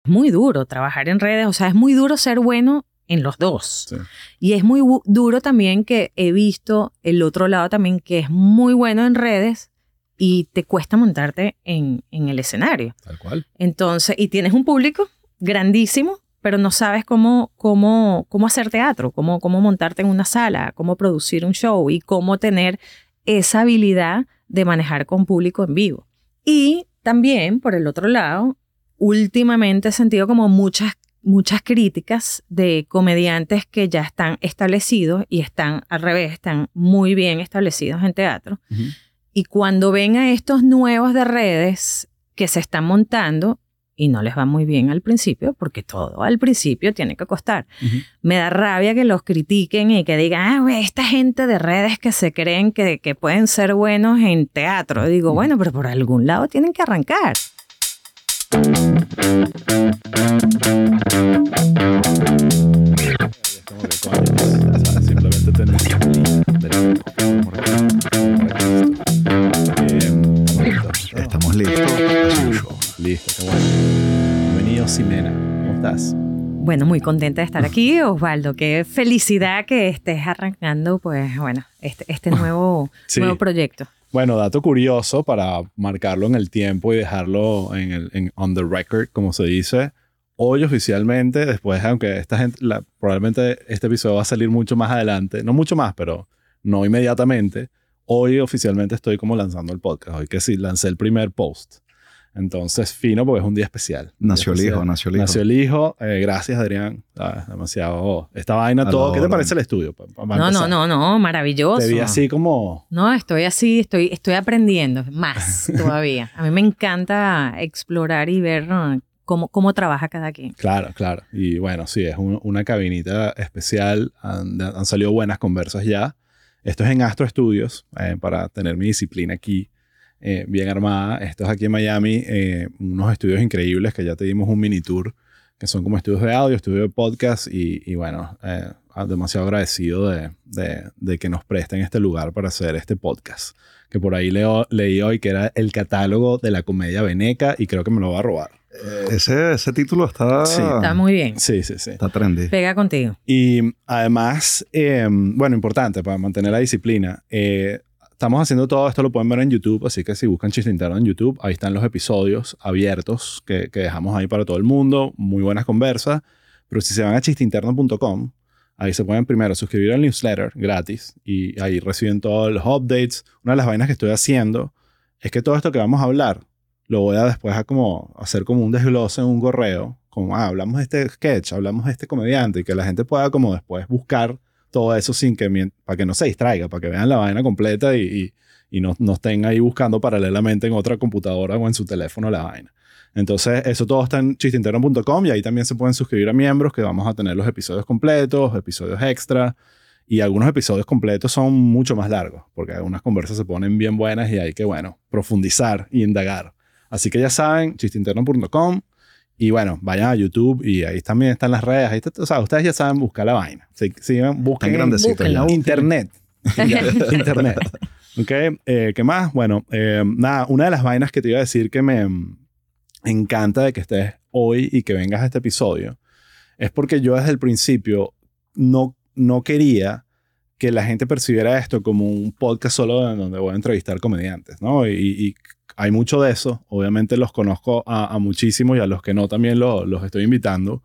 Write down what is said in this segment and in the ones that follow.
muy duro trabajar en redes, o sea, es muy duro ser bueno en los dos. Sí. Y es muy duro también que he visto el otro lado también que es muy bueno en redes y te cuesta montarte en el escenario. Tal cual. Entonces, y tienes un público grandísimo, pero no sabes cómo hacer teatro, cómo montarte en una sala, cómo producir un show y cómo tener esa habilidad de manejar con público en vivo. Y también, por el otro lado, últimamente he sentido como muchas críticas de comediantes que ya están establecidos y están al revés, están muy bien establecidos en teatro. Uh-huh. Y cuando ven a estos nuevos de redes que se están montando y no les va muy bien al principio, porque todo al principio tiene que costar. Uh-huh. Me da rabia que los critiquen y que digan, güey, esta gente de redes que se creen que pueden ser buenos en teatro. Digo, Uh-huh. bueno, pero por algún lado tienen que arrancar. Simplemente tenemos Estamos listos. Listo, qué bueno. Bienvenido, Ximena. ¿Cómo estás? Bueno, muy contenta de estar aquí, Osvaldo. Qué felicidad que estés arrancando, pues, bueno, este nuevo proyecto. Bueno, dato curioso para marcarlo en el tiempo y dejarlo en on the record, como se dice. Hoy oficialmente, después, aunque esta gente, probablemente este episodio va a salir mucho más adelante, no mucho más, pero no inmediatamente. Hoy oficialmente estoy como lanzando el podcast. Hoy que sí, lancé el primer post. Entonces, fino, porque es un día especial. Nació el hijo. Nació el hijo. Gracias, Adrián. Demasiado. Esta vaina, todo. ¿Qué te parece el estudio? No, maravilloso. Te vi así como... No, estoy así, estoy aprendiendo más todavía. A mí me encanta explorar y ver cómo trabaja cada quien. Claro. Y bueno, sí, es una cabinita especial. Han salido buenas conversas ya. Esto es en Astro Studios, para tener mi disciplina aquí. Bien armada. Esto es aquí en Miami, unos estudios increíbles que ya te dimos un mini tour, que son como estudios de audio, estudios de podcast y bueno, demasiado agradecido de que nos presten este lugar para hacer este podcast, que por ahí leí hoy que era el catálogo de la comedia veneca y creo que me lo va a robar. Ese título está... Sí. Está muy bien. Sí. Está trendy. Pega contigo. Y además, bueno, importante para mantener la disciplina, estamos haciendo todo esto, lo pueden ver en YouTube, así que si buscan Chiste Interno en YouTube, ahí están los episodios abiertos que dejamos ahí para todo el mundo, muy buenas conversas, pero si se van a chisteinterno.com, ahí se pueden primero suscribir al newsletter gratis y ahí reciben todos los updates. Una de las vainas que estoy haciendo es que todo esto que vamos a hablar, lo voy a después hacer como un desglose en un correo, como hablamos de este sketch, hablamos de este comediante, y que la gente pueda como después buscar todo eso para que no se distraiga, para que vean la vaina completa y no estén ahí buscando paralelamente en otra computadora o en su teléfono la vaina. Entonces, eso todo está en chisteinterno.com y ahí también se pueden suscribir a miembros, que vamos a tener los episodios completos, episodios extra, y algunos episodios completos son mucho más largos, porque algunas conversas se ponen bien buenas y hay que, bueno, profundizar y indagar. Así que ya saben, chisteinterno.com. Y bueno, vayan a YouTube y ahí también están las redes. O sea, ustedes ya saben buscar la vaina. Busquen en Internet. Internet. ¿Ok? ¿Qué más? Bueno, nada, una de las vainas que te iba a decir que me encanta de que estés hoy y que vengas a este episodio es porque yo desde el principio no quería que la gente percibiera esto como un podcast solo en donde voy a entrevistar comediantes, ¿no? Y hay mucho de eso. Obviamente los conozco a muchísimos y a los que no también los estoy invitando.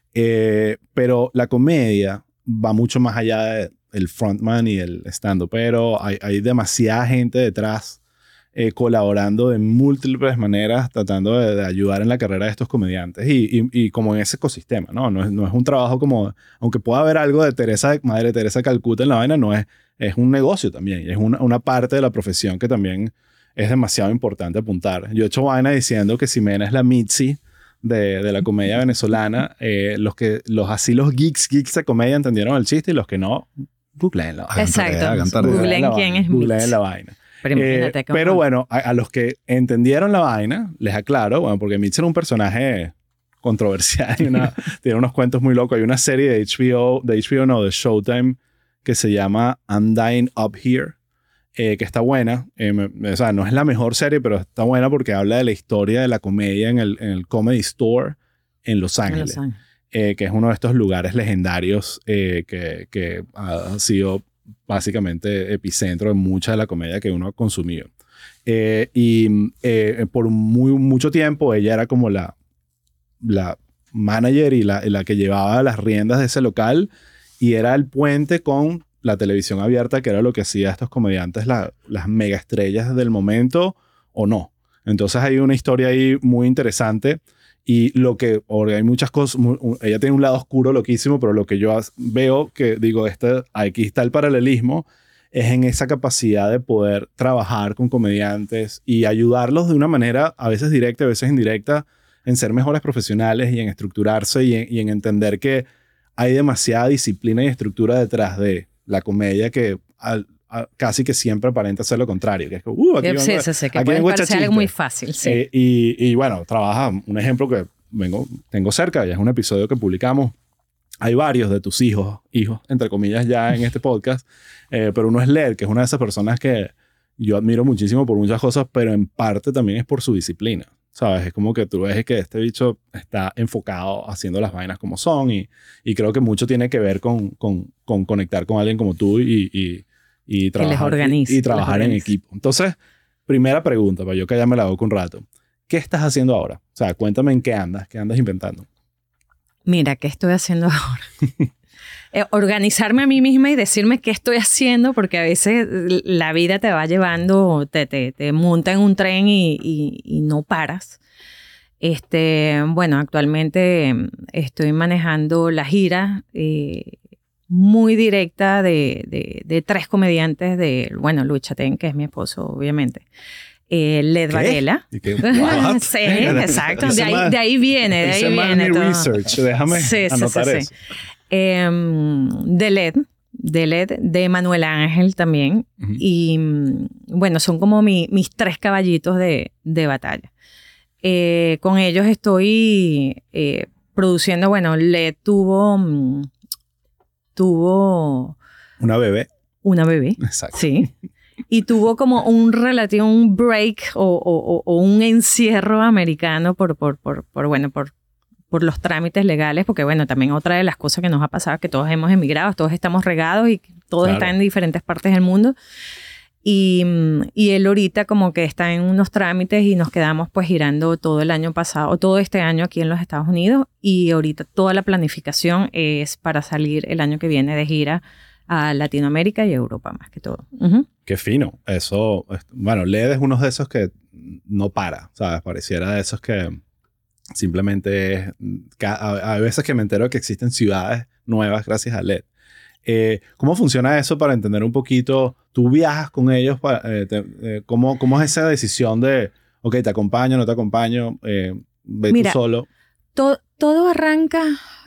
Pero la comedia va mucho más allá del frontman y el stand-up. Pero hay demasiada gente detrás colaborando de múltiples maneras, tratando de ayudar en la carrera de estos comediantes y como en ese ecosistema, ¿no? No es un trabajo como... Aunque pueda haber algo de Madre Teresa de Calcuta en la vaina, no es un negocio también. Y es una parte de la profesión que también es demasiado importante apuntar. Yo he hecho vaina diciendo que Ximena es la Mitzi de la comedia venezolana. Los geeks de comedia entendieron el chiste y los que no, googleenlo. Exacto. Googleen quién es Mitzi. Googleen la vaina. Pero bueno, a los que entendieron la vaina, les aclaro, bueno, porque Mitzi era un personaje controversial. Tiene unos cuentos muy locos. Hay una serie de de Showtime, que se llama I'm Dying Up Here, que está buena. O sea, no es la mejor serie, pero está buena porque habla de la historia de la comedia en el Comedy Store en Los Ángeles. Que es uno de estos lugares legendarios que ha sido básicamente epicentro de mucha de la comedia que uno ha consumido. Por mucho tiempo ella era como la manager y la que llevaba las riendas de ese local y era el puente con la televisión abierta, que era lo que hacía a estos comediantes las mega estrellas del momento o no. Entonces hay una historia ahí muy interesante. Y hay muchas cosas, ella tiene un lado oscuro loquísimo, pero lo que yo veo, que digo, aquí está el paralelismo, es en esa capacidad de poder trabajar con comediantes y ayudarlos de una manera a veces directa, a veces indirecta, en ser mejores profesionales y en estructurarse y en entender que hay demasiada disciplina y estructura detrás de la comedia que casi que siempre aparenta ser lo contrario. Que es que, que puede parecer algo muy fácil. Sí. Y bueno, trabaja, un ejemplo que tengo cerca, ya es un episodio que publicamos. Hay varios de tus hijos, entre comillas, ya en este podcast, pero uno es Led, que es una de esas personas que yo admiro muchísimo por muchas cosas, pero en parte también es por su disciplina. ¿Sabes? Es como que tú ves que este bicho está enfocado haciendo las vainas como son y creo que mucho tiene que ver con conectar con alguien como tú y trabajar en equipo. Entonces, primera pregunta, para yo que ya me la hago con un rato. ¿Qué estás haciendo ahora? O sea, cuéntame en qué andas inventando. Mira, ¿qué estoy haciendo ahora? Organizarme a mí misma y decirme qué estoy haciendo, porque a veces la vida te va llevando, te monta en un tren y no paras. Bueno, actualmente estoy manejando la gira muy directa de 3 comediantes bueno, Luis Chatén, que es mi esposo, obviamente. Led Varela. Sí, exacto. De ahí viene. Mi research. Déjame anotar eso. De Led, de Manuel Ángel también. Uh-huh. Y bueno, son como mis 3 caballitos de batalla. Con ellos estoy produciendo. Bueno, Led tuvo una bebé. Exacto. Sí. Y tuvo como un break o un encierro americano por los trámites legales, porque bueno, también otra de las cosas que nos ha pasado es que todos hemos emigrado, todos estamos regados y todos están en diferentes partes del mundo. Y él ahorita como que está en unos trámites y nos quedamos pues girando todo el año pasado, todo este año aquí en los Estados Unidos, y ahorita toda la planificación es para salir el año que viene de gira a Latinoamérica y Europa más que todo. Uh-huh. Qué fino. Eso, bueno, Led es uno de esos que no para, ¿sabes? Pareciera de esos que simplemente hay veces que me entero que existen ciudades nuevas gracias a Led. ¿Cómo funciona eso para entender un poquito? ¿Tú viajas con ellos? ¿Cómo es esa decisión de, ok, te acompaño, no te acompaño, ve tú solo? Todo arranca...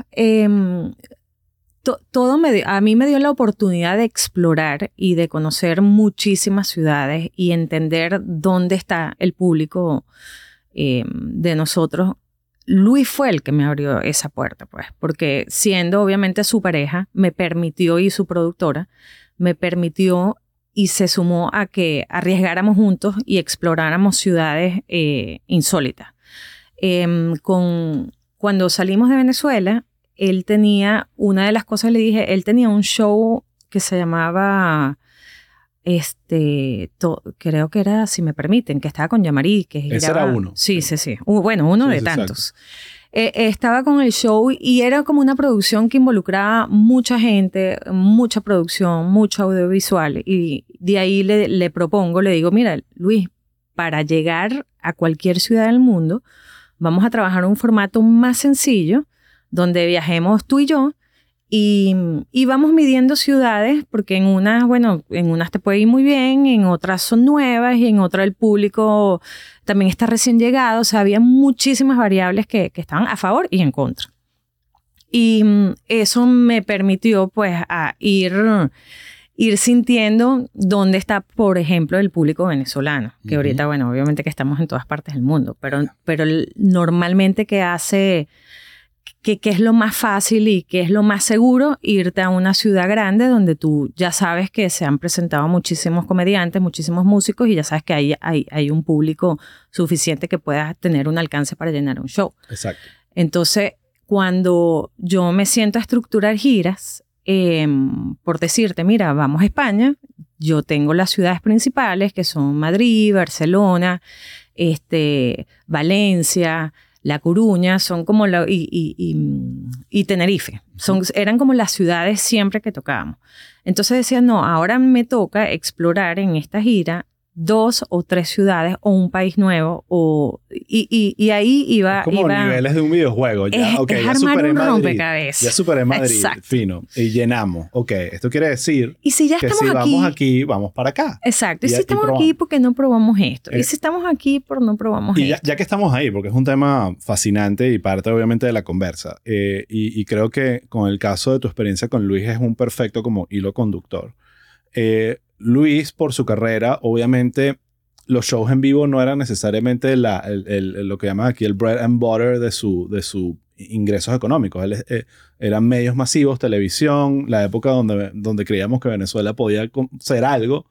a mí me dio la oportunidad de explorar y de conocer muchísimas ciudades y entender dónde está el público de nosotros. Luis fue el que me abrió esa puerta, pues, porque siendo obviamente su pareja, me permitió, y su productora, me permitió y se sumó a que arriesgáramos juntos y exploráramos ciudades insólitas. Cuando salimos de Venezuela, él tenía, una de las cosas le dije, él tenía un show que se llamaba, creo que era, si me permiten, que estaba con Yamari. Ese era uno. Sí. Bueno, uno de tantos. Estaba con el show y era como una producción que involucraba mucha gente, mucha producción, mucho audiovisual. Y de ahí le propongo, le digo, mira, Luis, para llegar a cualquier ciudad del mundo, vamos a trabajar un formato más sencillo, donde viajemos tú y yo y vamos midiendo ciudades, porque en unas te puede ir muy bien, en otras son nuevas y en otras el público también está recién llegado. O sea, había muchísimas variables que estaban a favor y en contra. Y eso me permitió pues a ir sintiendo dónde está, por ejemplo, el público venezolano, que ahorita, bueno, obviamente que estamos en todas partes del mundo, pero normalmente ¿qué hace? ¿Qué es lo más fácil y qué es lo más seguro? Irte a una ciudad grande donde tú ya sabes que se han presentado muchísimos comediantes, muchísimos músicos, y ya sabes que hay un público suficiente que pueda tener un alcance para llenar un show. Exacto. Entonces, cuando yo me siento a estructurar giras, por decirte, mira, vamos a España, yo tengo las ciudades principales que son Madrid, Barcelona, Valencia, La Coruña, son como y Tenerife. Eran como las ciudades siempre que tocábamos. Entonces decía, no, ahora me toca explorar en esta gira 2 o 3 ciudades o un país nuevo y ahí iba... Es como niveles de un videojuego. Ya, es ya armar superé un Madrid, rompecabezas. ya superé Madrid, Exacto. fino, y llenamos. Ok, esto quiere decir Y si ya que estamos si aquí, vamos aquí, vamos para acá. exacto. Y si aquí estamos probamos. aquí, ¿por qué no probamos esto? Y si estamos aquí, ¿por qué no probamos Y esto? ya que estamos ahí, porque es un tema fascinante y parte obviamente de la conversa, y creo que con el caso de tu experiencia con Luis es un perfecto como hilo conductor. Luis, por su carrera, obviamente los shows en vivo no eran necesariamente lo que llaman aquí el bread and butter de sus ingresos económicos. Eran medios masivos, televisión, la época donde creíamos que Venezuela podía ser algo,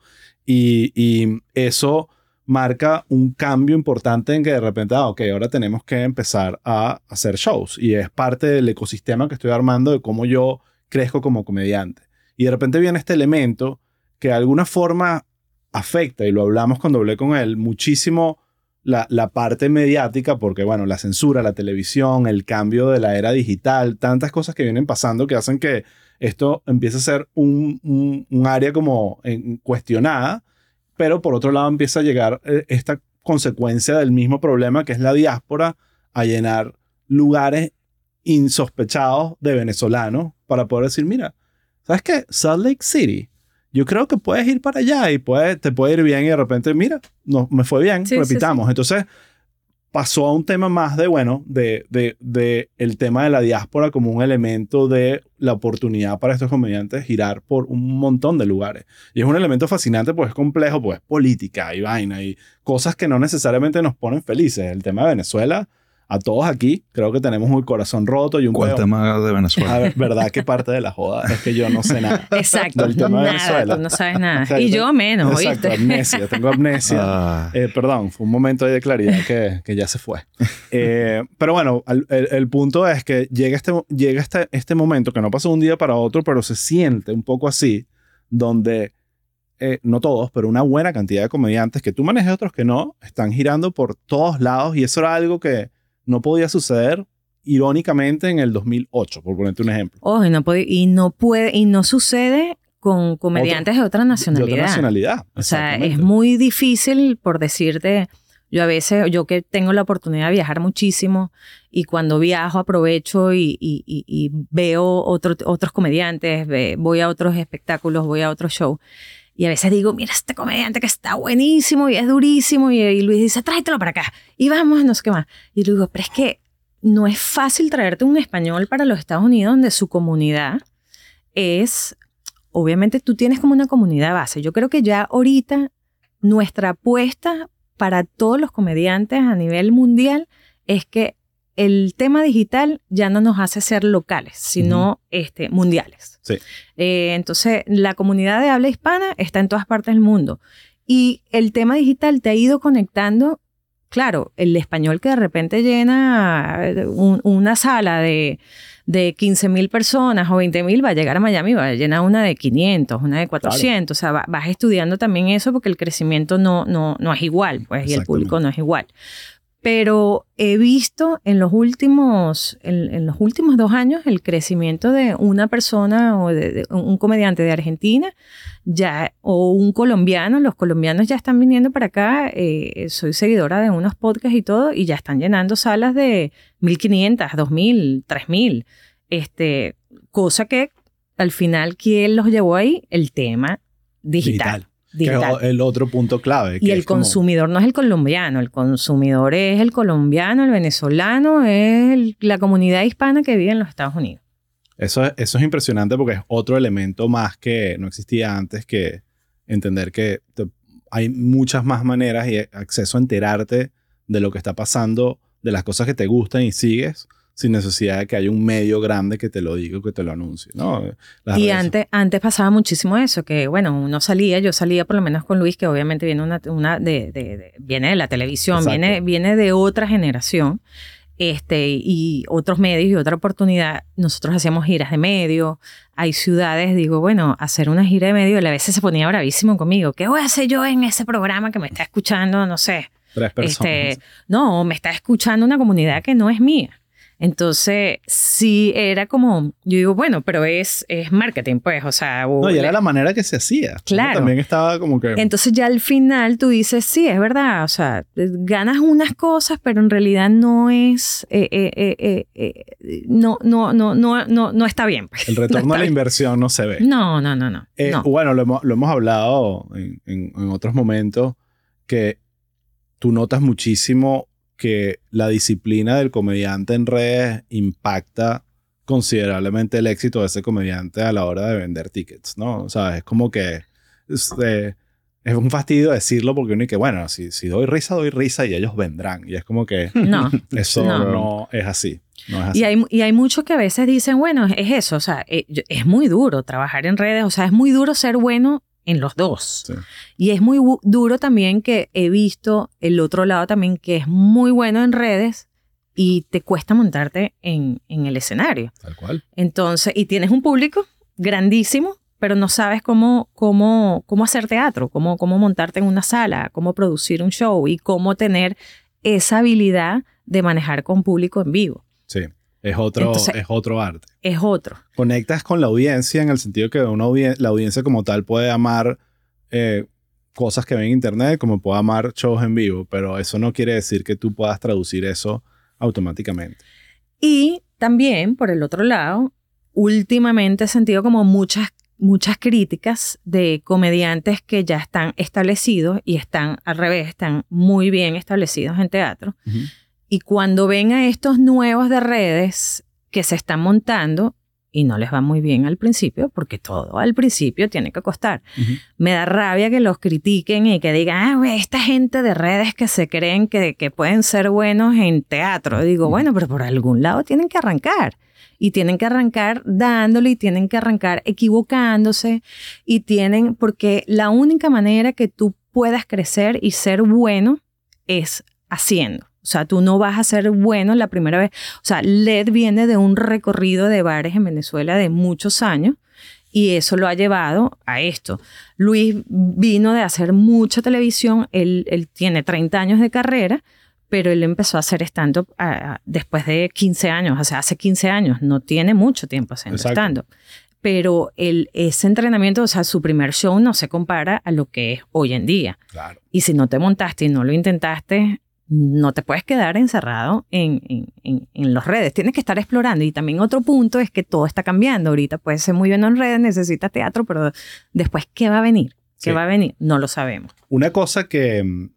y eso marca un cambio importante en que de repente, ok, ahora tenemos que empezar a hacer shows, y es parte del ecosistema que estoy armando de cómo yo crezco como comediante. Y de repente viene este elemento que de alguna forma afecta, y lo hablamos cuando hablé con él, muchísimo la parte mediática, porque bueno, la censura, la televisión, el cambio de la era digital, tantas cosas que vienen pasando que hacen que esto empiece a ser un área como cuestionada, pero por otro lado empieza a llegar esta consecuencia del mismo problema, que es la diáspora, a llenar lugares insospechados de venezolanos para poder decir, mira, ¿sabes qué? Salt Lake City, yo creo que puedes ir para allá y te puede ir bien, y de repente, mira, no, me fue bien, Sí, repitamos. sí. Entonces, pasó a un tema más de el tema de la diáspora como un elemento de la oportunidad para estos comediantes girar por un montón de lugares. Y es un elemento fascinante, pues es complejo, pues política y vaina y cosas que no necesariamente nos ponen felices. El tema de Venezuela, a todos aquí, creo que tenemos un corazón roto y un ¿Cuál peo. tema de Venezuela? A ver, ¿verdad que parte de la joda es que yo no sé nada? Exacto. Del tema de Nada, Venezuela. tú no sabes nada. Exacto. Y yo menos, Exacto, ¿oíste? amnesia, tengo amnesia. Ah, Perdón, fue un momento ahí de claridad que ya se fue. Pero bueno, el punto es que llega este momento que no pasó de un día para otro, pero se siente un poco así, donde no todos, pero una buena cantidad de comediantes que tú manejas, otros que no, están girando por todos lados, y eso era algo que no podía suceder irónicamente en el 2008, por ponerte un ejemplo. Oh, y no sucede con comediantes de otra nacionalidad. De otra nacionalidad. O sea, exactamente. es muy difícil, por decirte, yo a veces, yo que tengo la oportunidad de viajar muchísimo, y cuando viajo aprovecho y veo otros comediantes, voy a otros espectáculos, voy a otros shows. Y a veces digo, mira este comediante que está buenísimo y es durísimo. Y Luis dice, tráetelo para acá. Y vamos, no sé qué más. Y le digo, pero es que no es fácil traerte un español para los Estados Unidos, donde su comunidad es... Obviamente tú tienes como una comunidad base. Yo creo que ya ahorita nuestra apuesta para todos los comediantes a nivel mundial es que el tema digital ya no nos hace ser locales, sino mundiales. Sí. Entonces, la comunidad de habla hispana está en todas partes del mundo. Y el tema digital te ha ido conectando, claro, el español que de repente llena una sala de 15,000 personas o 20,000 va a llegar a Miami, va a llenar una de 500, una de 400. Claro. O sea, vas estudiando también eso, porque el crecimiento no es igual, pues, y el público no es igual. Pero he visto en los últimos 2 años el crecimiento de una persona o de un comediante de Argentina ya, o un colombiano. Los colombianos ya están viniendo para acá. Soy seguidora de unos podcasts y todo, y ya están llenando salas de 1,500, 2,000, 3,000. Cosa que al final, ¿quién los llevó ahí? El tema digital. Que es el otro punto clave. Y el consumidor no es el colombiano, el consumidor es el colombiano, el venezolano, es la comunidad hispana que vive en los Estados Unidos. Eso es impresionante, porque es otro elemento más que no existía antes, que entender que hay muchas más maneras y acceso a enterarte de lo que está pasando, de las cosas que te gustan y sigues, sin necesidad de que haya un medio grande que te lo diga o que te lo anuncie, ¿no? Y antes pasaba muchísimo eso, que bueno, yo salía por lo menos con Luis, que obviamente viene viene de la televisión, viene de otra generación. y otros medios y otra oportunidad, nosotros hacíamos giras de medio. Hay ciudades, digo, bueno, hacer una gira de medio, él a veces se ponía bravísimo conmigo. ¿Qué voy a hacer yo en ese programa que me está escuchando, no sé? 3 personas. No, me está escuchando una comunidad que no es mía. Entonces, sí era como, yo digo, bueno, pero es marketing, pues, o sea... No, y era la manera que se hacía. Claro. También estaba como que... Entonces ya al final tú dices, sí, es verdad, o sea, ganas unas cosas, pero en realidad no es, no está bien. Pues. El retorno No a la bien. inversión no se ve. No. Bueno, lo hemos hablado en otros momentos, que tú notas muchísimo que la disciplina del comediante en redes impacta considerablemente el éxito de ese comediante a la hora de vender tickets, ¿no? O sea, es como que es un fastidio decirlo porque uno dice, bueno, si doy risa y ellos vendrán. Y es como que eso no es así. No es así. Y hay muchos que a veces dicen, bueno, es eso, o sea, es muy duro trabajar en redes, o sea, es muy duro ser bueno en los dos. Sí. Y es muy duro también que he visto el otro lado también que es muy bueno en redes y te cuesta montarte en el escenario. Tal cual. Entonces, y tienes un público grandísimo, pero no sabes cómo hacer teatro, cómo montarte en una sala, cómo producir un show y cómo tener esa habilidad de manejar con público en vivo. Sí. Es otro arte. Es otro. Conectas con la audiencia en el sentido que la audiencia como tal puede amar cosas que ven en internet como puede amar shows en vivo, pero eso no quiere decir que tú puedas traducir eso automáticamente. Y también, por el otro lado, últimamente he sentido como muchas críticas de comediantes que ya están establecidos y están al revés, están muy bien establecidos en teatro. Uh-huh. Y cuando ven a estos nuevos de redes que se están montando y no les va muy bien al principio, porque todo al principio tiene que costar. Uh-huh. Me da rabia que los critiquen y que digan, esta gente de redes que se creen que pueden ser buenos en teatro. Digo, Uh-huh. bueno, pero por algún lado tienen que arrancar. Y tienen que arrancar dándole y tienen que arrancar equivocándose. Porque la única manera que tú puedas crecer y ser bueno es haciendo. O sea, tú no vas a ser bueno la primera vez. O sea, Led viene de un recorrido de bares en Venezuela de muchos años y eso lo ha llevado a esto. Luis vino de hacer mucha televisión. Él tiene 30 años de carrera, pero él empezó a hacer stand-up después de 15 años. O sea, hace 15 años. No tiene mucho tiempo haciendo stand-up. Pero ese entrenamiento, o sea, su primer show no se compara a lo que es hoy en día. Claro. Y si no te montaste y no lo intentaste, no te puedes quedar encerrado en las redes. Tienes que estar explorando. Y también otro punto es que todo está cambiando. Ahorita puedes ser muy bueno en redes, necesitas teatro, pero después, ¿qué va a venir? ¿Qué va a venir? No lo sabemos. Una cosa que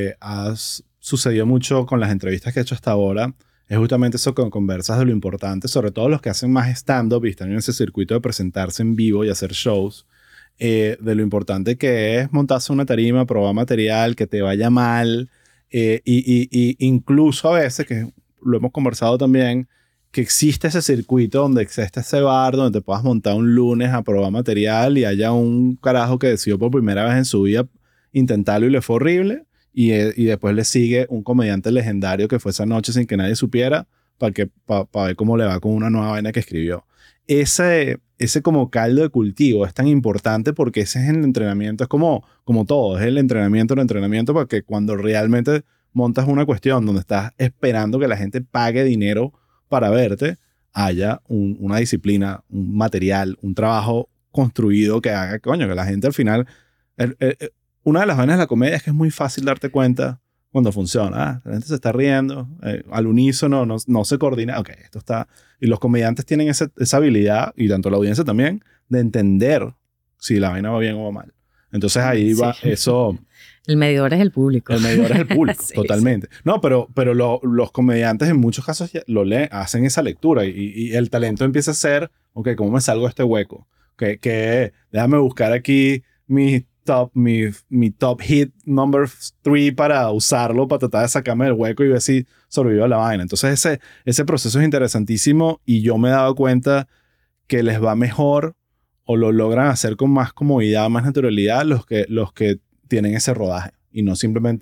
sucedió mucho con las entrevistas que he hecho hasta ahora es justamente eso, con conversas de lo importante, sobre todo los que hacen más stand-up y están en ese circuito de presentarse en vivo y hacer shows, de lo importante que es montarse una tarima, probar material, que te vaya mal, y incluso a veces, que lo hemos conversado también, que existe ese circuito donde existe ese bar donde te puedas montar un lunes a probar material y haya un carajo que decidió por primera vez en su vida intentarlo y le fue horrible, y después le sigue un comediante legendario que fue esa noche sin que nadie supiera para ver cómo le va con una nueva vaina que escribió. Ese como caldo de cultivo es tan importante porque ese es el entrenamiento, es como todo, es el entrenamiento para que cuando realmente montas una cuestión donde estás esperando que la gente pague dinero para verte, haya una disciplina, un material, un trabajo construido que haga, que la gente al final... Una de las vainas de la comedia es que es muy fácil darte cuenta cuando funciona. La gente se está riendo, al unísono, no se coordina. Ok, esto está... Y los comediantes tienen esa habilidad, y tanto la audiencia también, de entender si la vaina va bien o va mal. Entonces ahí va eso... El medidor es el público. El medidor es el público, Sí, totalmente. Sí. No, pero los comediantes en muchos casos lo leen, hacen esa lectura y el talento empieza a ser, ok, ¿cómo me salgo de este hueco? Déjame buscar aquí mi top hit number 3 para usarlo, para tratar de sacarme del hueco y ver si sobrevivo a la vaina. Entonces ese proceso es interesantísimo y yo me he dado cuenta que les va mejor o lo logran hacer con más comodidad, más naturalidad los que tienen ese rodaje y no simplemente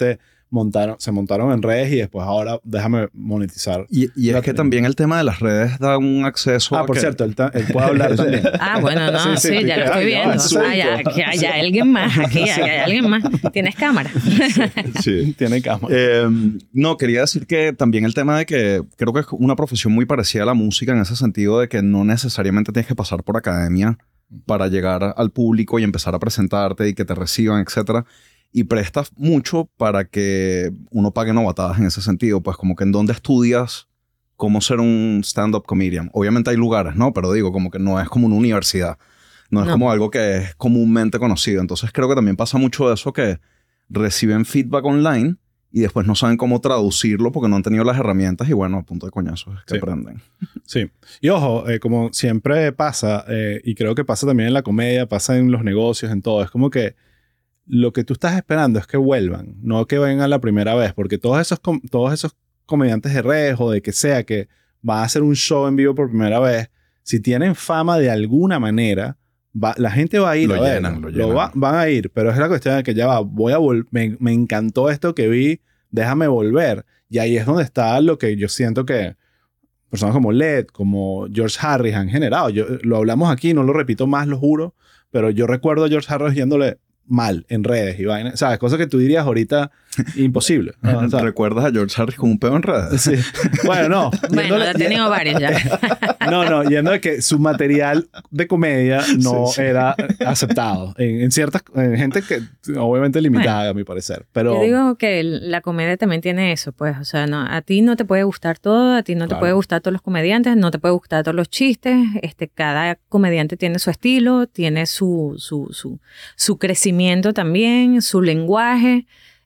se montaron en redes y después ahora déjame monetizar. Y es que también el tema de las redes da un acceso a por que... cierto, él puede hablar también. Bueno, no, sí, ya lo estoy viendo. Hay alguien más aquí, hay alguien más. ¿Tienes cámara? Sí. Tiene cámara. No, quería decir que también el tema de que creo que es una profesión muy parecida a la música en ese sentido de que no necesariamente tienes que pasar por academia para llegar al público y empezar a presentarte y que te reciban, etcétera. Y prestas mucho para que uno pague novatadas en ese sentido. Pues como que en dónde estudias cómo ser un stand-up comedian. Obviamente hay lugares, ¿no? Pero digo, como que no es como una universidad. No es como algo que es comúnmente conocido. Entonces creo que también pasa mucho eso que reciben feedback online y después no saben cómo traducirlo porque no han tenido las herramientas y bueno, a punto de coñazos es que aprenden. Sí. Y ojo, como siempre pasa, y creo que pasa también en la comedia, pasa en los negocios, en todo, es como que lo que tú estás esperando es que vuelvan, no que vengan la primera vez, porque todos esos comediantes de redes o de que sea que van a hacer un show en vivo por primera vez, si tienen fama de alguna manera, la gente va a ir a verlo. Van a ir, pero es la cuestión de que ya va, me encantó esto que vi, déjame volver. Y ahí es donde está lo que yo siento que personas como Led, como George Harris han generado. Lo hablamos aquí, no lo repito más, lo juro, pero yo recuerdo a George Harris yéndole mal en redes y vainas, ¿sabes? Cosas que tú dirías ahorita imposible. ¿No? ¿Recuerdas a George Harris con un peo en redes? Sí. Bueno, no. Bueno, he tenido varios ya. No, yendo de que su material de comedia no era aceptado en ciertas gente que obviamente limitada, a mi parecer. Pero yo digo que la comedia también tiene eso, pues, o sea, no, a ti no te puede gustar todo, a ti no te puede gustar todos los comediantes, no te puede gustar todos los chistes, cada comediante tiene su estilo, tiene su crecimiento también, su lenguaje,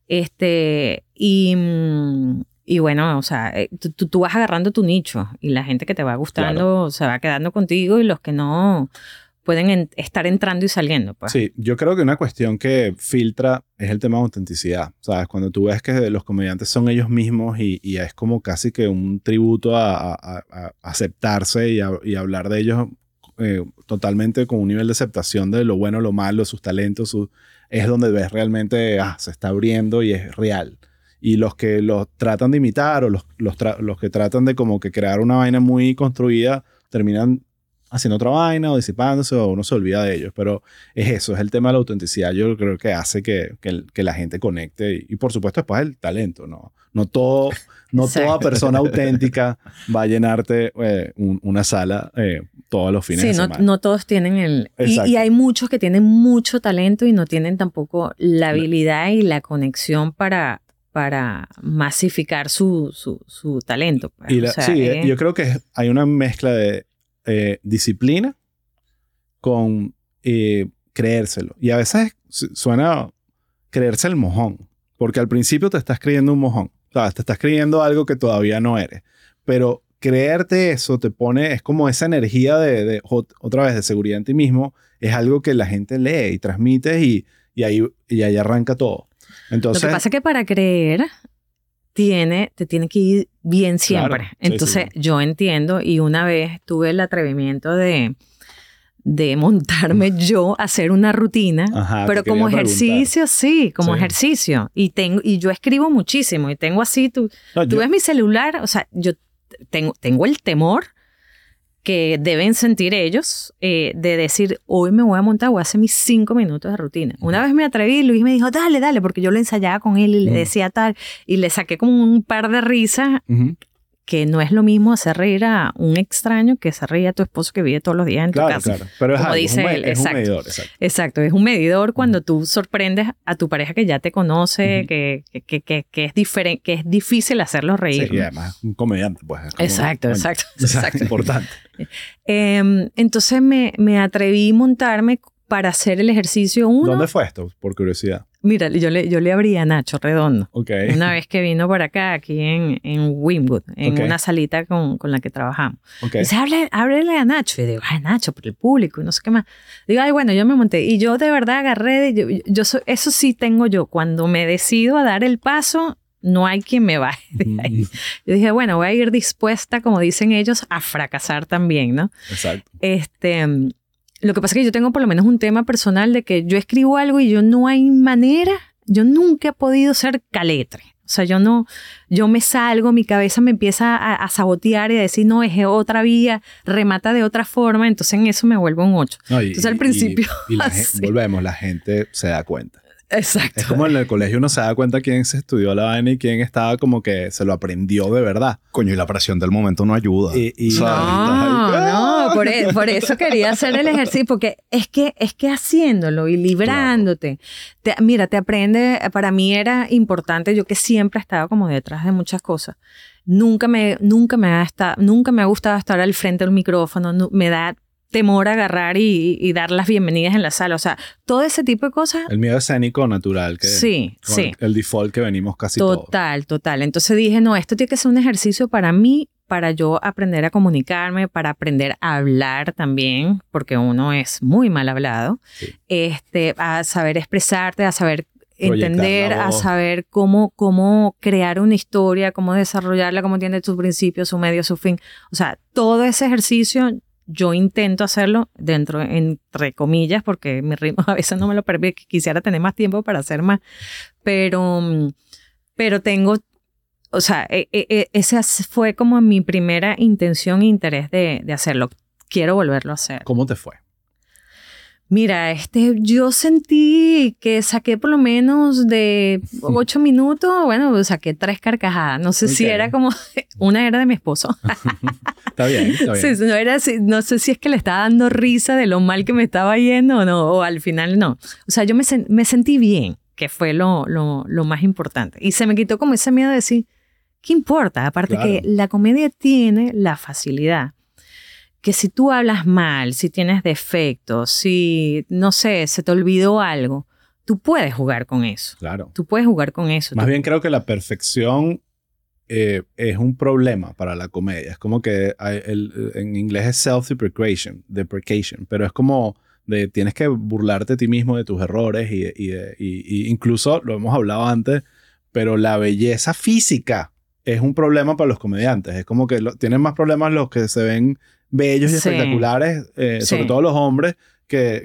y bueno, o sea, tú vas agarrando tu nicho y la gente que te va gustando se va quedando contigo y los que no pueden estar entrando y saliendo. Pues. Sí, yo creo que una cuestión que filtra es el tema de autenticidad. ¿Sabes? Cuando tú ves que los comediantes son ellos mismos y es como casi que un tributo a aceptarse y hablar de ellos totalmente con un nivel de aceptación de lo bueno, lo malo, sus talentos, es donde ves realmente se está abriendo y es real. Y los que los tratan de imitar o los que tratan de como que crear una vaina muy construida terminan haciendo otra vaina o disipándose o uno se olvida de ellos. Pero es eso, es el tema de la autenticidad. Yo creo que hace que la gente conecte y por supuesto después el talento, ¿no? No toda persona auténtica va a llenarte una sala todos los fines de semana. No todos tienen y hay muchos que tienen mucho talento y no tienen tampoco la habilidad y la conexión para masificar su talento. Pues. Yo creo que hay una mezcla de disciplina con creérselo. Y a veces suena creerse el mojón, porque al principio te estás creyendo un mojón. O sea, te estás creyendo algo que todavía no eres. Pero creerte eso te pone, es como esa energía otra vez, de seguridad en ti mismo. Es algo que la gente lee y transmite y ahí arranca todo. Entonces, lo que pasa es que para creer te tiene que ir bien siempre. Claro, entonces sí. Yo entiendo y una vez tuve el atrevimiento de montarme yo a hacer una rutina, pero como ejercicio, ejercicio. Y yo escribo muchísimo y tengo así, tú ves mi celular, o sea, yo tengo el temor que deben sentir ellos de decir, hoy me voy a montar, voy a hacer mis 5 minutos de rutina. Una vez me atreví, Luis me dijo, dale, porque yo lo ensayaba con él y le decía tal, y le saqué como un par de risas, que no es lo mismo hacer reír a un extraño que hacer reír a tu esposo que vive todos los días en tu casa. Claro, pero como dice él. Es un medidor, exacto, es un medidor cuando tú sorprendes a tu pareja que ya te conoce, que es diferente, que es difícil hacerlos reír. Sí, y además un comediante, pues. Exacto. Importante. Entonces me atreví a montarme para hacer el ejercicio 1. ¿Dónde fue esto? Por curiosidad. Mira, yo le abrí a Nacho Redondo. Okay. Una vez que vino por acá, aquí en Wynwood, en una salita con la que trabajamos. Okay. Dice, ábrele a Nacho. Y digo, Nacho, por el público y no sé qué más. Digo, bueno, yo me monté. Y yo de verdad agarré, eso sí tengo yo. Cuando me decido a dar el paso, no hay quien me baje de ahí. Yo dije, bueno, voy a ir dispuesta, como dicen ellos, a fracasar también, ¿no? Exacto. Lo que pasa es que yo tengo por lo menos un tema personal de que yo escribo algo y yo no hay manera, yo nunca he podido ser caletre. sea, yo me salgo, mi cabeza me empieza a sabotear y a decir, no, es otra vía, remata de otra forma, entonces en eso me vuelvo un 8. No, entonces al principio... Y volvemos, la gente se da cuenta. Exacto. Es como en el colegio uno se da cuenta quién se estudió la vaina y quién estaba como que se lo aprendió de verdad. Coño, y la presión del momento no ayuda. No, por eso quería hacer el ejercicio, porque es que haciéndolo y librándote, mira, te aprende, para mí era importante, yo que siempre he estado como detrás de muchas cosas, nunca me ha gustado estar al frente del micrófono, me da temor a agarrar y dar las bienvenidas en la sala. O sea, todo ese tipo de cosas. El miedo escénico natural. Sí. El default que venimos casi todos. Total. Entonces dije, no, esto tiene que ser un ejercicio para mí, para yo aprender a comunicarme, para aprender a hablar también, porque uno es muy mal hablado. Sí. A saber expresarte, a saber entender, a saber cómo crear una historia, cómo desarrollarla, cómo tiene sus principios, su medio, su fin. O sea, todo ese ejercicio yo intento hacerlo entre comillas, porque mi ritmo a veces no me lo permite, quisiera tener más tiempo para hacer más, pero tengo, o sea, esa fue como mi primera intención e interés de hacerlo. Quiero volverlo a hacer. ¿Cómo te fue? Mira, yo sentí que saqué por lo menos de 8 minutos, bueno, saqué 3 carcajadas. No sé si era como, una era de mi esposo. Está bien. Sí, no sé si es que le estaba dando risa de lo mal que me estaba yendo o no, o al final no. O sea, yo me sentí bien, que fue lo más importante. Y se me quitó como ese miedo de decir, ¿qué importa? Aparte que la comedia tiene la facilidad que si tú hablas mal, si tienes defectos, si, no sé, se te olvidó algo, tú puedes jugar con eso. Claro. Tú puedes jugar con eso. Más bien creo que la perfección es un problema para la comedia. Es como que en inglés es self-deprecation, pero es como de tienes que burlarte de ti mismo, de tus errores y incluso, lo hemos hablado antes, pero la belleza física es un problema para los comediantes. Es como que tienen más problemas los que se ven bellos y espectaculares, sobre todo los hombres, que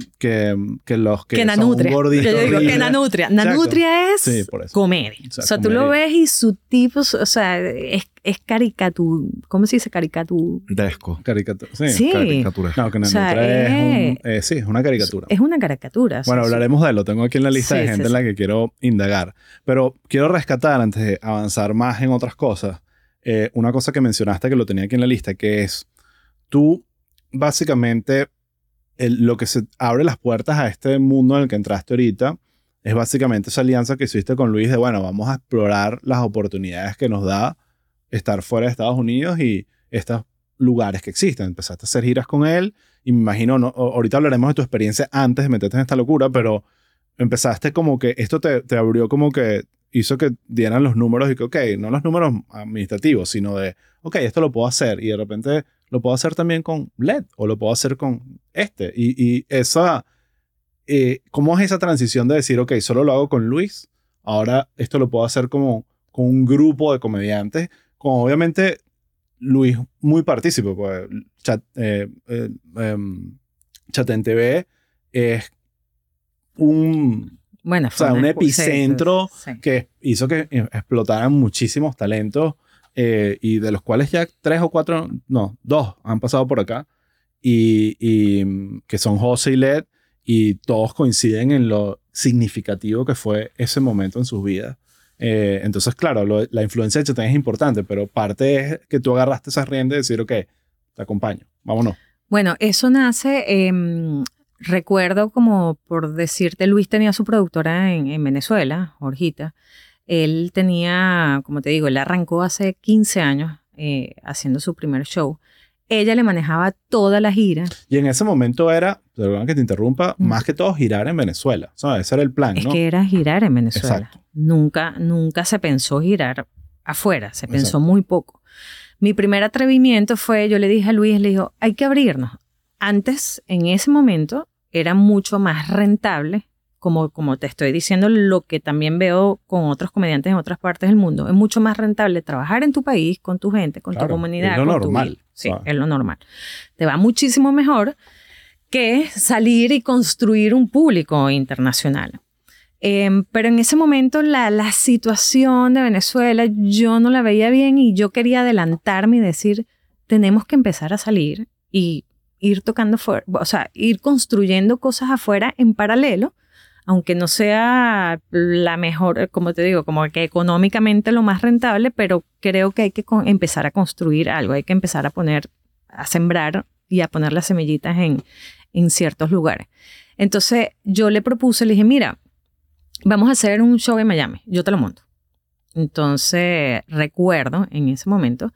los que son gorditos. Yo digo que Nanutria. Nanutria es comedia. O sea, tú lo ves y su tipo, o sea, es caricatura. ¿Cómo se dice caricaturesco? Sí. Caricaturesco. No, que Nanutria es una caricatura. Es una caricatura. Bueno, hablaremos de él. Lo tengo aquí en la lista de gente en la que quiero indagar. Pero quiero rescatar, antes de avanzar más en otras cosas, una cosa que mencionaste que lo tenía aquí en la lista, que es tú, básicamente, lo que se abre las puertas a este mundo en el que entraste ahorita es básicamente esa alianza que hiciste con Luis de, bueno, vamos a explorar las oportunidades que nos da estar fuera de Estados Unidos y estos lugares que existen. Empezaste a hacer giras con él y me imagino, ahorita hablaremos de tu experiencia antes de meterte en esta locura, pero empezaste como que esto te abrió como que hizo que dieran los números y que, ok, no los números administrativos, sino de, ok, esto lo puedo hacer y de repente lo puedo hacer también con LED o lo puedo hacer con y esa, ¿cómo es esa transición de decir, ok, solo lo hago con Luis, ahora esto lo puedo hacer como con un grupo de comediantes, como obviamente Luis muy partícipe, pues Chatén TV es un epicentro que hizo que explotaran muchísimos talentos y de los cuales ya 2 han pasado por acá y que son José y Led y todos coinciden en lo significativo que fue ese momento en sus vidas. Entonces, claro, la influencia de Chatén es importante, pero parte es que tú agarraste esas riendas y decir, ok, te acompaño, vámonos. Bueno, eso nace... recuerdo, como por decirte, Luis tenía su productora en Venezuela, Jorgita. Él tenía, como te digo, él arrancó hace 15 años haciendo su primer show. Ella le manejaba toda la gira. Y en ese momento era, perdón que te interrumpa, más que todo girar en Venezuela. O sea, ese era el plan, ¿no? Es que era girar en Venezuela. Exacto. Nunca se pensó girar afuera, se pensó muy poco. Mi primer atrevimiento fue, yo le dije a Luis, le digo, hay que abrirnos. Antes, en ese momento, era mucho más rentable, como te estoy diciendo, lo que también veo con otros comediantes en otras partes del mundo. Es mucho más rentable trabajar en tu país, con tu gente, con tu comunidad. Es lo normal. Sí, es lo normal. Te va muchísimo mejor que salir y construir un público internacional. Pero en ese momento la situación de Venezuela yo no la veía bien y yo quería adelantarme y decir, tenemos que empezar a salir y ir tocando fuera, o sea, ir construyendo cosas afuera en paralelo, aunque no sea la mejor, como te digo, como que económicamente lo más rentable, pero creo que hay que empezar a construir algo, hay que empezar a sembrar y a poner las semillitas en ciertos lugares. Entonces yo le propuse, le dije, mira, vamos a hacer un show en Miami, yo te lo monto. Entonces recuerdo en ese momento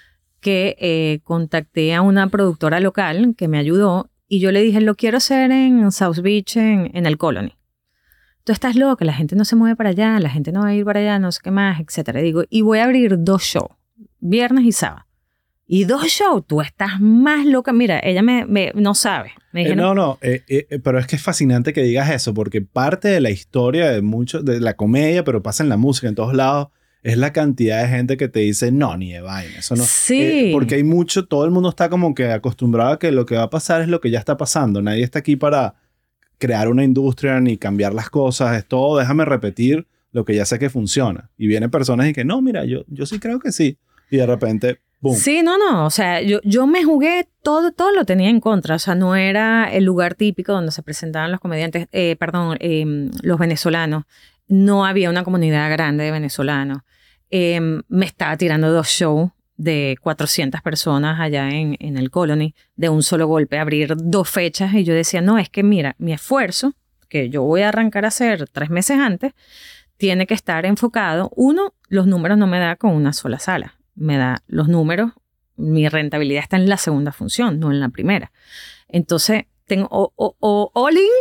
que contacté a una productora local que me ayudó y yo le dije, lo quiero hacer en South Beach, en el Colony. Tú estás loca, la gente no se mueve para allá, la gente no va a ir para allá, no sé qué más, etcétera. Digo, y voy a abrir 2 shows, viernes y sábado. Y 2 shows, tú estás más loca. Mira, ella no sabe. Me dijeron, pero es que es fascinante que digas eso, porque parte de la historia de la comedia, pero pasa en la música, en todos lados, es la cantidad de gente que te dice, no, ni de vaina, eso no. Sí. Porque hay mucho, todo el mundo está como que acostumbrado a que lo que va a pasar es lo que ya está pasando. Nadie está aquí para crear una industria ni cambiar las cosas. Es todo, déjame repetir lo que ya sé que funciona. Y vienen personas y que, no, mira, yo sí creo que sí. Y de repente, boom. Sí, no. O sea, yo me jugué todo lo tenía en contra. O sea, no era el lugar típico donde se presentaban los comediantes, los venezolanos. No había una comunidad grande de venezolanos. Me estaba tirando 2 shows de 400 personas allá en el Colony de un solo golpe, abrir 2 fechas y yo decía, no, es que mira, mi esfuerzo que yo voy a arrancar a hacer 3 meses antes tiene que estar enfocado. 1, los números no me da con una sola sala, me da los números, mi rentabilidad está en la segunda función, no en la primera. Entonces tengo o all in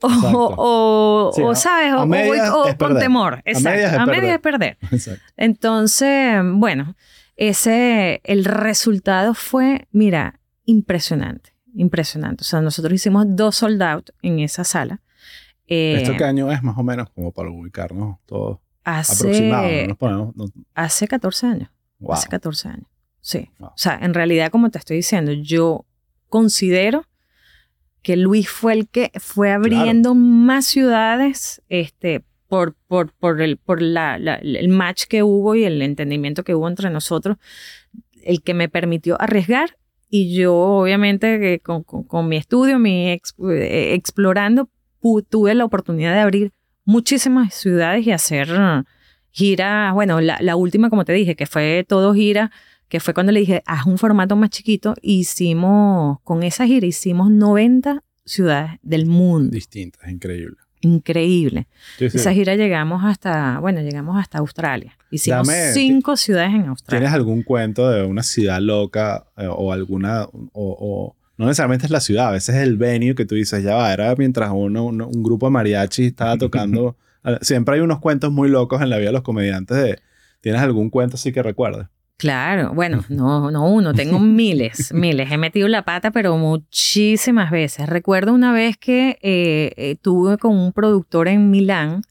o ¿sabes? O voy con temor. Exacto. A medias es perder. Exacto. Entonces, bueno, el resultado fue, mira, impresionante. O sea, nosotros hicimos 2 sold out en esa sala. ¿Esto qué año es más o menos? Como para ubicarnos todos aproximados. ¿No? Nos ponemos, no. Hace 14 años. Wow. Hace 14 años. Sí. Wow. O sea, en realidad, como te estoy diciendo, yo considero que Luis fue el que fue abriendo más ciudades por el match que hubo y el entendimiento que hubo entre nosotros, el que me permitió arriesgar. Y yo, obviamente, con mi estudio, explorando, tuve la oportunidad de abrir muchísimas ciudades y hacer giras. Bueno, la última, como te dije, que fue todo gira, que fue cuando le dije, haz un formato más chiquito. Con esa gira hicimos 90 ciudades del mundo. Distintas, increíble. Increíble. Sí. Esa gira llegamos hasta Australia. Hicimos 5 ciudades en Australia. ¿Tienes algún cuento de una ciudad loca o alguna... o no necesariamente es la ciudad, a veces es el venue que tú dices, ya va, era mientras un grupo de mariachi estaba tocando. Siempre hay unos cuentos muy locos en la vida de los comediantes. ¿Tienes algún cuento así que recuerdes? Claro, bueno, no uno, tengo miles. He metido la pata, pero muchísimas veces. Recuerdo una vez que tuve con un productor en Milán,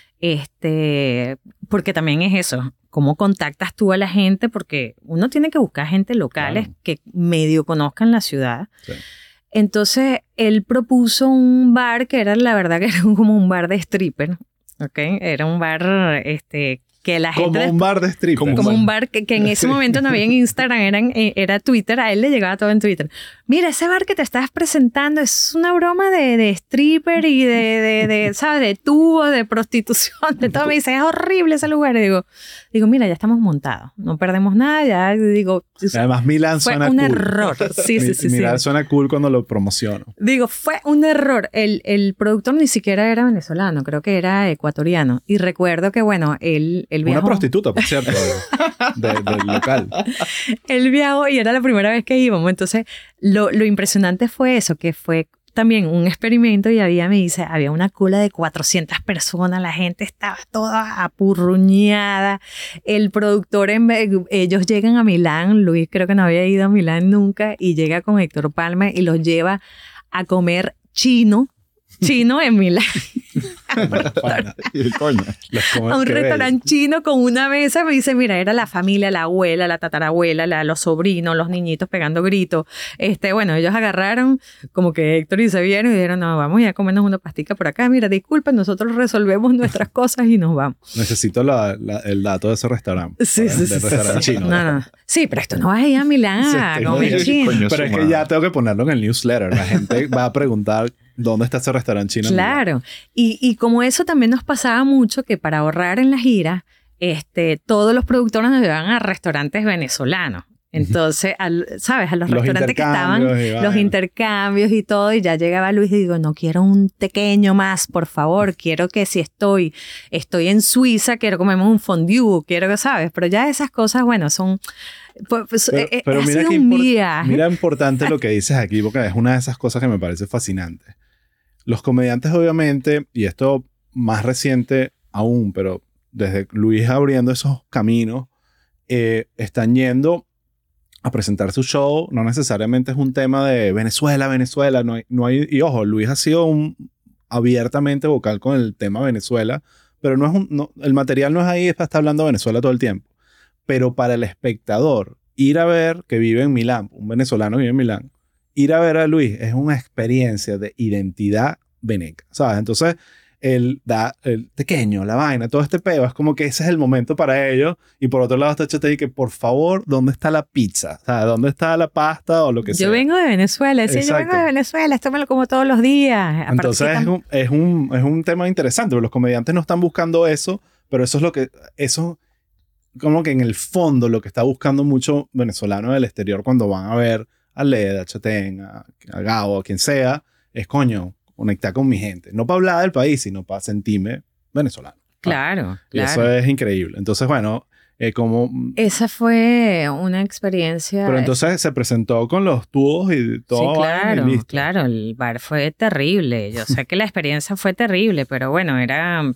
porque también es eso, cómo contactas tú a la gente, porque uno tiene que buscar gente locales que medio conozcan la ciudad. Sí. Entonces, él propuso un bar que era, la verdad, que era como un bar de stripper, ¿ok? Era un bar, que la gente... Como un bar de stripper. Como un bar que en ese momento no había en Instagram, era Twitter, a él le llegaba todo en Twitter. Mira, ese bar que te estás presentando es una broma de stripper y ¿sabes? De tubo, de prostitución, de todo. Me dice, es horrible ese lugar. Y digo, mira, ya estamos montados, no perdemos nada, ya digo... Además, Milán suena cool. Fue un error. Sí. Milán suena cool cuando lo promociono. Digo, fue un error. El productor ni siquiera era venezolano, creo que era ecuatoriano. Y recuerdo que, bueno, él viajó... Una prostituta, por cierto, del local. Él viajó y era la primera vez que íbamos. Entonces, lo impresionante fue eso, que fue también un experimento y había una cola de 400 personas, la gente estaba toda apurruñada. El productor, ellos llegan a Milán, Luis creo que no había ido a Milán nunca, y llega con Héctor Palma y los lleva a comer chino chino en Milán. Coño. A un restaurante chino con una mesa. Me dice, mira, era la familia, la abuela, la tatarabuela, los sobrinos, los niñitos pegando gritos. Bueno, ellos agarraron como que Héctor y se vieron y dijeron, no, vamos ya a comernos una pastica por acá. Mira, disculpen, nosotros resolvemos nuestras cosas y nos vamos. Necesito el dato de ese restaurante. Sí, sí, del sí. restaurante chino. No. Sí, pero esto no vas a ir a Milán. Sí, pero es que ya tengo que ponerlo en el newsletter. La gente va a preguntar dónde está ese restaurante chino. Claro. Y como eso también nos pasaba mucho, que para ahorrar en la gira, todos los productores nos llevaban a restaurantes venezolanos. Entonces, ¿sabes? A los restaurantes que estaban, los intercambios y todo, y ya llegaba Luis y digo, no quiero un tequeño más, por favor, quiero que si estoy en Suiza, quiero comerme un fondue, quiero que, ¿sabes? Pero ya esas cosas, bueno, son... Pero ha mira sido un viaje. Mira importante lo que dices aquí, porque es una de esas cosas que me parece fascinante. Los comediantes, obviamente, y esto más reciente aún, pero desde Luis abriendo esos caminos, están yendo a presentar su show. No necesariamente es un tema de Venezuela, no hay, y ojo, Luis ha sido abiertamente vocal con el tema Venezuela, pero el material no es ahí, es para estar hablando de Venezuela todo el tiempo. Pero para el espectador, ir a ver, que vive en Milán, un venezolano que vive en Milán, ir a ver a Luis es una experiencia de identidad veneca, ¿sabes? Entonces, el tequeño, la vaina, todo este peo, es como que ese es el momento para ellos. Y por otro lado está Chate que, por favor, ¿dónde está la pizza? O sea, ¿dónde está la pasta o lo que sea? Yo vengo de Venezuela, sí, yo vengo de Venezuela, esto me lo como todos los días. Entonces es un tema interesante, porque los comediantes no están buscando eso, pero eso como que en el fondo lo que está buscando mucho venezolano del exterior cuando van a ver a Leda, a Chatén, a Gabo, a quien sea, es conectar con mi gente. No para hablar del país, sino para sentirme venezolano. Claro, Y eso es increíble. Entonces, bueno, esa fue una experiencia... Pero entonces se presentó con los tubos y todo. Sí, claro, el bar fue terrible. Yo sé que la experiencia fue terrible, pero bueno, era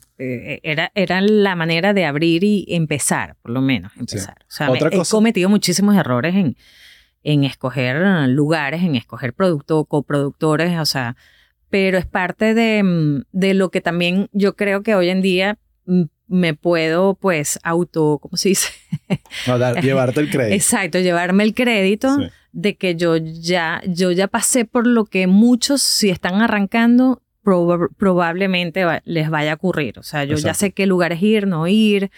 la manera de abrir y empezar, por lo menos, empezar. Sí. O sea, he cometido muchísimos errores en escoger lugares, en escoger coproductores, o sea, pero es parte de lo que también yo creo que hoy en día me puedo, pues, ¿cómo se dice? Llevarte el crédito. Exacto, llevarme el crédito de que yo ya pasé por lo que muchos, si están arrancando, probablemente les vaya a ocurrir. O sea, yo ya sé qué lugares ir, no ir,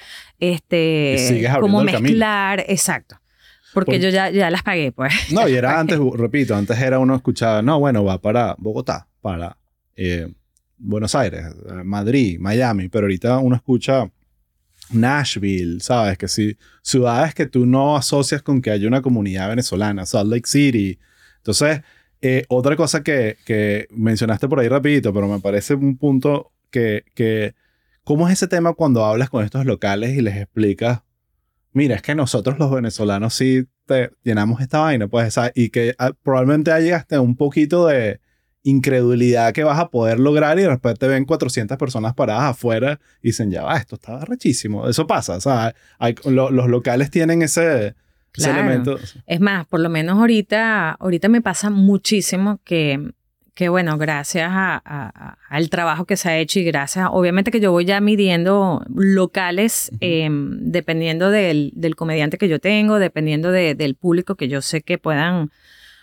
cómo mezclar, camino. Exacto. Porque yo ya las pagué, pues. No, y era antes, repito, antes era uno escuchaba, no, bueno, va para Bogotá, para Buenos Aires, Madrid, Miami, pero ahorita uno escucha Nashville, ¿sabes? Que sí, ciudades que tú no asocias con que haya una comunidad venezolana, Salt Lake City. Entonces, otra cosa que mencionaste por ahí rapidito, pero me parece un punto que ¿cómo es ese tema cuando hablas con estos locales y les explicas, mira, es que nosotros los venezolanos sí te llenamos esta vaina, pues, ¿sabes? Y que probablemente hay hasta un poquito de incredulidad que vas a poder lograr y de repente ven 400 personas paradas afuera y dicen, ya va, esto está rechísimo. Eso pasa, o sea, los locales tienen ese elemento. Es más, por lo menos ahorita me pasa muchísimo que bueno, gracias al trabajo que se ha hecho y gracias, obviamente que yo voy ya midiendo locales, dependiendo del comediante que yo tengo, dependiendo del público que yo sé que puedan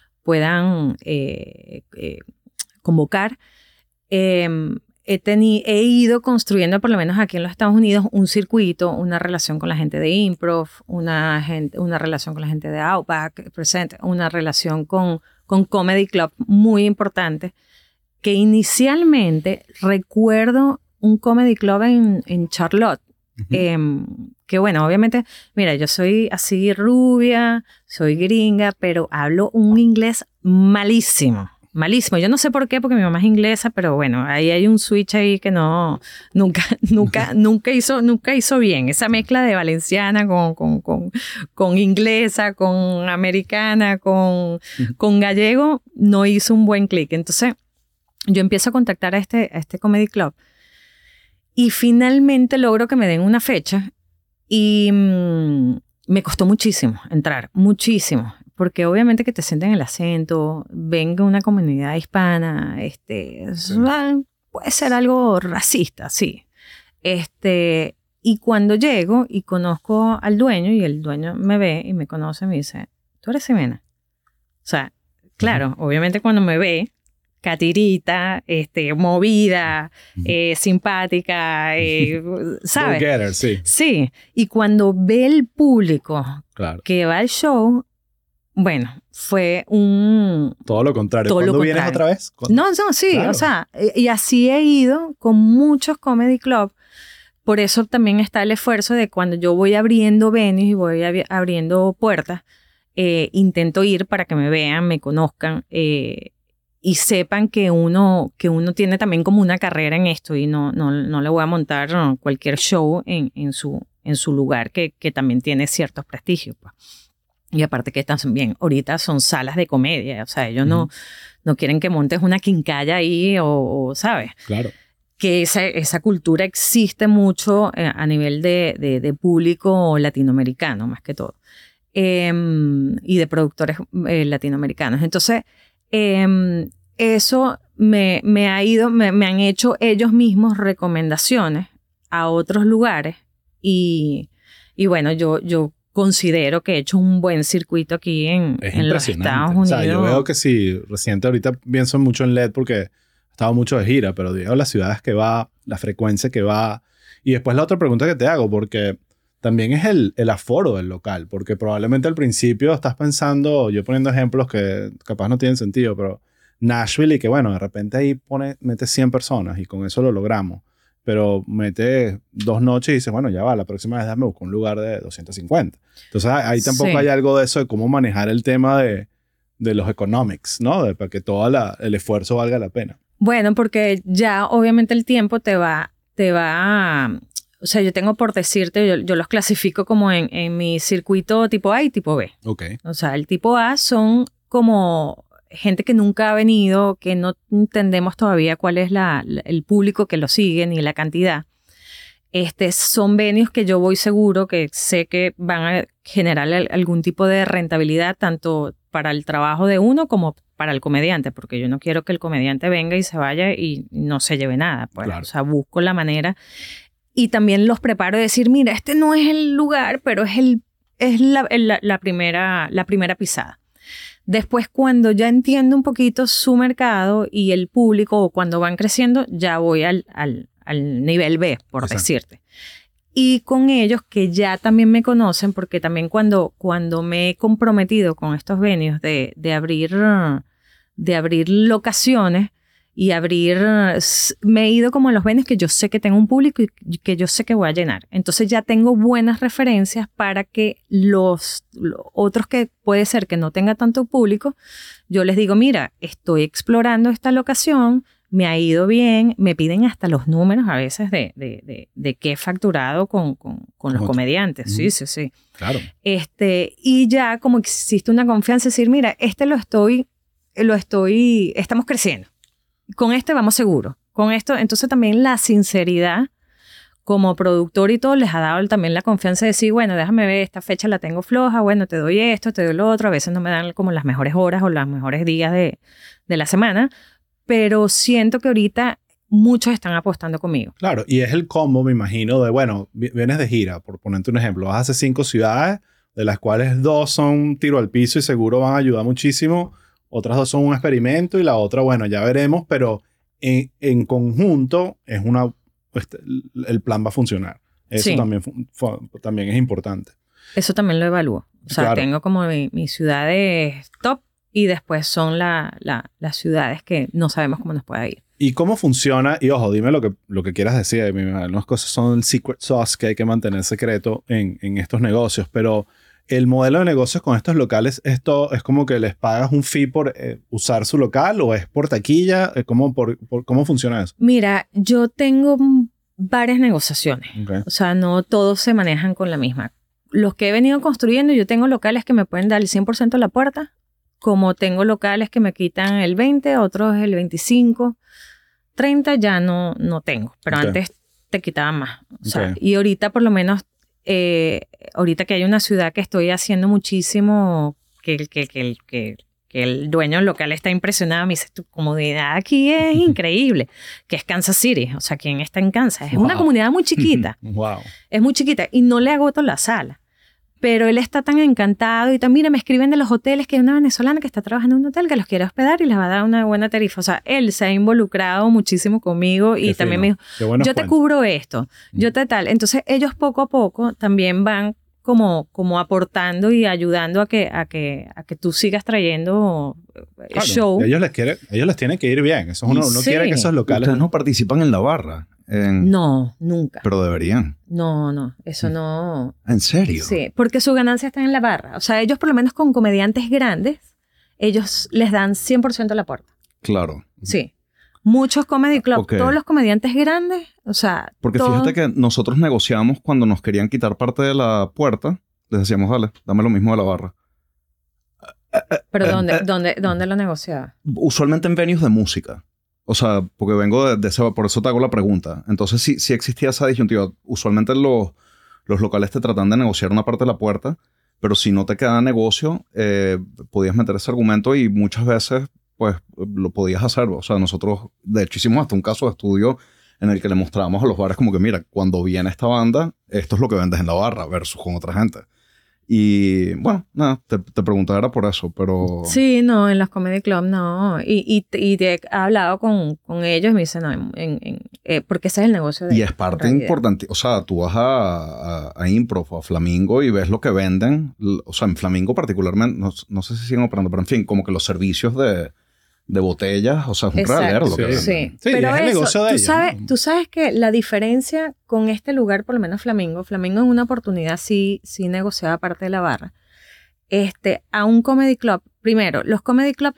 convocar. He ido construyendo, por lo menos aquí en los Estados Unidos, un circuito, una relación con la gente de Improv, una relación con la gente de Outback Present, una relación con Comedy Club muy importante, que inicialmente recuerdo un Comedy Club en Charlotte, que bueno, obviamente, mira, yo soy así rubia, soy gringa, pero hablo un inglés malísimo. Malísimo. Yo no sé por qué, porque mi mamá es inglesa, pero bueno, ahí hay un switch ahí que nunca hizo bien. Esa mezcla de valenciana con inglesa, con americana, con gallego, no hizo un buen clic. Entonces, yo empiezo a contactar a este Comedy Club y finalmente logro que me den una fecha y me costó muchísimo entrar, muchísimo. porque obviamente que te sienten el acento, venga una comunidad hispana, puede ser algo racista, sí. Y cuando llego y conozco al dueño y el dueño me ve y me conoce, me dice, ¿tú eres Ximena? O sea, claro, obviamente cuando me ve, catirita, movida, simpática, ¿sabes? Go-getter, sí. Sí, y cuando ve el público que va al show, bueno, fue todo lo contrario. Todo ¿Cuándo lo vienes contrario. otra vez? No, sí, claro. O sea, y así he ido con muchos comedy club. Por eso también está el esfuerzo de cuando yo voy abriendo venues y voy abriendo puertas, intento ir para que me vean, me conozcan y sepan que uno tiene también como una carrera en esto y no le voy a montar cualquier show en su lugar que también tiene ciertos prestigios, pues. Y aparte que también ahorita son salas de comedia, o sea, ellos no quieren que montes una quincalla ahí o ¿sabes? Claro. Que esa cultura existe mucho a nivel de público latinoamericano, más que todo, y de productores latinoamericanos. Entonces, eso me han hecho ellos mismos recomendaciones a otros lugares y bueno, yo considero que he hecho un buen circuito aquí en los Estados Unidos. O sea, yo veo que sí, reciente ahorita pienso mucho en LED porque he estado mucho de gira, pero digo las ciudades que va, la frecuencia que va. Y después la otra pregunta que te hago, porque también es el aforo del local, porque probablemente al principio estás pensando, yo poniendo ejemplos que capaz no tienen sentido, pero Nashville y que bueno, de repente ahí mete 100 personas y con eso lo logramos. Pero mete 2 noches y dice, bueno, ya va, la próxima vez me busco un lugar de 250. Entonces ahí tampoco hay algo de eso de cómo manejar el tema de los economics, ¿no? Para que todo el esfuerzo valga la pena. Bueno, porque ya obviamente el tiempo te va o sea, yo tengo por decirte, yo los clasifico como en mi circuito tipo A y tipo B. Okay. O sea, el tipo A son como gente que nunca ha venido, que no entendemos todavía cuál es el público que lo sigue ni la cantidad. Son venues que yo voy seguro que sé que van a generar algún tipo de rentabilidad tanto para el trabajo de uno como para el comediante, porque yo no quiero que el comediante venga y se vaya y no se lleve nada. Pues. Claro. O sea, busco la manera y también los preparo de decir, mira, este no es el lugar, pero es la primera pisada. Después, cuando ya entiendo un poquito su mercado y el público, o cuando van creciendo, ya voy al nivel B, por Exacto. decirte. Y con ellos, que ya también me conocen, porque también cuando me he comprometido con estos venues de abrir locaciones y me he ido como a los venues que yo sé que tengo un público y que yo sé que voy a llenar. Entonces ya tengo buenas referencias para que los otros que puede ser que no tenga tanto público, yo les digo, mira, estoy explorando esta locación, me ha ido bien, me piden hasta los números a veces de qué he facturado con los comediantes. Sí. Claro. Y ya como existe una confianza, decir, mira, estamos creciendo. Con vamos seguro. Con esto, entonces también la sinceridad como productor y todo les ha dado también la confianza de decir, bueno, déjame ver, esta fecha la tengo floja, bueno, te doy esto, te doy lo otro. A veces no me dan como las mejores horas o los mejores días de la semana, pero siento que ahorita muchos están apostando conmigo. Claro, y es el combo, me imagino, de, bueno, vienes de gira, por ponerte un ejemplo, vas a hacer 5 ciudades, de las cuales 2 son tiro al piso y seguro van a ayudar muchísimo, otras 2 son un experimento y la otra, bueno, ya veremos, pero en conjunto es el plan va a funcionar. Eso sí. también es importante. Eso también lo evalúo. O sea, claro. Tengo como mis ciudades top y después son las ciudades que no sabemos cómo nos pueda ir. ¿Y cómo funciona? Y ojo, dime lo que quieras decir. Algunas cosas son el secret sauce que hay que mantener secreto en estos negocios, pero el modelo de negocios con estos locales, esto es como que les pagas un fee por usar su local o es por taquilla. ¿Cómo funciona eso? Mira, yo tengo varias negociaciones. Okay. O sea, no todos se manejan con la misma. Los que he venido construyendo, yo tengo locales que me pueden dar el 100% a la puerta, como tengo locales que me quitan el 20%, otros el 25%, 30% ya no tengo, pero Okay. antes te quitaban más. O sea, Okay. y ahorita por lo menos, ahorita que hay una ciudad que estoy haciendo muchísimo, que el dueño local está impresionado. Me dice, tu comunidad aquí es increíble, que es Kansas City. O sea, ¿quién está en Kansas? Es una comunidad muy chiquita. Wow. Es muy chiquita y no le agoto la sala. Pero él está tan encantado y también, mira, me escriben de los hoteles que hay una venezolana que está trabajando en un hotel que los quiere hospedar y les va a dar una buena tarifa. O sea, él se ha involucrado muchísimo conmigo y también me dijo, yo te cubro esto, yo te tal. Entonces ellos poco a poco también van como aportando y ayudando a que tú sigas trayendo show. Ellos les tiene que ir bien. Eso uno quiere que esos locales... Ustedes no participan en la barra. No, nunca. Pero deberían. No, eso no. ¿En serio? Sí, porque su ganancia está en la barra. O sea, ellos por lo menos con comediantes grandes, ellos les dan 100% la puerta. Claro. Sí. Muchos comedy clubs, todos los comediantes grandes, o sea... Porque fíjate que nosotros negociamos cuando nos querían quitar parte de la puerta, les decíamos, dale, dame lo mismo de la barra. ¿Pero dónde lo negociaba? Usualmente en venues de música. O sea, porque vengo de ese... Por eso te hago la pregunta. Entonces, sí existía esa disyuntiva. Usualmente los locales te tratan de negociar una parte de la puerta, pero si no te queda negocio, podías meter ese argumento y muchas veces, pues, lo podías hacer. O sea, nosotros, de hecho, hicimos hasta un caso de estudio en el que le mostrábamos a los bares como que, mira, cuando viene esta banda, esto es lo que vendes en la barra versus con otra gente. Y bueno, nada, te preguntaba era por eso, pero... Sí, no, en los comedy clubs no. Y te he hablado con ellos y me dicen, no, porque ese es el negocio de ellos. Y es parte importante. O sea, tú vas a Improv o a Flamingo y ves lo que venden. O sea, en Flamingo particularmente, no sé si siguen operando, pero en fin, como que los servicios de botellas, o sea, es un realero lo que venden. Sí, pero es el negocio de ellos, ¿no? Tú sabes que la diferencia con este lugar, por lo menos Flamingo es una oportunidad sí negociada aparte de la barra. A un comedy club, primero, los comedy club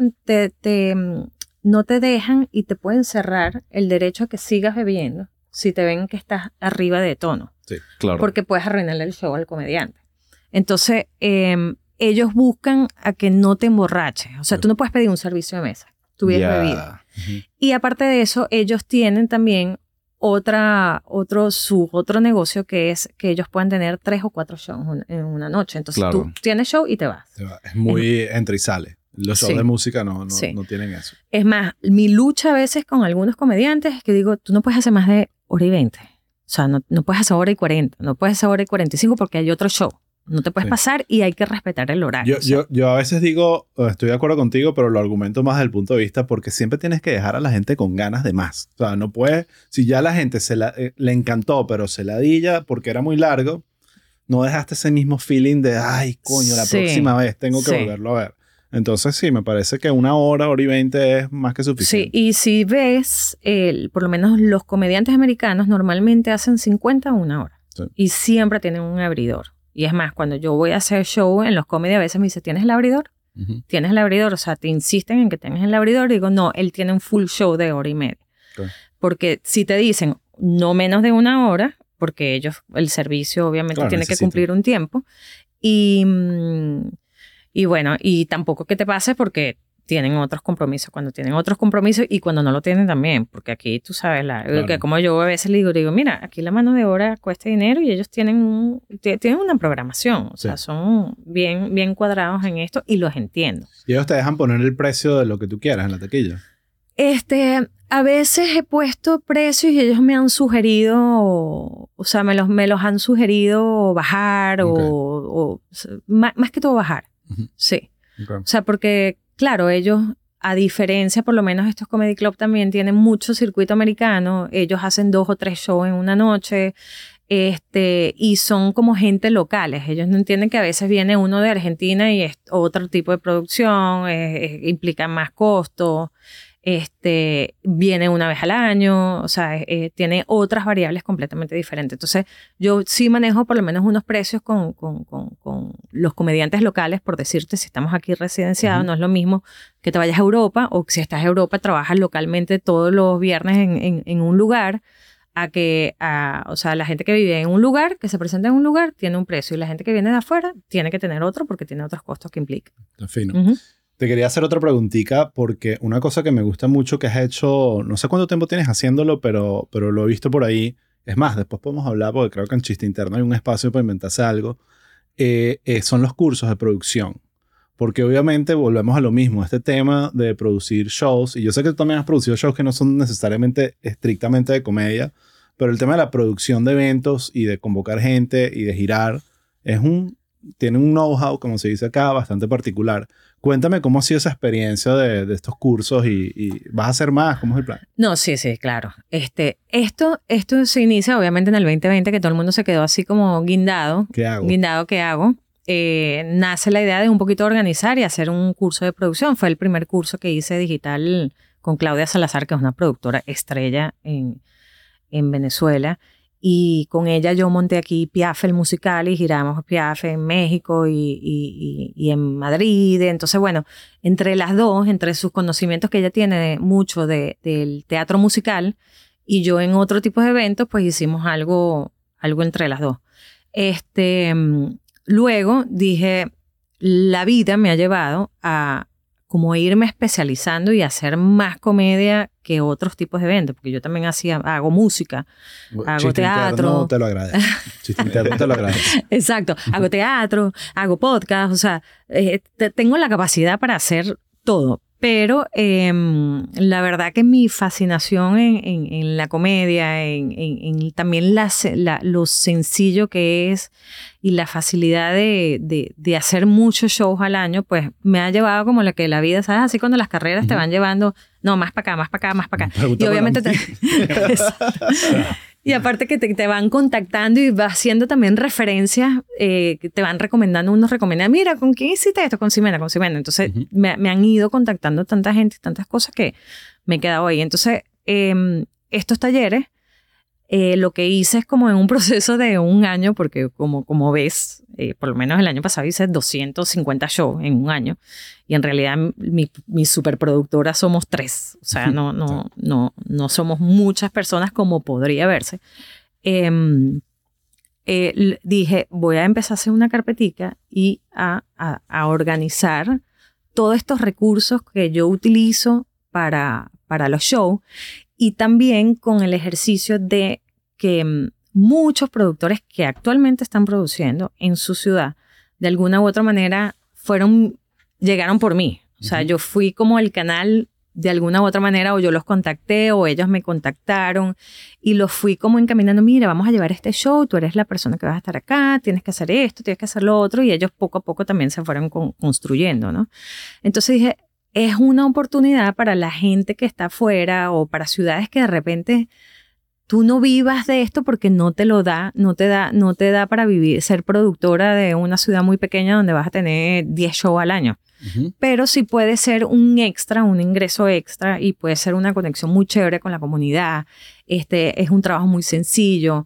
no te dejan y te pueden cerrar el derecho a que sigas bebiendo si te ven que estás arriba de tono. Sí, claro. Porque puedes arruinarle el show al comediante. Entonces, ellos buscan a que no te emborraches. O sea, tú no puedes pedir un servicio de mesa. Tu bebida. Uh-huh. Y aparte de eso, ellos tienen también otro negocio que es que ellos pueden tener 3 o 4 shows en una noche. Entonces tú tienes show y te vas. Es muy entra y sale. Los shows de música no tienen eso. Es más, mi lucha a veces con algunos comediantes es que digo, tú no puedes hacer más de 1:20. O sea, no puedes hacer 1:40. No puedes hacer 1:45 porque hay otro show. No te puedes pasar y hay que respetar el horario. Yo a veces digo, estoy de acuerdo contigo, pero lo argumento más desde el punto de vista porque siempre tienes que dejar a la gente con ganas de más. O sea, no puedes... Si ya la gente le encantó, pero se ladilla porque era muy largo, no dejaste ese mismo feeling de, ay, coño, la próxima vez tengo que volverlo a ver. Entonces, sí, me parece que 1 hora, 1:20 es más que suficiente. Sí, y si ves, por lo menos los comediantes americanos normalmente hacen 50 a 1 hora. Sí. Y siempre tienen un abridor. Y es más, cuando yo voy a hacer show en los comedy, a veces me dice, ¿tienes el abridor? Uh-huh. ¿Tienes el abridor? O sea, te insisten en que tengas el abridor. Y digo, no, él tiene un full show de 1:30. Okay. Porque si te dicen no menos de 1 hora, porque ellos, el servicio obviamente tiene que cumplir un tiempo. Y bueno, y tampoco que te pase porque tienen otros compromisos. Cuando tienen otros compromisos y cuando no lo tienen también. Porque aquí, tú sabes, que como yo a veces le digo, mira, aquí la mano de obra cuesta dinero y ellos tienen una programación. O sea, son bien cuadrados en esto y los entiendo. ¿Y ellos te dejan poner el precio de lo que tú quieras en la taquilla? A veces he puesto precios y ellos me han sugerido, o sea, me los han sugerido bajar o más que todo bajar. Uh-huh. Sí. Okay. O sea, porque... Claro, ellos, a diferencia, por lo menos estos comedy club también tienen mucho circuito americano. Ellos hacen 2 o 3 shows en una noche y son como gente locales. Ellos no entienden que a veces viene uno de Argentina y es otro tipo de producción, implica más costo. Viene una vez al año, o sea, tiene otras variables completamente diferentes. Entonces, yo sí manejo por lo menos unos precios con los comediantes locales, por decirte, si estamos aquí residenciados, no es lo mismo que te vayas a Europa, o si estás en Europa, trabajas localmente todos los viernes en un lugar, o sea, la gente que vive en un lugar, que se presenta en un lugar, tiene un precio, y la gente que viene de afuera tiene que tener otro porque tiene otros costos que implica. Está fino. Uh-huh. Te quería hacer otra preguntita porque una cosa que me gusta mucho que has hecho, no sé cuánto tiempo tienes haciéndolo, pero lo he visto por ahí. Es más, después podemos hablar porque creo que en Chiste Interno hay un espacio para inventarse algo. Son los cursos de producción. Porque obviamente volvemos a lo mismo, este tema de producir shows, y yo sé que tú también has producido shows que no son necesariamente estrictamente de comedia, pero el tema de la producción de eventos y de convocar gente y de girar tiene un know-how, como se dice acá, bastante particular. Cuéntame cómo ha sido esa experiencia de estos cursos y ¿vas a hacer más? ¿Cómo es el plan? No, sí, claro. Esto se inicia obviamente en el 2020, que todo el mundo se quedó así como guindado. ¿Qué hago? Guindado, ¿qué hago? Nace la idea de un poquito organizar y hacer un curso de producción. Fue el primer curso que hice digital con Claudia Salazar, que es una productora estrella en Venezuela. Y con ella yo monté aquí Piaf el musical y giramos Piaf en México y en Madrid. Entonces, bueno, entre las dos, entre sus conocimientos que ella tiene mucho del teatro musical y yo en otro tipo de eventos, pues hicimos algo entre las dos. Luego dije, la vida me ha llevado a como irme especializando y hacer más comedia que otros tipos de eventos, porque yo también hago música, hago Chiste teatro. Interno te lo agradezco. Chiste interno te lo agradezco. Exacto, hago teatro, hago podcast, o sea, tengo la capacidad para hacer todo, pero la verdad que mi fascinación en la comedia, en también lo sencillo que es y la facilidad de hacer muchos shows al año, pues me ha llevado como la que la vida, ¿sabes? Así cuando las carreras te van llevando, no, más para acá, más para acá, más para acá. Y obviamente y aparte que te van contactando y va haciendo también referencias, que te van recomendando, unos recomiendan, mira, ¿con quién hiciste esto? Con Ximena. Entonces me han ido contactando tanta gente, tantas cosas que me he quedado ahí. Entonces, estos talleres, lo que hice es como en un proceso de un año, porque como ves, por lo menos el año pasado hice 250 shows en un año, y en realidad mi superproductora somos 3, o sea, no somos muchas personas como podría verse. Dije, voy a empezar a hacer una carpetica y a organizar todos estos recursos que yo utilizo para los shows, y también con el ejercicio de que muchos productores que actualmente están produciendo en su ciudad, de alguna u otra manera, llegaron por mí. O sea, yo fui como el canal de alguna u otra manera, o yo los contacté, o ellos me contactaron, y los fui como encaminando, mira, vamos a llevar este show, tú eres la persona que vas a estar acá, tienes que hacer esto, tienes que hacer lo otro, y ellos poco a poco también se fueron construyendo, ¿no? Entonces dije, es una oportunidad para la gente que está afuera o para ciudades que de repente tú no vivas de esto porque no te da para vivir, ser productora de una ciudad muy pequeña donde vas a tener 10 shows al año. Pero sí puede ser un extra, un ingreso extra, y puede ser una conexión muy chévere con la comunidad. Es un trabajo muy sencillo.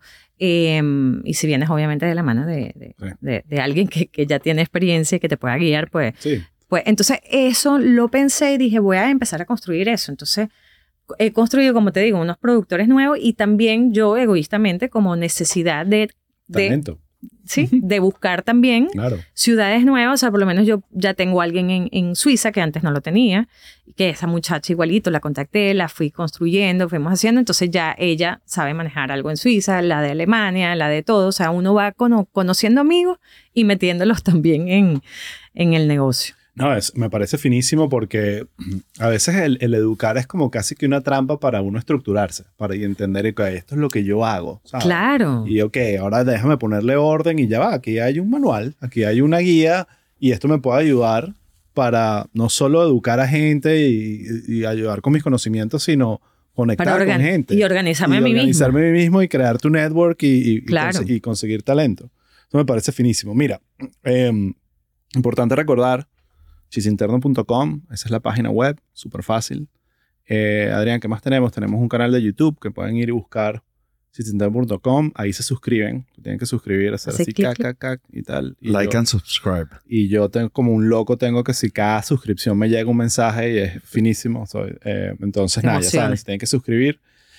Y si vienes obviamente de la mano de alguien que ya tiene experiencia y que te pueda guiar, pues... Sí. Pues entonces eso lo pensé y dije, voy a empezar a construir eso. Entonces he construido, como te digo, unos productores nuevos, y también yo egoístamente como necesidad de Talento. Sí, de buscar también ciudades nuevas. O sea, por lo menos yo ya tengo a alguien en Suiza que antes no lo tenía, que esa muchacha igualito, la contacté, la fui construyendo, fuimos haciendo, entonces ya ella sabe manejar algo en Suiza, la de Alemania, la de todo. O sea, uno va conociendo amigos y metiéndolos también en el negocio. No, me parece finísimo porque a veces el educar es como casi que una trampa para uno estructurarse, para entender que esto es lo que yo hago, ¿sabes? Claro. Y ahora déjame ponerle orden y ya va, aquí hay un manual, aquí hay una guía, y esto me puede ayudar para no solo educar a gente y ayudar con mis conocimientos, sino conectar con gente. Y organizarme a mí mismo. Organizarme a mí mismo y crear tu network y conseguir talento. Eso me parece finísimo. Mira, importante recordar, chistinterno.com, esa es la página web, súper fácil. Adrián, ¿qué más tenemos? Tenemos un canal de YouTube que pueden ir y buscar, chistinterno.com, ahí se suscriben, tienen que suscribir, hacer así, cac, y tal. Y like and subscribe. Y yo tengo como un loco, que si cada suscripción me llega un mensaje y es finísimo, entonces nada, ya saben, se tienen que suscribir.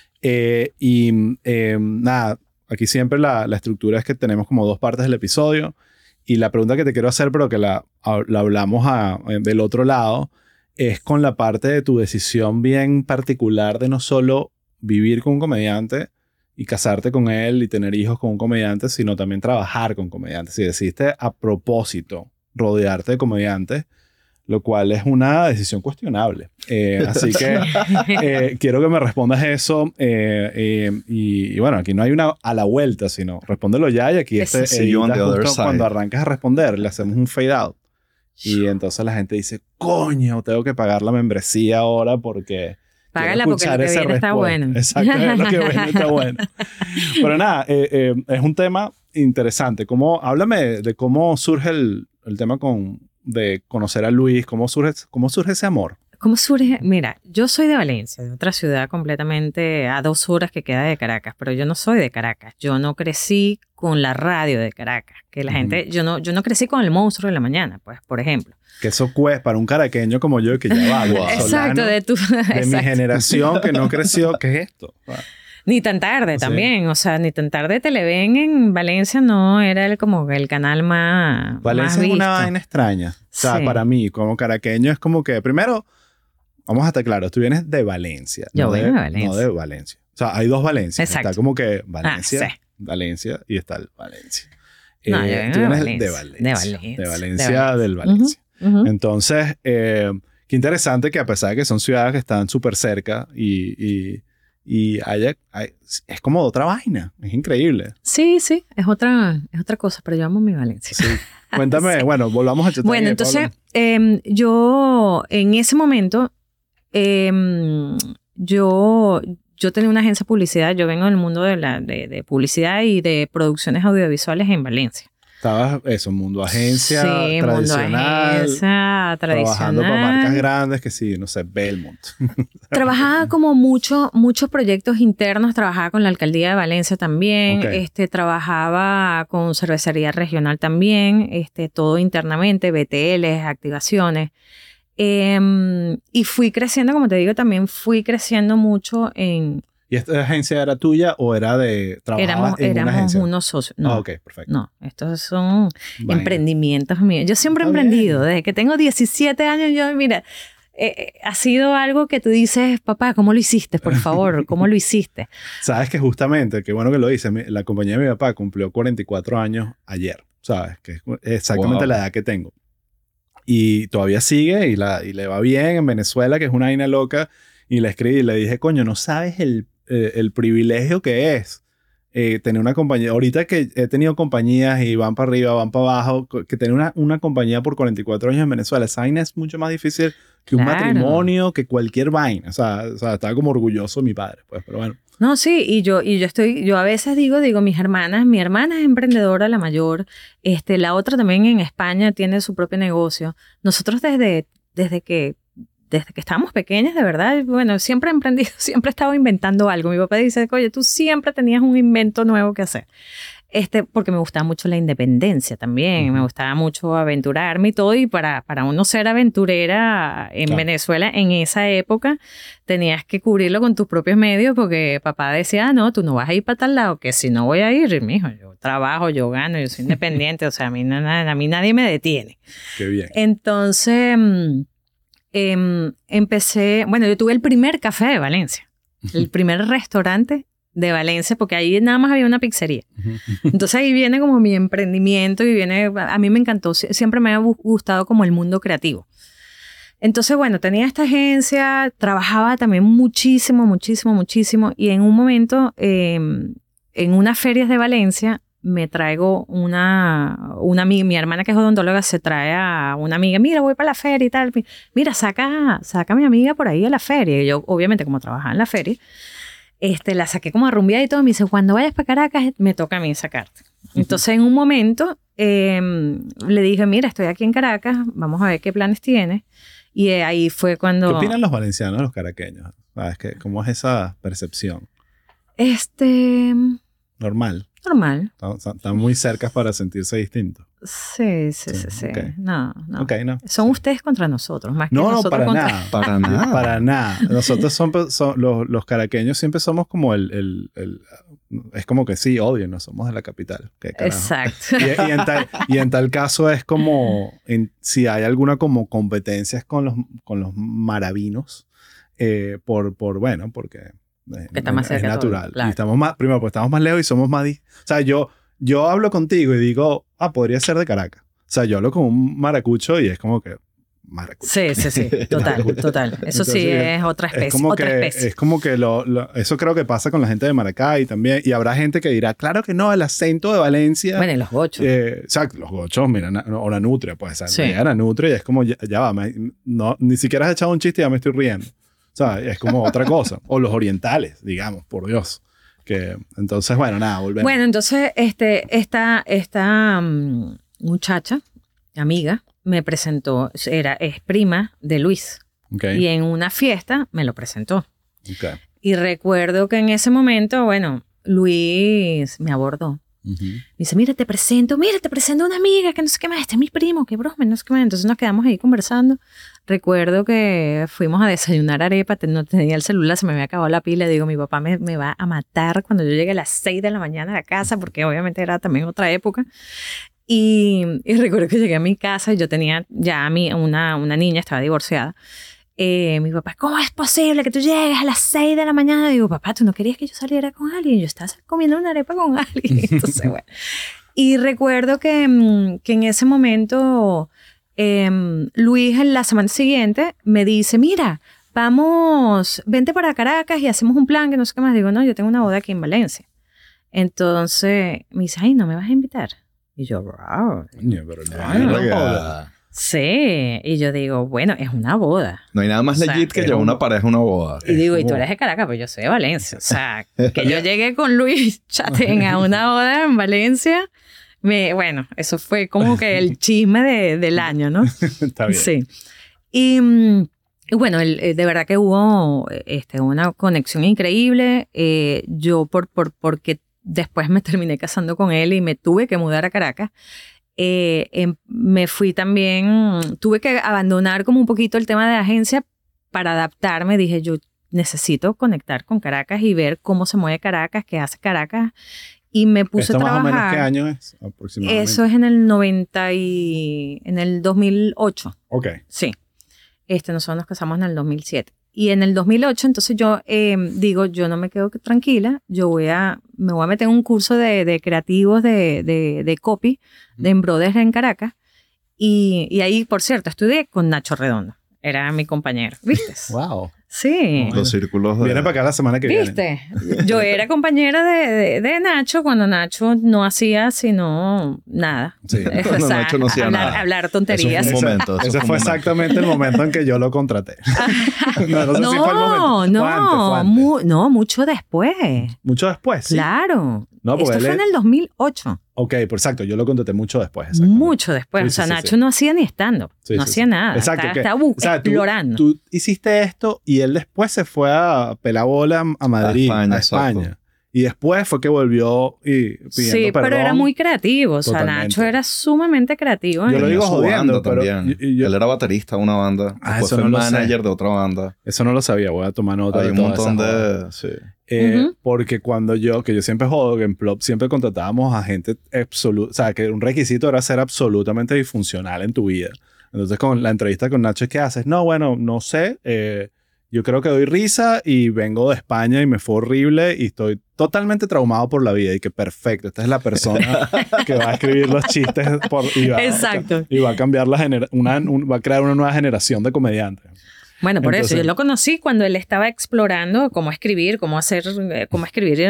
Nada, aquí siempre la estructura es que tenemos como 2 partes del episodio. Y la pregunta que te quiero hacer, pero que la hablamos del otro lado, es con la parte de tu decisión bien particular de no solo vivir con un comediante y casarte con él y tener hijos con un comediante, sino también trabajar con comediantes. Si decidiste a propósito rodearte de comediantes, lo cual es una decisión cuestionable. Así que quiero que me respondas eso. Y bueno, aquí no hay una a la vuelta, sino respóndelo ya y aquí cuando arrancas a responder le hacemos un fade out. Y entonces la gente dice, coño, tengo que pagar la membresía ahora porque... Págala porque lo que viene está bueno. Exacto, lo que viene está bueno. Pero nada, es un tema interesante. Háblame de cómo surge el tema de conocer a Luis, cómo surge ese amor. ¿Cómo surge? Mira, yo soy de Valencia, de otra ciudad completamente a 2 horas que queda de Caracas, pero yo no soy de Caracas. Yo no crecí con la radio de Caracas, que la gente, yo no crecí con el Monstruo de la Mañana, pues, por ejemplo. Que eso cuesta para un caraqueño como yo, que ya va, exacto, de mi generación que no creció. ¿Qué es esto? Ni tan tarde también, o sea, ni tan tarde Televen en Valencia no era como el canal más Valencia más es una visto. vaina extraña. O sea, para mí, como caraqueño, es como que, primero, vamos a estar claros, tú vienes de Valencia. Yo vengo de Valencia. No de Valencia. O sea, hay 2 Valencias. Exacto. Está como que Valencia, sí. Valencia y está el Valencia. No, yo vengo tú vienes de Valencia. De Valencia. Del Valencia. Uh-huh. Entonces, qué interesante que a pesar de que son ciudades que están súper cerca y es como otra vaina. Es increíble. Sí, es otra cosa, pero yo amo mi Valencia. Sí. Cuéntame, sí. Bueno, volvamos a Chetán. Bueno, entonces, yo en ese momento, yo tenía una agencia de publicidad. Yo vengo del mundo de publicidad y de producciones audiovisuales en Valencia. Estabas eso, mundo agencia, sí, tradicional. Mundo agencia, tradicional. Trabajando para marcas grandes que sí, no sé, Belmont. Trabajaba como muchos proyectos internos. Trabajaba con la alcaldía de Valencia también. Okay. Trabajaba con cervecería regional también. Todo internamente, BTLs, activaciones. Y fui creciendo, como te digo, también fui creciendo mucho en... ¿Y esta agencia era tuya o era de trabajar en una agencia? Éramos unos socios. No, ok, perfecto. No, estos son emprendimientos míos. Yo siempre he emprendido. Desde que tengo 17 años, mira, ha sido algo que tú dices, papá, ¿cómo lo hiciste? Por favor, ¿cómo lo hiciste? Sabes que justamente, qué bueno que lo dices, la compañía de mi papá cumplió 44 años ayer, ¿sabes? Que es exactamente la edad que tengo. Y todavía sigue y le va bien en Venezuela, que es una vaina loca. Y le escribí y le dije, coño, no sabes el privilegio que es tener una compañía. Ahorita que he tenido compañías y van para arriba, van para abajo, que tener una compañía por 44 años en Venezuela, esa vaina es mucho más difícil que un matrimonio, que cualquier vaina. O sea, estaba como orgulloso de mi padre, pues, pero bueno. No, sí, y yo a veces digo, mi hermana es emprendedora, la mayor, la otra también en España tiene su propio negocio. Nosotros desde que estábamos pequeñas, de verdad, bueno, siempre he emprendido, siempre he estado inventando algo. Mi papá dice, oye, tú siempre tenías un invento nuevo que hacer. Porque me gustaba mucho la independencia también, me gustaba mucho aventurarme y todo, y para uno ser aventurera en Venezuela en esa época, tenías que cubrirlo con tus propios medios, porque papá decía, no, tú no vas a ir para tal lado, que si no voy a ir, mijo, yo trabajo, yo gano, yo soy independiente, o sea, a mí nadie me detiene. Qué bien. Entonces... empecé, bueno, yo tuve el primer café de Valencia, el primer restaurante de Valencia, porque ahí nada más había una pizzería. Entonces ahí viene como mi emprendimiento y a mí me encantó, siempre me ha gustado como el mundo creativo. Entonces, bueno, tenía esta agencia, trabajaba también muchísimo, y en un momento, en unas ferias de Valencia, me traigo una amiga, mi hermana que es odontóloga se trae a una amiga, mira, voy para la feria y tal, mira, saca a mi amiga por ahí a la feria. Y yo, obviamente, como trabajaba en la feria, la saqué como a rumbear y todo, me dice, cuando vayas para Caracas, me toca a mí sacarte. Entonces, en un momento, le dije, mira, estoy aquí en Caracas, vamos a ver qué planes tienes. Y ahí fue cuando... ¿Qué opinan los valencianos, los caraqueños? ¿Sabes? ¿Cómo es esa percepción? Normal. Están muy cerca para sentirse distintos. Sí. Okay. No. Okay, no. Son ustedes contra nosotros, más que nosotros para contra... nada. Para nada. Nosotros los caraqueños siempre somos como es como que sí, obvio, no somos de la capital. Exacto. Y en tal caso es como, si hay alguna como competencias con los maravinos, porque... está más cerca es natural. Todo, claro. Y estamos primero, pues estamos más lejos y somos más... O sea, yo hablo contigo y digo, podría ser de Caracas. O sea, yo hablo con un maracucho y es como que maracucha. Sí, total. Eso Entonces, sí es otra especie, Es como que eso creo que pasa con la gente de Maracay también. Y habrá gente que dirá, claro que no, el acento de Valencia. Bueno, y los gochos. Exacto, los gochos, mira, o la nutria, pues. Sí. La nutria y es como, ya va, no, ni siquiera has echado un chiste y ya me estoy riendo. O sea, es como otra cosa. O los orientales, digamos, por Dios. Entonces, bueno, nada, volvemos. Bueno, entonces, esta muchacha, amiga, me presentó, es prima de Luis. Okay. Y en una fiesta me lo presentó. Okay. Y recuerdo que en ese momento, bueno, Luis me abordó. Uh-huh. Me dice, mira, te presento a una amiga que no sé qué más, este es mi primo, qué broma, no sé qué más. Entonces nos quedamos ahí conversando. Recuerdo que fuimos a desayunar arepa, no tenía el celular, se me había acabado la pila. Digo, mi papá me va a matar cuando yo llegue a las 6 de la mañana a la casa, porque obviamente era también otra época. Y recuerdo que llegué a mi casa y yo tenía ya una niña, estaba divorciada. Mi papá, ¿cómo es posible que tú llegues a las 6 de la mañana? Digo, papá, ¿tú no querías que yo saliera con alguien? Yo estaba comiendo una arepa con alguien. Entonces, bueno. Y recuerdo que en ese momento, Luis, en la semana siguiente, me dice, mira, vente para Caracas y hacemos un plan que no sé qué más. Digo, no, yo tengo una boda aquí en Valencia. Entonces, me dice, ay, ¿no me vas a invitar? Y yo, wow. Sí, y yo digo, bueno, es una boda. No hay nada más legit que llevar una pareja a una boda. Y digo, y tú eres de Caracas, pues yo soy de Valencia. O sea, que yo llegué con Luis Chatén a una boda en Valencia, bueno, eso fue como que el chisme del año, ¿no? Está bien. Sí. Y bueno, de verdad que hubo una conexión increíble. Yo, porque después me terminé casando con él y me tuve que mudar a Caracas, me fui también, tuve que abandonar como un poquito el tema de agencia para adaptarme. Dije, yo necesito conectar con Caracas y ver cómo se mueve Caracas, qué hace Caracas. Y me puse a trabajar. ¿Esto más o menos qué año es aproximadamente? Eso es en el 2008. Ok. Sí. Nosotros nos casamos en el 2007. Y en el 2008, entonces yo digo, yo no me quedo tranquila, me voy a meter en un curso de creativos de copy, de Embrothers en Caracas. Y ahí, por cierto, estudié con Nacho Redondo. Era mi compañero, ¿viste? Wow. Sí. Los círculos de... Viene para acá la semana que ¿Viste? viene. Yo era compañera de Nacho cuando Nacho no hacía sino nada. Sí. O sea, Nacho no hacía nada. Hablar tonterías. Eso fue un momento. Ese fue exactamente el momento en que yo lo contraté. No sé si fue el momento. Fue antes. No, mucho después. Mucho después, sí. Claro. No, porque esto fue en el 2008. Ok, exacto. Yo lo contraté mucho después. Mucho después. Sí, o sea, sí, Nacho sí. no hacía ni stand-up. No hacía nada. Exacto. Estaba explorando. Tú hiciste esto y él después se fue a pelabola a Madrid, a España. Y después fue que volvió y pidiendo sí, perdón. pero era muy creativo. O sea, Totalmente. Nacho era sumamente creativo. Yo lo digo jodiendo, pero... también. Él era baterista de una banda. Después eso fue no lo manager sé. de otra banda. Eso no lo sabía. Voy a tomar nota Hay de un toda montón esa joda. de... Sí. Porque cuando que yo siempre jodo que en Plop siempre contratábamos a gente absoluta, o sea, que un requisito era ser absolutamente disfuncional en tu vida. Entonces, con la entrevista con Nacho, ¿qué haces? No, bueno, no sé, yo creo que doy risa y vengo de España y me fue horrible y estoy totalmente traumado por la vida y que perfecto, esta es la persona que va a escribir los chistes Exacto. y va a cambiar va a crear una nueva generación de comediantes. Bueno, por Entonces, eso yo lo conocí cuando él estaba explorando cómo escribir, cómo escribir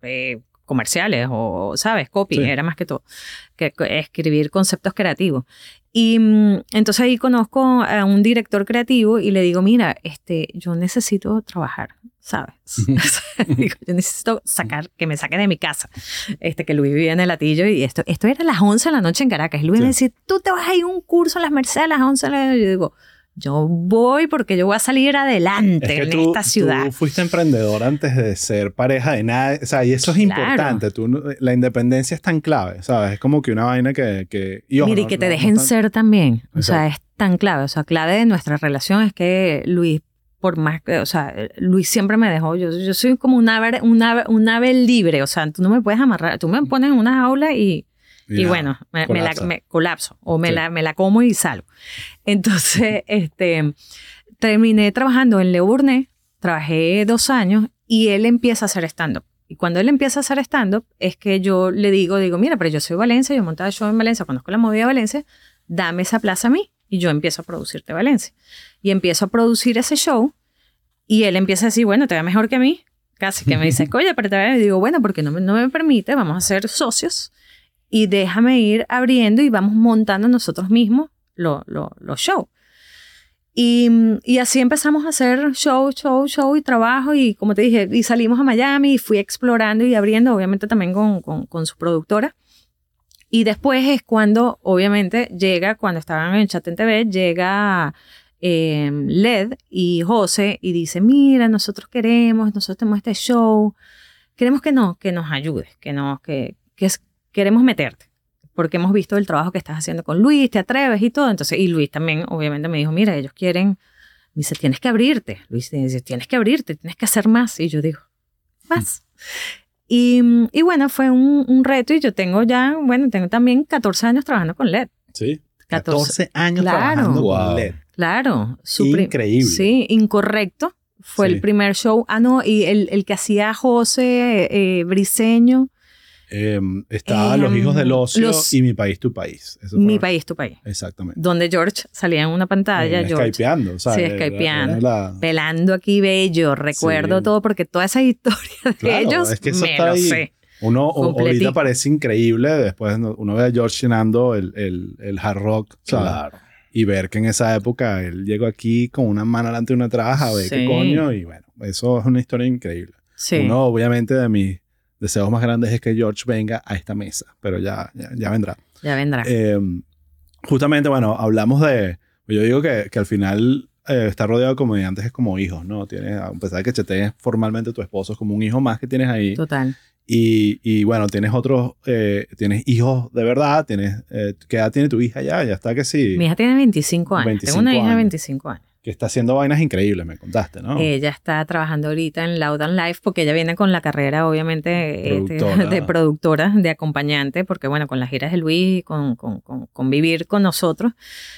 comerciales o, ¿sabes? Copy, sí. Era más que todo, que escribir conceptos creativos. Y entonces ahí conozco a un director creativo y le digo, mira, yo necesito trabajar, ¿sabes? Digo, yo necesito que me saque de mi casa. Que Luis vivía en el Latillo y esto era a las 11 de la noche en Caracas. Y Luis me decía, tú te vas a ir a un curso a las Mercedes a las 11 de la noche. Yo digo, yo voy porque yo voy a salir adelante en esta ciudad. Tú fuiste emprendedor antes de ser pareja de nadie. O sea, y eso es importante. La independencia es tan clave, ¿sabes? Es como que una vaina que mira, y que te dejen ser también. O sea, es tan clave. O sea, clave de nuestra relación es que Luis, por más que... O sea, Luis siempre me dejó. Yo soy como un ave libre. O sea, tú no me puedes amarrar. Tú me pones en una jaula y bueno, me colapso o me la como y salgo. Entonces, terminé trabajando en Leo Burnett, trabajé 2 años y él empieza a hacer stand-up. Y cuando él empieza a hacer stand-up es que yo le digo, mira, pero yo soy de Valencia, yo montaba show en Valencia, conozco la movida de Valencia, dame esa plaza a mí. y yo empiezo a producirte Valencia. Y empiezo a producir ese show y él empieza a decir, bueno, te va mejor que a mí. Casi que me dice, oye, pero te va. Y digo, bueno, porque no me permite, vamos a ser socios y déjame ir abriendo y vamos montando nosotros mismos los shows. Y así empezamos a hacer show y trabajo y como te dije, y salimos a Miami y fui explorando y abriendo, obviamente también con su productora. Y después es cuando, obviamente, cuando estaban en Chat en TV, llega LED y José y dice, mira, nosotros tenemos este show, queremos que nos ayudes, queremos meterte, porque hemos visto el trabajo que estás haciendo con Luis, te atreves y todo. Entonces, y Luis también, obviamente, me dijo, mira, ellos quieren, me dice, tienes que abrirte. Luis dice, tienes que abrirte, tienes que hacer más. Y yo digo, más. Y bueno, fue un reto y yo tengo también 14 años trabajando con LED. Sí, 14 años trabajando con LED. Claro. Increíble. Sí, Incorrecto. Fue el primer show. Y el que hacía José Briseño. Estaba Los Hijos del Ocio y Mi País, Tu País. Mi País, Tu País. Exactamente. Donde George salía en una pantalla. Skypeando, ¿sabes? Sí, skypeando. Pelando aquí bello. Recuerdo todo porque toda esa historia de ellos es que eso me está lo ahí. sé. Ahorita parece increíble. Después uno ve a George llenando el Hard Rock. Claro. Y ver que en esa época él llegó aquí con una mano delante de una traja, a ver qué coño. Y bueno, eso es una historia increíble. Sí. Uno, obviamente, de mis deseos más grandes es que George venga a esta mesa, pero ya vendrá. Ya vendrá. Justamente, bueno, hablamos de... Yo digo que al final estar rodeado de comediantes es como hijos, ¿no? A pesar de que Chete es formalmente tu esposo, es como un hijo más que tienes ahí. Total. Y bueno, tienes tienes hijos de verdad, ¿qué edad tiene tu hija ya? Ya está que sí. Mi hija tiene 25 años. Tengo una hija de 25 años. Que está haciendo vainas increíbles, me contaste, ¿no? Ella está trabajando ahorita en Loud and Live porque ella viene con la carrera, obviamente, de productora, de acompañante, porque bueno, con las giras de Luis y con vivir con nosotros,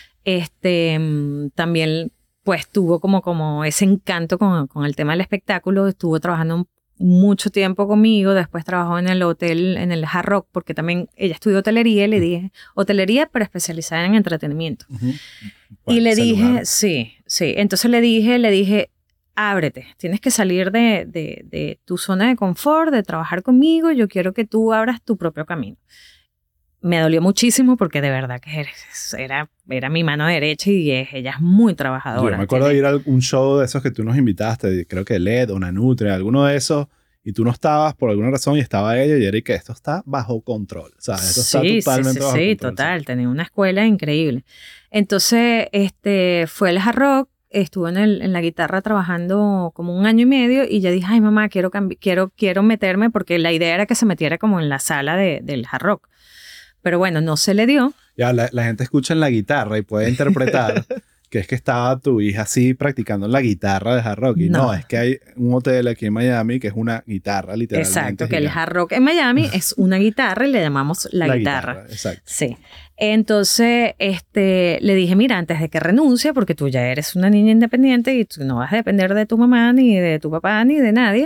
también pues tuvo como ese encanto con el tema del espectáculo. Estuvo trabajando mucho tiempo conmigo, después trabajó en el hotel, en el Hard Rock, porque también ella estudió hotelería y le dije, hotelería pero especializada en entretenimiento. Y le dije, sí, entonces le dije, ábrete, tienes que salir de tu zona de confort, de trabajar conmigo, yo quiero que tú abras tu propio camino. Me dolió muchísimo porque de verdad que era mi mano derecha y ella es muy trabajadora. Yo me acuerdo de ir a un show de esos que tú nos invitaste, creo que LED o Nanutria, alguno de esos, y tú no estabas por alguna razón y estaba ella y era que esto está bajo control. O sea, esto está totalmente bajo control. Sí, total. Tenía una escuela increíble. Entonces, fue el Hard Rock, estuve en la guitarra trabajando como 1 año y medio y ya dije, ay mamá, quiero meterme porque la idea era que se metiera como en la sala del Hard Rock. Pero bueno, no se le dio. Ya, la gente escucha en la guitarra y puede interpretar que es que estaba tu hija así practicando la guitarra de Hard Rock. Y no, es que hay un hotel aquí en Miami que es una guitarra literalmente. Exacto, que el Hard Rock en Miami es una guitarra y le llamamos la guitarra. Exacto. Sí. Entonces, le dije, mira, antes de que renuncie, porque tú ya eres una niña independiente y tú no vas a depender de tu mamá, ni de tu papá, ni de nadie,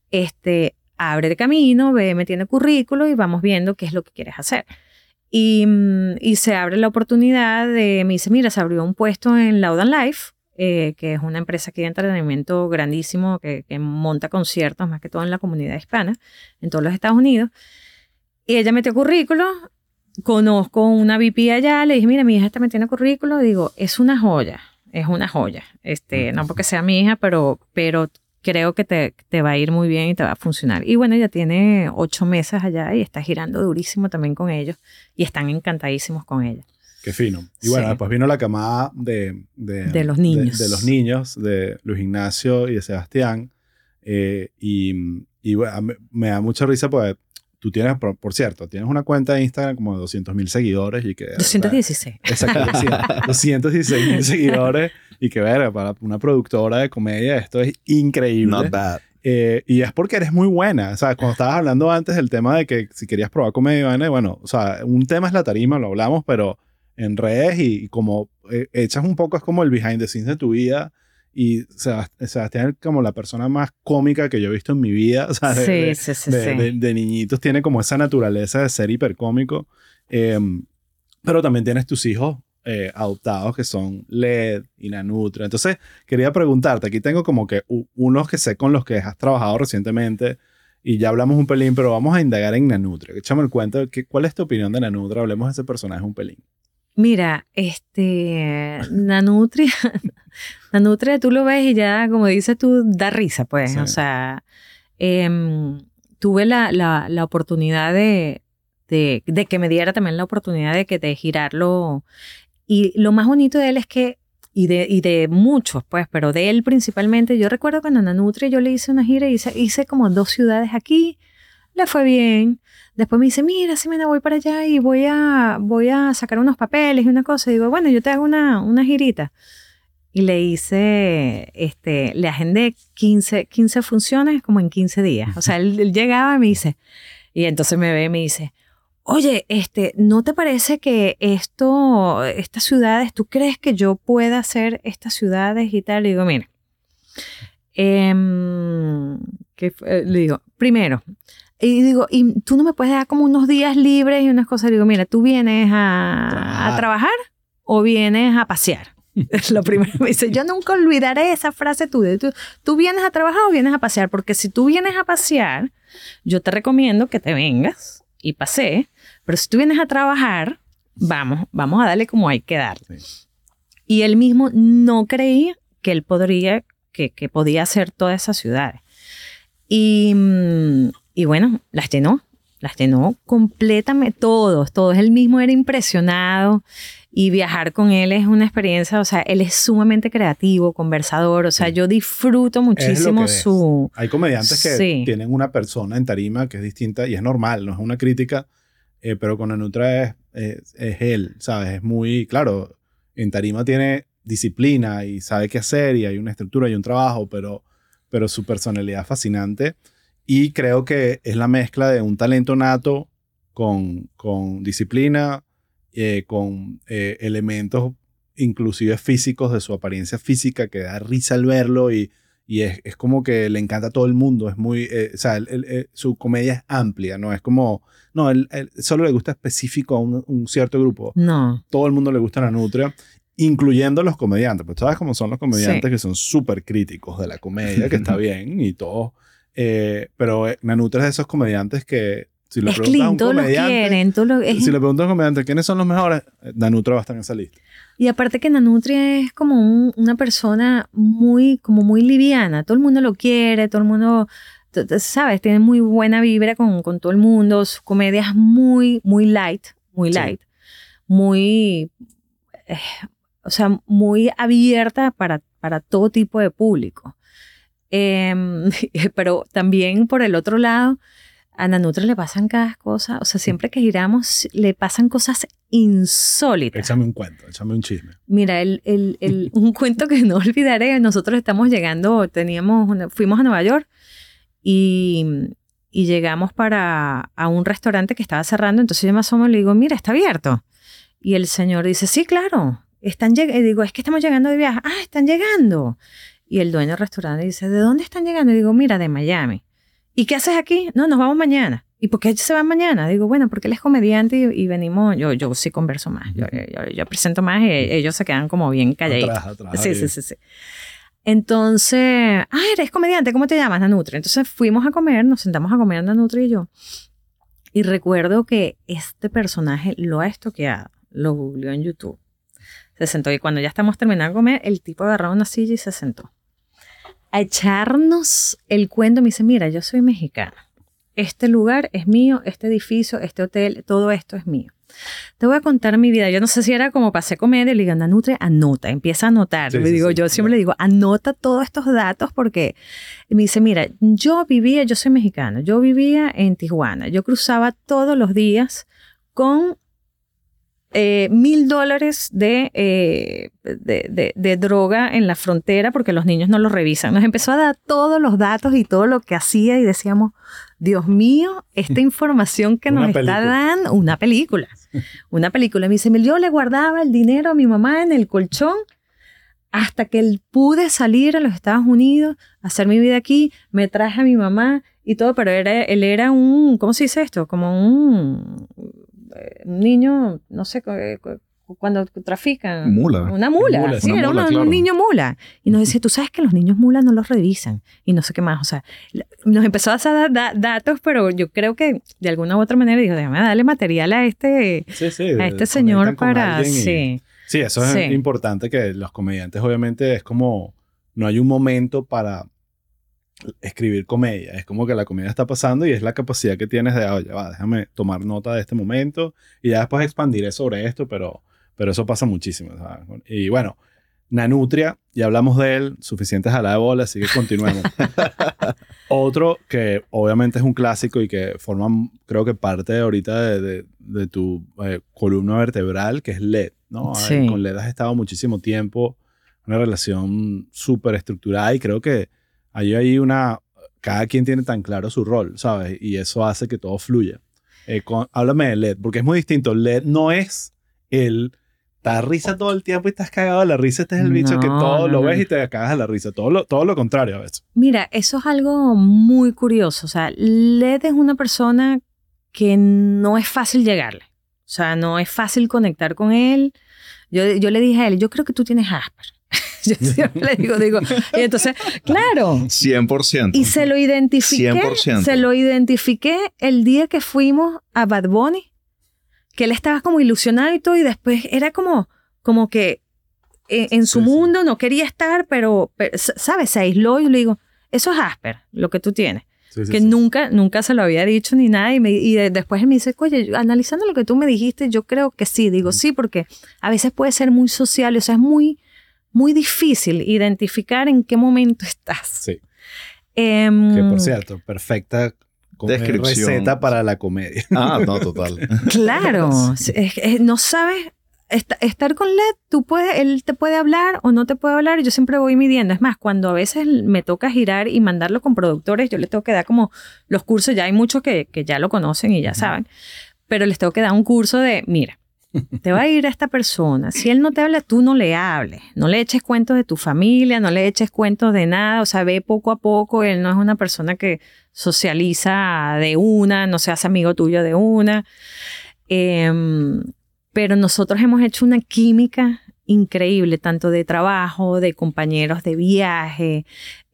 abre el camino, ve metiendo currículo y vamos viendo qué es lo que quieres hacer. Y se abre la oportunidad me dice, mira, se abrió un puesto en Loud and Life, que es una empresa aquí de entretenimiento grandísimo que monta conciertos, más que todo en la comunidad hispana, en todos los Estados Unidos. Y ella metió currículo, conozco una VP allá, le dije, mira, mi hija está metiendo currículo, digo, es una joya. No porque sea mi hija, pero creo que te va a ir muy bien y te va a funcionar. Y bueno, ya tiene 8 meses allá y está girando durísimo también con ellos. Y están encantadísimos con ella. Qué fino. Y bueno, después vino la camada de los niños. De los niños, de Luis Ignacio y de Sebastián. Y bueno, me da mucha risa porque tú tienes, por cierto, tienes una cuenta de Instagram como de 200,000 seguidores. 216. Exacto, 216,000 seguidores. Y que ver, para una productora de comedia esto es increíble. Not bad. Y es porque eres muy buena. O sea, cuando estabas hablando antes del tema de que si querías probar comedia, bueno, o sea, un tema es la tarima, lo hablamos, pero en redes y como echas un poco, es como el behind the scenes de tu vida. Y Sebastián es como la persona más cómica que yo he visto en mi vida. O sea, de niñitos tiene como esa naturaleza de ser hipercómico. Pero también tienes tus hijos adoptados que son LED y Nanutria. Entonces, quería preguntarte, aquí tengo como que unos que sé con los que has trabajado recientemente y ya hablamos un pelín, pero vamos a indagar en Nanutria. Échame el cuento, ¿cuál es tu opinión de Nanutria? Hablemos de ese personaje un pelín. Mira, Nanutria, Nanutria tú lo ves y ya, como dices tú, da risa, pues. Sí. O sea, tuve la oportunidad de que me diera también la oportunidad de girarlo. Y lo más bonito de él es que, y de muchos, pues, pero de él principalmente, yo recuerdo cuando Nanutria yo le hice una gira y hice como 2 ciudades aquí, le fue bien. Después me dice, mira, Ximena, voy para allá y voy a sacar unos papeles y una cosa. Y digo, bueno, yo te hago una girita. Y le hice, le agendé 15 funciones como en 15 días. O sea, él llegaba y me dice, y entonces me ve y me dice, oye, ¿no te parece que estas ciudades, tú crees que yo pueda hacer estas ciudades y tal? Le digo, mira, le digo, primero, y digo, ¿y tú no me puedes dar como unos días libres y unas cosas? Le digo, mira, ¿tú vienes a trabajar o vienes a pasear? Es lo primero. Me dice, yo nunca olvidaré esa frase tuya. ¿Tú vienes a trabajar o vienes a pasear? Porque si tú vienes a pasear, yo te recomiendo que te vengas y pasees. Pero si tú vienes a trabajar, vamos a darle como hay que darle. Sí. Y él mismo no creía que él que podía hacer todas esas ciudades. Y bueno, las llenó completamente, todos. Él mismo era impresionado y viajar con él es una experiencia, o sea, él es sumamente creativo, conversador, o sea, yo disfruto muchísimo su... Hay comediantes que tienen una persona en tarima que es distinta y es normal, no es una crítica, pero con Nanutria es él, ¿sabes? Es muy, claro, en tarima tiene disciplina y sabe qué hacer y hay una estructura y un trabajo, pero su personalidad es fascinante. Y creo que es la mezcla de un talento nato con disciplina, con elementos inclusive físicos de su apariencia física que da risa al verlo y es como que le encanta a todo el mundo. Es muy, o sea, su comedia es amplia, no es como, no, él solo le gusta específico a un cierto grupo. No. Todo el mundo le gusta Nanutria, incluyendo los comediantes. Pues sabes cómo son los comediantes que son súper críticos de la comedia, que está bien y todo. Pero Nanutria es de esos comediantes que si le preguntas a un comediante, si le preguntas a un comediante quiénes son los mejores, Nanutria va a estar en esa lista. Y aparte que Nanutria es como una persona muy liviana, todo el mundo lo quiere, todo el mundo, sabes, tiene muy buena vibra con todo el mundo, su comedia es muy light, muy, o sea, muy abierta para todo tipo de público. Pero también por el otro lado, a Nanutria le pasan cada cosa, o sea, siempre que giramos le pasan cosas insólitas. Échame un cuento, échame un chisme. Mira, un cuento que no olvidaré, nosotros estamos llegando, fuimos a Nueva York y llegamos a un restaurante que estaba cerrando, entonces yo me asomo y le digo, mira, está abierto. Y el señor dice, sí, claro, digo, es que estamos llegando de viaje. Ah, están llegando. Y el dueño del restaurante dice, ¿de dónde están llegando? Y digo, mira, de Miami. ¿Y qué haces aquí? No, nos vamos mañana. ¿Y por qué se van mañana? Digo, bueno, porque él es comediante y venimos, yo sí converso más, yo presento más y ellos se quedan como bien calladitos. Atrás, sí. Entonces, eres comediante, ¿cómo te llamas? Nanutria. Entonces fuimos a comer, nos sentamos a comer Nanutria y yo. Y recuerdo que este personaje lo ha estoqueado, lo googleó en YouTube. Se sentó y cuando ya estamos terminando de comer, el tipo agarró una silla y se sentó a echarnos el cuento. Me dice, mira, yo soy mexicana. Este lugar es mío, este edificio, este hotel, todo esto es mío. Te voy a contar mi vida. Yo no sé si era como pasé comedia. Le digo, Nanutria, anota, empieza a anotar. Yo siempre le digo, anota todos estos datos porque me dice, mira, yo soy mexicana, yo vivía en Tijuana. Yo cruzaba todos los días con $1,000 de droga en la frontera porque los niños no lo revisan. Nos empezó a dar todos los datos y todo lo que hacía y decíamos, Dios mío, esta información que nos está dando, una película. Me dice, yo le guardaba el dinero a mi mamá en el colchón hasta que pude salir a los Estados Unidos, hacer mi vida aquí, me traje a mi mamá y todo, pero él era un, ¿cómo se dice esto? Como un niño, no sé, cuando trafican. Mula. Una mula. Sí, una era mula, claro. un niño mula. Y nos decía, tú sabes que los niños mulas no los revisan. Y no sé qué más. O sea, nos empezó a dar datos, pero yo creo que de alguna u otra manera dijo, déjame darle material a este señor para... Sí. Sí, eso es importante, que los comediantes obviamente es como, no hay un momento para escribir comedia, es como que la comedia está pasando y es la capacidad que tienes de, oye, va, déjame tomar nota de este momento y ya después expandiré sobre esto, pero eso pasa muchísimo, ¿sabes? Y bueno, Nanutria, ya hablamos de él, suficiente jalada de bola, así que continuemos. Otro que obviamente es un clásico y que forma, creo que parte ahorita de tu columna vertebral, que es LED, ¿no? Sí. Con LED has estado muchísimo tiempo, una relación súper estructurada y creo que hay cada quien tiene tan claro su rol, ¿sabes? Y eso hace que todo fluya. Háblame de LED, porque es muy distinto. LED no es el... Estás risa todo el tiempo y estás cagado de la risa. Este es el bicho que todo lo ves y te cagas de la risa. Todo lo contrario a veces. Mira, eso es algo muy curioso. O sea, LED es una persona que no es fácil llegarle. O sea, no es fácil conectar con él. Yo le dije a él, yo creo que tú tienes Asper. Yo siempre le digo. Y entonces, claro. 100%. Y se lo identifiqué. 100%. Se lo identifiqué el día que fuimos a Bad Bunny. Que él estaba como ilusionado y todo, y después era como que en su mundo no quería estar, pero, ¿sabes? Se aisló y yo le digo, eso es Asper, lo que tú tienes. Que nunca se lo había dicho ni nada, y después él me dice, oye, analizando lo que tú me dijiste, yo creo que sí. Digo, sí, porque a veces puede ser muy social, o sea, es muy, muy difícil identificar en qué momento estás. Sí. Que por cierto, perfecta descripción. Receta para la comedia. No, total. Claro. No sabes... Estar con LED, él te puede hablar o no te puede hablar, y yo siempre voy midiendo. Es más, cuando a veces me toca girar y mandarlo con productores, yo les tengo que dar como los cursos. Ya hay muchos que ya lo conocen y ya saben, pero les tengo que dar un curso de, mira, te va a ir a esta persona. Si él no te habla, tú no le hables. No le eches cuentos de tu familia, no le eches cuentos de nada. O sea, ve poco a poco. Él no es una persona que socializa de una, no se hace amigo tuyo de una. Pero nosotros hemos hecho una química increíble, tanto de trabajo, de compañeros de viaje.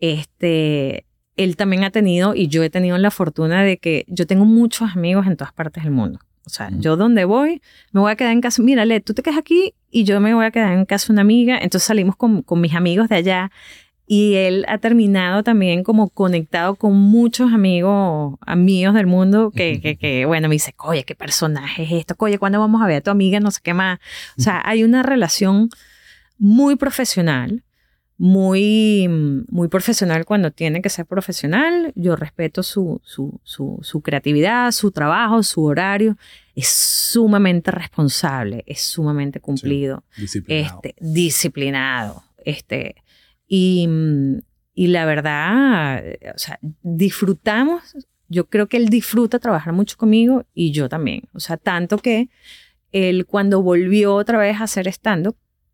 Él también ha tenido, y yo he tenido la fortuna de que yo tengo muchos amigos en todas partes del mundo. O sea, yo donde voy, me voy a quedar en casa. Mira, Led, tú te quedas aquí y yo me voy a quedar en casa de una amiga. Entonces salimos con mis amigos de allá. Y él ha terminado también como conectado con muchos amigos del mundo que bueno, me dice, oye, ¿qué personaje es esto? Oye, ¿cuándo vamos a ver a tu amiga? No sé qué más. O sea, hay una relación muy profesional, muy, muy profesional cuando tiene que ser profesional. Yo respeto su creatividad, su trabajo, su horario. Es sumamente responsable, es sumamente cumplido. Sí, disciplinado. Y la verdad, o sea, disfrutamos. Yo creo que él disfruta trabajar mucho conmigo y yo también. O sea, tanto que él cuando volvió otra vez a hacer stand-up,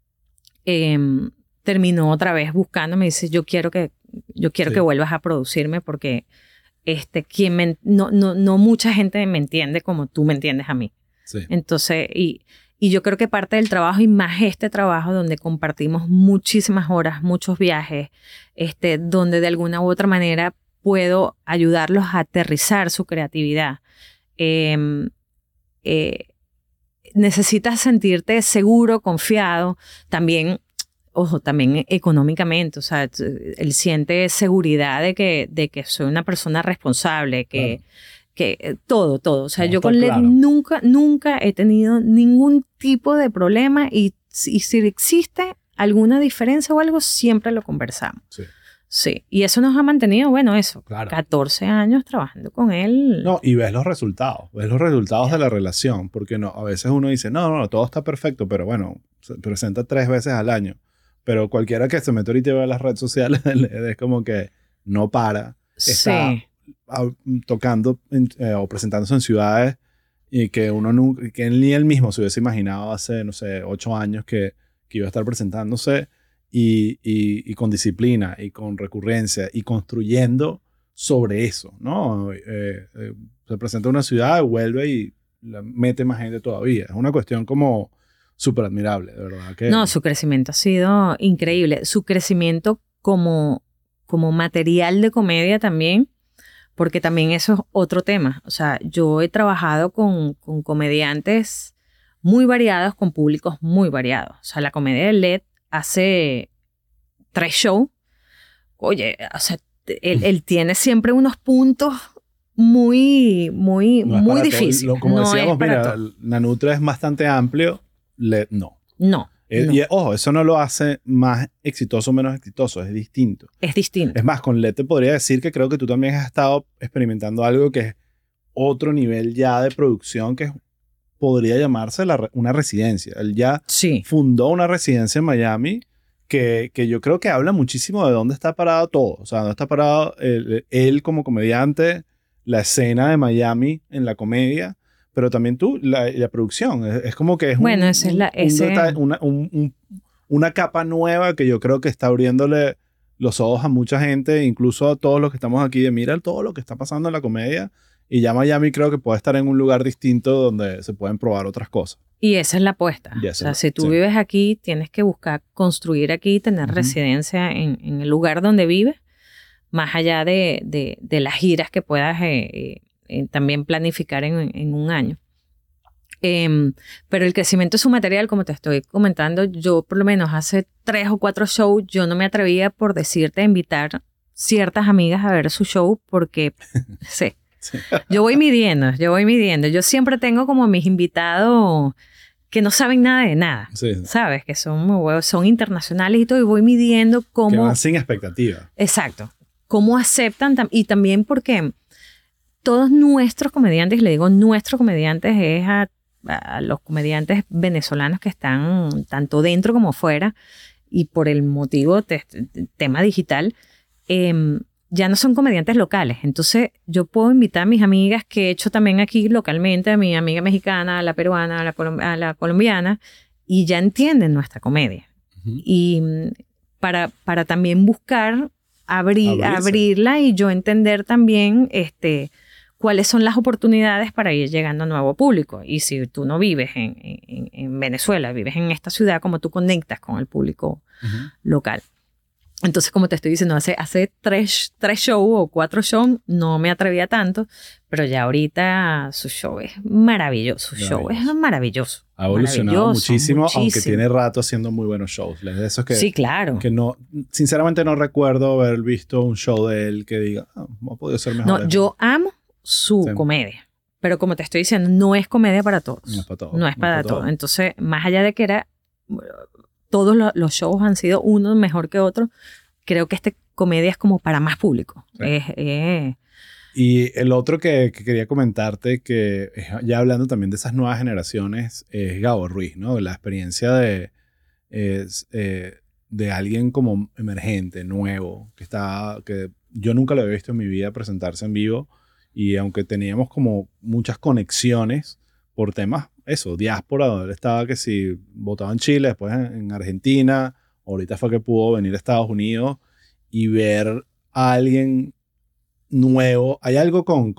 terminó otra vez buscándome y dice, yo quiero que vuelvas a producirme porque no mucha gente me entiende como tú me entiendes a mí. Sí. Entonces, y yo creo que parte del trabajo, y más este trabajo donde compartimos muchísimas horas, muchos viajes, donde de alguna u otra manera puedo ayudarlos a aterrizar su creatividad. Necesitas sentirte seguro, confiado, también económicamente. O sea, él siente seguridad de que soy una persona responsable, que todo. O sea, yo con Led nunca he tenido ningún tipo de problema, y si existe alguna diferencia o algo, siempre lo conversamos. Sí. Y eso nos ha mantenido, bueno, 14 años trabajando con él. No, y ves los resultados de la relación, porque no, a veces uno dice, no, todo está perfecto, pero bueno, se presenta 3 veces al año. Pero cualquiera que se mete ahorita y ve las redes sociales, es como que no para. Está tocando o presentándose en ciudades y que que ni él mismo se hubiese imaginado hace, no sé, 8 años que iba a estar presentándose, y con disciplina y con recurrencia y construyendo sobre eso, ¿no? Se presenta en una ciudad, vuelve y mete más gente todavía. Es una cuestión como súper admirable, de verdad. Que... No, su crecimiento ha sido increíble. Su crecimiento como material de comedia también, porque también eso es otro tema. O sea, yo he trabajado con comediantes muy variados, con públicos muy variados. O sea, la comedia de LED hace 3 shows. Oye, o sea, él tiene siempre unos puntos muy difíciles. Como no decíamos, es para mira, todo. Nanutra es bastante amplio. No. No. Y ojo, eso no lo hace más exitoso o menos exitoso, es distinto. Es distinto. Es más, con LED te podría decir que creo que tú también has estado experimentando algo que es otro nivel ya de producción que podría llamarse una residencia. Él ya fundó una residencia en Miami que yo creo que habla muchísimo de dónde está parado todo. O sea, dónde está parado él como comediante, la escena de Miami en la comedia, pero también tú, la producción. Es como que es una capa nueva que yo creo que está abriéndole los ojos a mucha gente, incluso a todos los que estamos aquí, de mirar todo lo que está pasando en la comedia. Y ya Miami creo que puede estar en un lugar distinto donde se pueden probar otras cosas. Y esa es la apuesta. O sea, si tú vives aquí, tienes que buscar construir aquí, tener residencia en el lugar donde vives, más allá de las giras que puedas también planificar en un año. Pero el crecimiento de su material, como te estoy comentando, yo por lo menos hace 3 o 4 shows, yo no me atrevía, por decirte, a invitar ciertas amigas a ver su show porque sí. Yo voy midiendo. Yo siempre tengo como mis invitados que no saben nada de nada, ¿sabes? Que son muy huevos, son internacionales y todo, y voy midiendo cómo... Que van sin expectativa. Exacto. Cómo aceptan, y también porque todos nuestros comediantes, le digo nuestros comediantes, es a los comediantes venezolanos que están tanto dentro como fuera, y por el motivo tema digital, ya no son comediantes locales. Entonces, yo puedo invitar a mis amigas que he hecho también aquí localmente, a mi amiga mexicana, a la peruana, a la colombiana, y ya entienden nuestra comedia. Y para también buscar abrirla y yo entender también cuáles son las oportunidades para ir llegando a nuevo público. Y si tú no vives en Venezuela, vives en esta ciudad, ¿cómo tú conectas con el público local? Entonces, como te estoy diciendo, hace 3 shows o 4 shows no me atrevía tanto, pero ya ahorita su show es maravilloso. Ha evolucionado muchísimo, aunque tiene rato haciendo muy buenos shows. De esos que, sí, claro. Que no, sinceramente no recuerdo haber visto un show de él que diga, no ha podido ser mejor. No, yo amo su comedia, pero como te estoy diciendo, no es comedia para todos. No es para todos. No es para todos. Entonces, más allá de que todos los shows han sido uno mejor que otro, creo que comedia es como para más público. Sí. Y el otro que quería comentarte, que ya hablando también de esas nuevas generaciones, es Gabo Ruiz, ¿no? La experiencia de alguien como emergente, nuevo, que yo nunca lo había visto en mi vida presentarse en vivo, y aunque teníamos como muchas conexiones por temas, diáspora, donde él estaba que si votaba en Chile, después en Argentina, ahorita fue que pudo venir a Estados Unidos, y ver a alguien nuevo. Hay algo con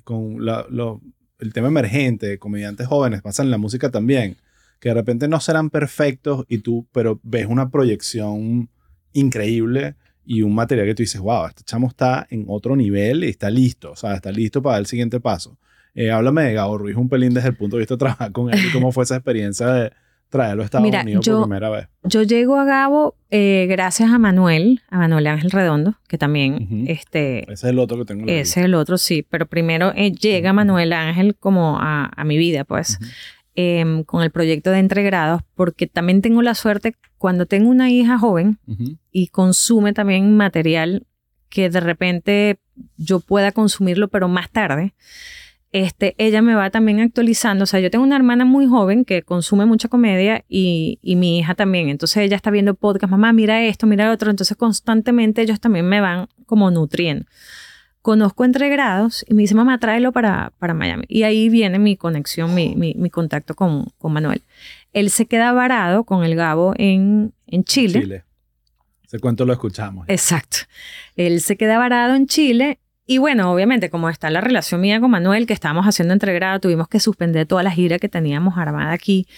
el tema emergente de comediantes jóvenes, pasa en la música también, que de repente no serán perfectos pero ves una proyección increíble y un material que tú dices, wow, este chamo está en otro nivel y está listo, o sea, está listo para dar el siguiente paso. Háblame de Gabo Ruiz un pelín desde el punto de vista de trabajar con él y cómo fue esa experiencia de traerlo a Estados Unidos por primera vez. Yo llego a Gabo gracias a Manuel Ángel Redondo, que también... Ese es el otro que tengo. Ese es el otro, sí. Pero primero llega Manuel Ángel como a mi vida, pues, con el proyecto de Entre Grados, porque también tengo la suerte, cuando tengo una hija joven y consume también material que de repente yo pueda consumirlo, pero más tarde, ella me va también actualizando. O sea, yo tengo una hermana muy joven que consume mucha comedia y mi hija también. Entonces ella está viendo podcast, mamá, mira esto, mira lo otro. Entonces constantemente ellos también me van como nutriendo. Conozco Entre Grados y me dice, mamá, tráelo para Miami. Y ahí viene mi conexión, mi contacto con Manuel. Él se queda varado con el Gabo en Chile. Ese cuento lo escuchamos. Exacto. Él se queda varado en Chile. Y bueno, obviamente, como está la relación mía con Manuel, que estábamos haciendo Entre Grados, tuvimos que suspender toda la gira que teníamos armada aquí.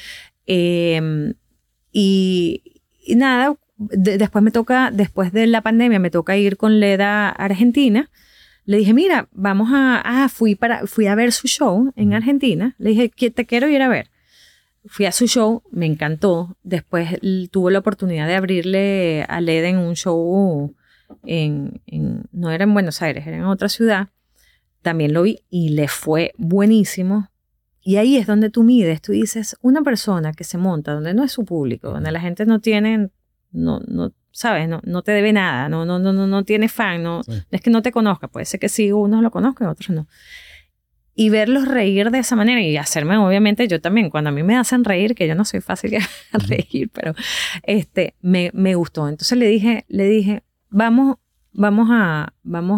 Y nada, después después de la pandemia, me toca ir con Led a Argentina. Le dije, mira, fui a ver su show en Argentina. Le dije, te quiero ir a ver. Fui a su show, me encantó. Después tuve la oportunidad de abrirle a Led en un show no era en Buenos Aires, era en otra ciudad. También lo vi y le fue buenísimo. Y ahí es donde tú mides, tú dices, una persona que se monta donde no es su público, donde la gente no tiene, ¿sabes? No te debe nada, no tiene fan, sí. Es que no te conozca, puede ser que sí unos lo conozcan y otros no. Y verlos reír de esa manera y hacerme, obviamente, yo también, cuando a mí me hacen reír, que yo no soy fácil de reír, pero me gustó. Entonces le dije, vamos a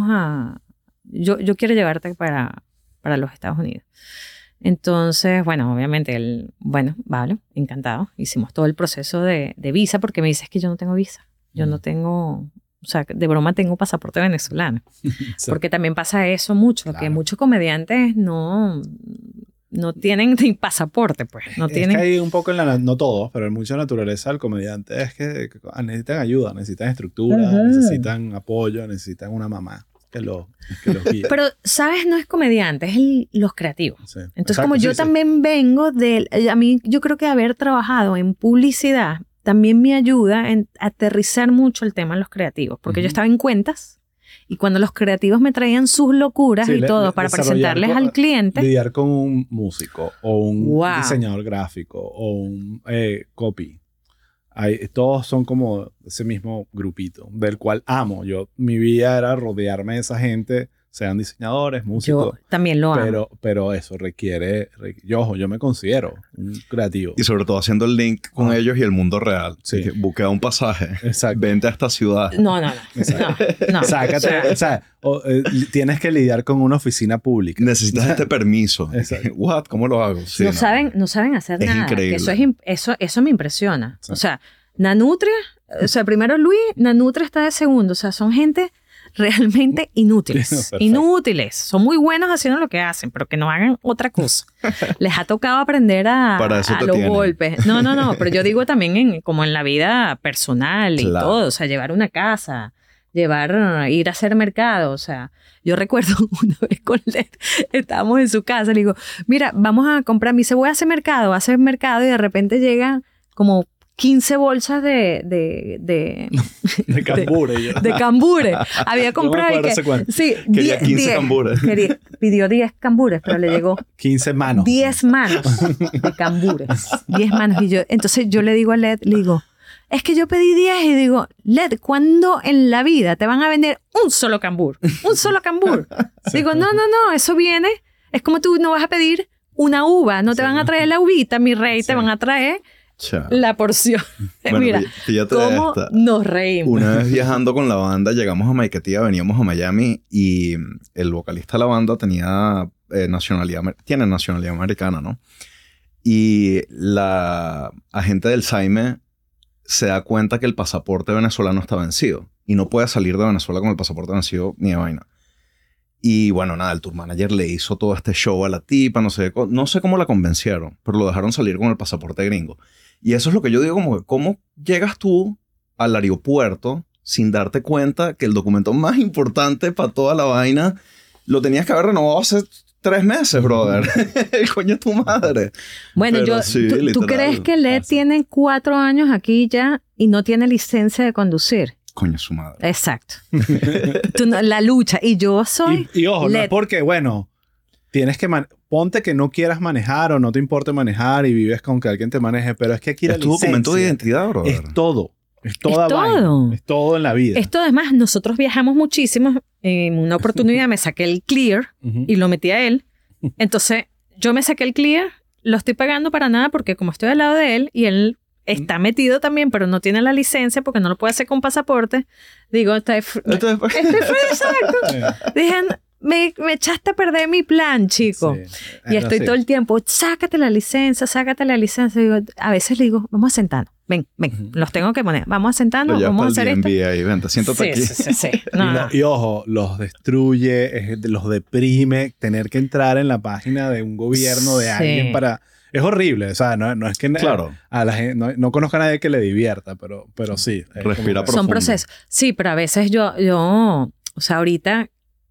yo quiero llevarte para los Estados Unidos. Entonces, bueno, obviamente vale, encantado. Hicimos todo el proceso de visa porque me dices que yo no tengo visa. Yo no tengo, o sea, de broma tengo pasaporte venezolano. Sí. Porque también pasa eso mucho, claro. Que muchos comediantes no tienen ni pasaporte, pues. No tienen... Es que hay un poco no todos, pero en mucha naturaleza del comediante es que necesitan ayuda, necesitan estructura, necesitan apoyo, necesitan una mamá que los guíe. Pero, ¿sabes? No es comediante, es los creativos. Sí. Entonces, exacto, como yo también vengo a mí, yo creo que haber trabajado en publicidad también me ayuda a aterrizar mucho el tema de los creativos, porque yo estaba en cuentas y cuando los creativos me traían sus locuras y todo para presentarles al cliente. Lidiar con un músico o un diseñador gráfico o un copy. Todos son como ese mismo grupito, del cual amo. Mi vida era rodearme de esa gente, sean diseñadores, músicos. Yo también lo amo. Pero eso requiere... Yo me considero un creativo. Y sobre todo haciendo el link con ellos y el mundo real. Sí. Buquea un pasaje. Exacto. Vente a esta ciudad. No. Sácate... tienes que lidiar con una oficina pública. Necesitas este permiso. What? ¿Cómo lo hago? Sí, no saben hacer nada. Es increíble. Que eso me impresiona. Sí. O sea, Nanutria... O sea, primero Luis, Nanutria está de segundo. O sea, son gente... realmente inútiles. Inútiles. Son muy buenos haciendo lo que hacen, pero que no hagan otra cosa. Les ha tocado aprender a los golpes. No. Pero yo digo también como en la vida personal y todo. O sea, llevar una casa, ir a hacer mercado. O sea, yo recuerdo una vez con Led, estábamos en su casa, le digo, mira, vamos a comprar. Me dice, voy a hacer mercado y de repente llega como 15 bolsas de cambure. De cambure. Había comprado quería 15 cambures. Pidió 10 cambures, pero le llegó 15 manos. 10 manos de cambures. 10 manos. Entonces yo le digo a Led, es que yo pedí 10 y digo, Led, ¿cuándo en la vida te van a vender un solo cambur? Un solo cambur. Digo, no, eso viene. Es como tú no vas a pedir una uva, no te van a traer la uvita, mi rey, te van a traer la porción. Bueno, mira, cómo nos reímos. Una vez viajando con la banda, llegamos a Maiquetía, veníamos a Miami y el vocalista de la banda tiene nacionalidad americana, ¿no? Y la agente del SAIME se da cuenta que el pasaporte venezolano está vencido y no puede salir de Venezuela con el pasaporte vencido ni de vaina. Y bueno, nada, el tour manager le hizo todo este show a la tipa, no sé cómo la convencieron, pero lo dejaron salir con el pasaporte gringo. Y eso es lo que yo digo, como que ¿cómo llegas tú al aeropuerto sin darte cuenta que el documento más importante para toda la vaina lo tenías que haber renovado hace 3 meses, brother? El coño de tu madre. Bueno, ¿tú crees que Led tiene 4 años aquí ya y no tiene licencia de conducir? Coño, su madre. Exacto. La lucha. Y yo soy... Y ojo, no es porque, bueno, tienes que... Ponte que no quieras manejar o no te importe manejar y vives con que alguien te maneje, pero es que aquí la licencia... Es tu documento de identidad, bro. Es todo. Es toda vaina. Es todo en la vida. Esto además, nosotros viajamos muchísimo. En una oportunidad me saqué el Clear y lo metí a él. Entonces, yo me saqué el Clear, lo estoy pagando para nada porque como estoy al lado de él y él... está metido también, pero no tiene la licencia porque no lo puede hacer con pasaporte. Digo, estoy exacto. Dije, me echaste a perder mi plan, chico. Sí. Y estoy todo el tiempo, sácate la licencia. Digo, a veces le digo, vamos a sentarnos. Ven, los tengo que poner. Vamos a sentarnos, vamos a hacer esto. Ahí, vente, siéntate aquí. Sí. Y ojo, los destruye, los deprime tener que entrar en la página de un gobierno de alguien para... Es horrible, o sea, no es que Claro. a la gente, no conozco a nadie que le divierta, pero sí. Respira como- profundo. Son procesos. Sí, pero a veces yo, o sea, ahorita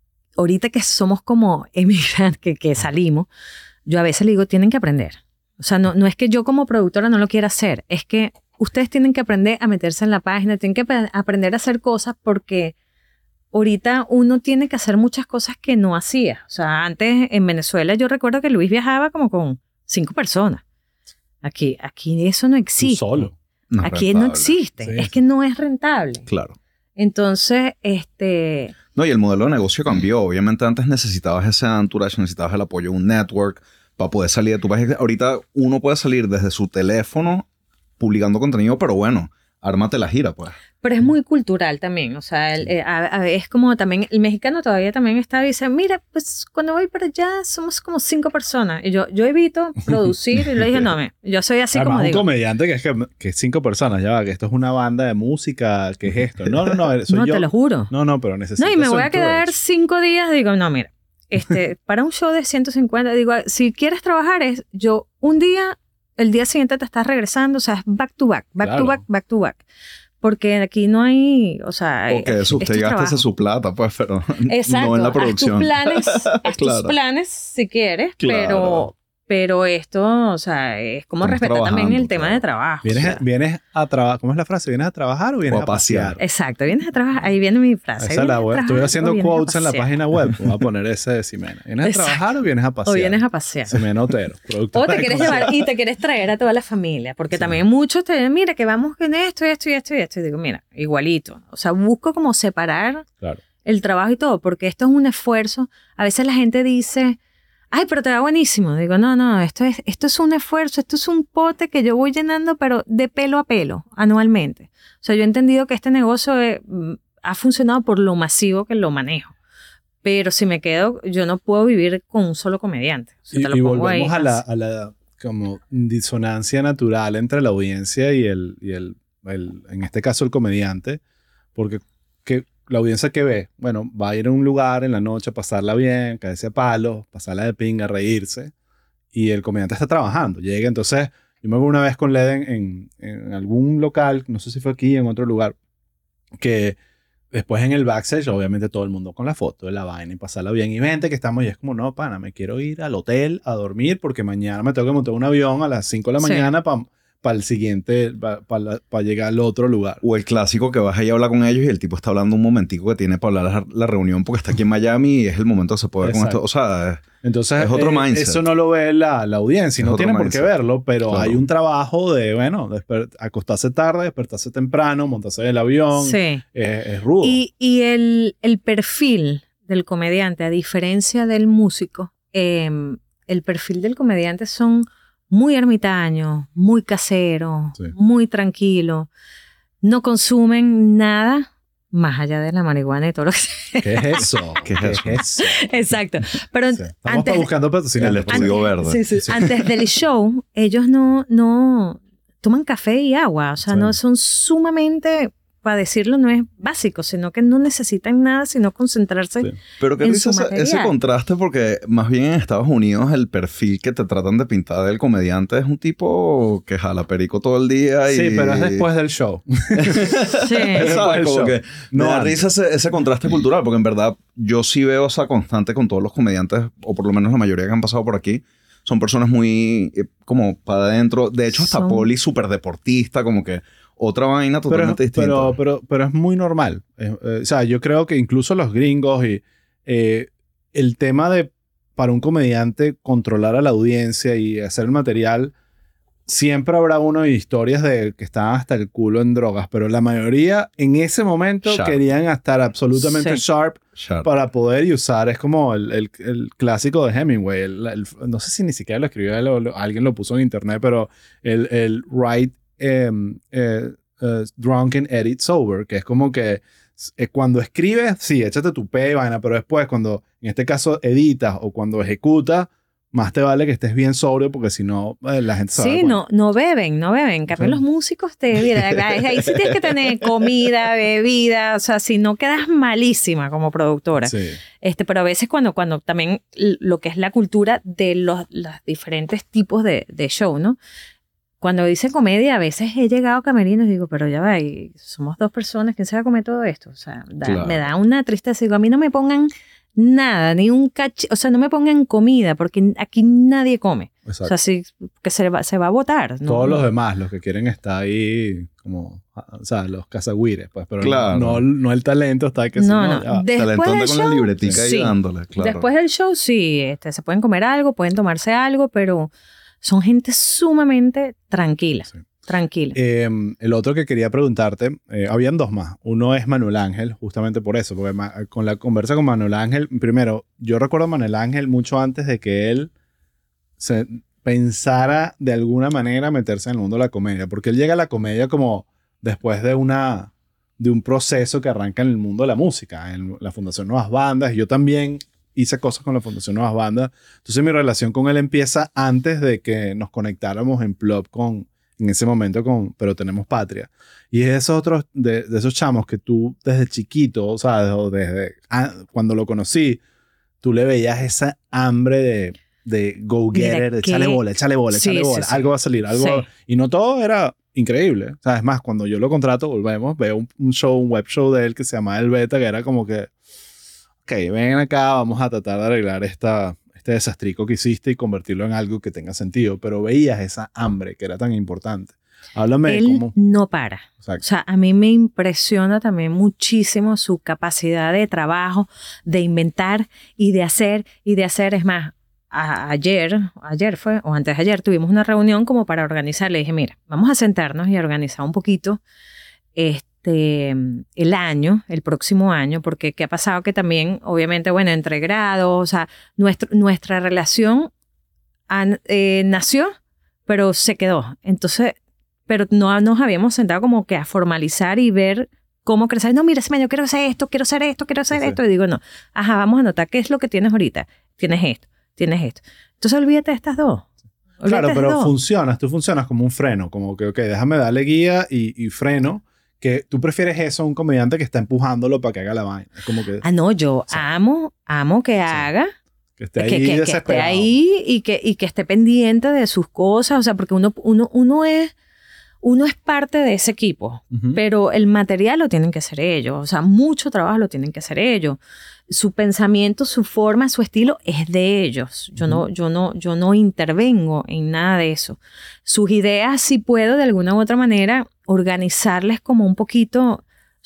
que somos como emigrantes, que salimos, yo a veces le digo, tienen que aprender. O sea, no es que yo como productora no lo quiera hacer, es que ustedes tienen que aprender a meterse en la página, tienen que aprender a hacer cosas porque ahorita uno tiene que hacer muchas cosas que no hacía. O sea, antes en Venezuela yo recuerdo que Luis viajaba como con 5 personas. Aquí eso no Tú existe. solo. No es Aquí no rentable. existe. Sí. Es que no es rentable. Claro. Entonces, No, y el modelo de negocio cambió. Obviamente antes necesitabas ese entourage, necesitabas el apoyo de un network para poder salir de tu página. Ahorita uno puede salir desde su teléfono publicando contenido, pero bueno, ármate la gira, pues. pero es muy cultural también. O sea, es como también, el mexicano todavía también está, dice, mira, pues cuando voy para allá somos como 5 personas. Y yo evito producir y le dije, no, yo soy así Además, como un digo. comediante que 5 personas, ya va, que esto es una banda de música, ¿qué es esto? No, soy No, yo. te lo juro. No, pero necesito No, y me ese voy a quedar entourage. 5 días, digo, no, mira, para un show de 150, digo, si quieres trabajar yo un día, el día siguiente te estás regresando, o sea, es back to back, back Claro. to back, back to back. Porque aquí no hay, o sea... Porque esto usted es gástese trabajo. su plata, pues, pero Exacto, no en la producción. haz Claro. tus planes si quieres, Claro. pero esto, o sea, es como Estamos respetar también el trabajando, tema claro. de trabajo. o sea. Vienes a trabajar, ¿cómo es la frase? ¿Vienes a trabajar o vienes O a a pasear? Exacto, vienes a trabajar, ahí viene mi frase. Esa la ¿vienes a web. Estoy trabajar haciendo o vienes a quotes en la pasear? página web. Voy a poner ese de Ximena. ¿Vienes a Exacto. trabajar o vienes a pasear? O vienes a pasear. Ximena Otero. productora O te de quieres concepto. llevar y te quieres traer a toda la familia, porque Sí. también muchos te dicen, mira, que vamos en esto, y esto, y esto, y esto. Y digo, mira, igualito. O sea, busco como separar Claro. el trabajo y todo, porque esto es un esfuerzo. A veces la gente dice, ay, pero te va buenísimo. Digo, no, esto es un esfuerzo, esto es un pote que yo voy llenando, pero de pelo a pelo, anualmente. O sea, yo he entendido que este negocio ha funcionado por lo masivo que lo manejo. Pero si me quedo, yo no puedo vivir con un solo comediante. O sea, te lo Y pongo ahí, volvemos así. a la como disonancia natural entre la audiencia y en este caso, el comediante. Porque la audiencia que ve, bueno, va a ir a un lugar en la noche a pasarla bien, caerse a palos, pasarla de pinga, reírse. Y el comediante está trabajando. Llega, entonces, yo me acuerdo una vez con Leden en algún local, no sé si fue aquí, en otro lugar, que después en el backstage, obviamente todo el mundo con la foto de la vaina y pasarla bien. Y vente que estamos, y es como, no, pana, me quiero ir al hotel a dormir porque mañana me tengo que montar un avión a las 5 de la Sí. mañana para el siguiente, para llegar al otro lugar. O el clásico que vas ahí a hablar con ellos y el tipo está hablando un momentico que tiene para hablar la reunión porque está aquí en Miami y es el momento que se puede ver con Exacto. esto. O sea, Entonces, Es otro mindset. eso no lo ve la audiencia y Es no otro tiene por mindset. qué verlo, pero Claro. hay un trabajo de, bueno, acostarse tarde, despertarse temprano, montarse en el avión. Sí. Es rudo. Y el perfil del comediante, a diferencia del músico, el perfil del comediante son muy ermitaños, muy caseros, Sí. muy tranquilos. No consumen nada más allá de la marihuana y todo lo que... ¿Qué es eso? ¿Qué es eso? Exacto. Pero Sí. Estamos antes, buscando El patrocinadores. estudio verde. sí, sí. Sí. Antes del show, ellos no toman café y agua. O sea, Sí. no son sumamente, para decirlo, no es básico, sino que no necesitan nada, sino concentrarse. Sí. Pero qué en risa su ese material. contraste porque más bien en Estados Unidos el perfil que te tratan de pintar del comediante es un tipo que jala perico todo el día y... Sí, pero es después del show. Sí. Después ¿Sabes? del Como show. que No me da antes. risa ese contraste cultural, porque en verdad yo sí veo esa constante con todos los comediantes, o por lo menos la mayoría que han pasado por aquí. Son personas muy como para adentro. De hecho, hasta Son- Poli, súper deportista, como que otra vaina totalmente distinta. Pero es muy normal. O sea, yo creo que incluso los gringos y el tema de para un comediante controlar a la audiencia y hacer el material, siempre habrá uno de historias de que estaban hasta el culo en drogas, pero la mayoría en ese momento Sharp. querían estar absolutamente Sí. sharp Sharp. para poder y usar. Es como el clásico de Hemingway. No sé si ni siquiera lo escribió él o alguien lo puso en internet, pero el write drunk and edit sober, que es como que cuando escribes, sí, échate tu pe y vaina, pero después cuando, en este caso, editas o cuando ejecutas, más te vale que estés bien sobrio porque si no, la gente se va a dar Sí, cuenta. no beben. En cambio, los músicos mira, ahí sí tienes que tener comida, bebida, o sea, si no quedas malísima como productora. Sí. Pero a veces cuando también lo que es la cultura de los diferentes tipos de show, ¿no? Cuando dicen comedia, a veces he llegado a camerinos y digo, pero ya va, y somos 2 personas, ¿quién se va a comer todo esto? O sea, Claro. me da una tristeza. Digo, a mí no me pongan nada, ni un o sea, no me pongan comida, porque aquí nadie come. Exacto. O sea, sí, que se va a botar. ¿No? Todos los demás, los que quieren estar ahí como, o sea, los cazagüires, pues, pero Claro. no el talento está que si No, no, no. ya va. Después Talentón del con la show, libretica sí. ahí dándole, claro. Después del show, sí, se pueden comer algo, pueden tomarse algo, pero son gente sumamente tranquila. Sí. Tranquila. El otro que quería preguntarte, habían 2 más. Uno es Manuel Ángel, justamente por eso, porque con la conversa con Manuel Ángel, primero, yo recuerdo a Manuel Ángel mucho antes de que él se pensara de alguna manera meterse en el mundo de la comedia, porque él llega a la comedia como después de un proceso que arranca en el mundo de la música, en la Fundación Nuevas Bandas. Yo también hice cosas con la Fundación Nuevas Bandas. Entonces mi relación con él empieza antes de que nos conectáramos en Plop en ese momento Pero Tenemos Patria. Y es esos otros, de esos chamos que tú desde chiquito, o sea, desde cuando lo conocí, tú le veías esa hambre de go-getter, de échale bola, Sí, échale bola. sí. Algo va a salir, algo. Sí. Y no todo era increíble. O sea, es más, cuando yo lo contrato, volvemos, veo un web show de él que se llamaba El Beta, que era como que, ok, ven acá, vamos a tratar de arreglar este desastrico que hiciste y convertirlo en algo que tenga sentido. Pero veías esa hambre que era tan importante. Háblame de Él cómo. no para. Exacto. O sea, a mí me impresiona también muchísimo su capacidad de trabajo, de inventar y de hacer. Es más, ayer fue, o antes de ayer, tuvimos una reunión como para organizar. Le dije, mira, vamos a sentarnos y a organizar un poquito el próximo año, porque ¿qué ha pasado? Que también, obviamente, bueno, entre grados, o sea, nuestra relación nació, pero se quedó. Entonces, pero no nos habíamos sentado como que a formalizar y ver cómo crecer. No, mira, yo quiero hacer esto, quiero hacer esto. Y digo, no, vamos a anotar qué es lo que tienes ahorita. Tienes esto. Entonces, olvídate de estas 2. Claro, pero tú funcionas como un freno, como que, ok, déjame darle guía y freno, que tú prefieres eso a un comediante que está empujándolo para que haga la vaina. Es como que, No, yo amo que haga, que esté ahí que desesperado. esté ahí y que esté pendiente de sus cosas, o sea, porque uno es parte de ese equipo, Ujú. pero el material lo tienen que hacer ellos, o sea, mucho trabajo lo tienen que hacer ellos. Su pensamiento, su forma, su estilo es de ellos. Yo no intervengo en nada de eso. Sus ideas, si puedo de alguna u otra manera organizarles como un poquito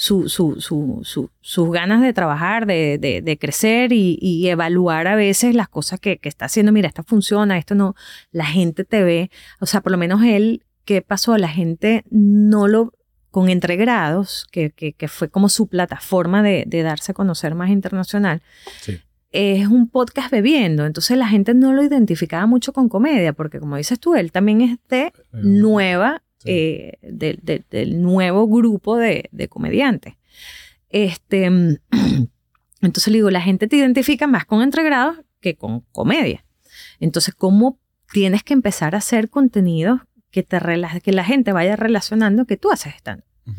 sus ganas de trabajar, de crecer y evaluar a veces las cosas que está haciendo. Mira, esto funciona, esto no. La gente te ve, o sea, por lo menos él, ¿qué pasó? La gente no lo... Con Entregrados, que fue como su plataforma de darse a conocer más internacional, Sí. es un podcast bebiendo. Entonces la gente no lo identificaba mucho con comedia, porque como dices tú, él también es de nueva, Sí. del nuevo grupo de comediantes. Entonces le digo, la gente te identifica más con Entregrados que con comedia. Entonces, ¿cómo tienes que empezar a hacer contenidos que la gente vaya relacionando que tú haces stand-up? Ujú.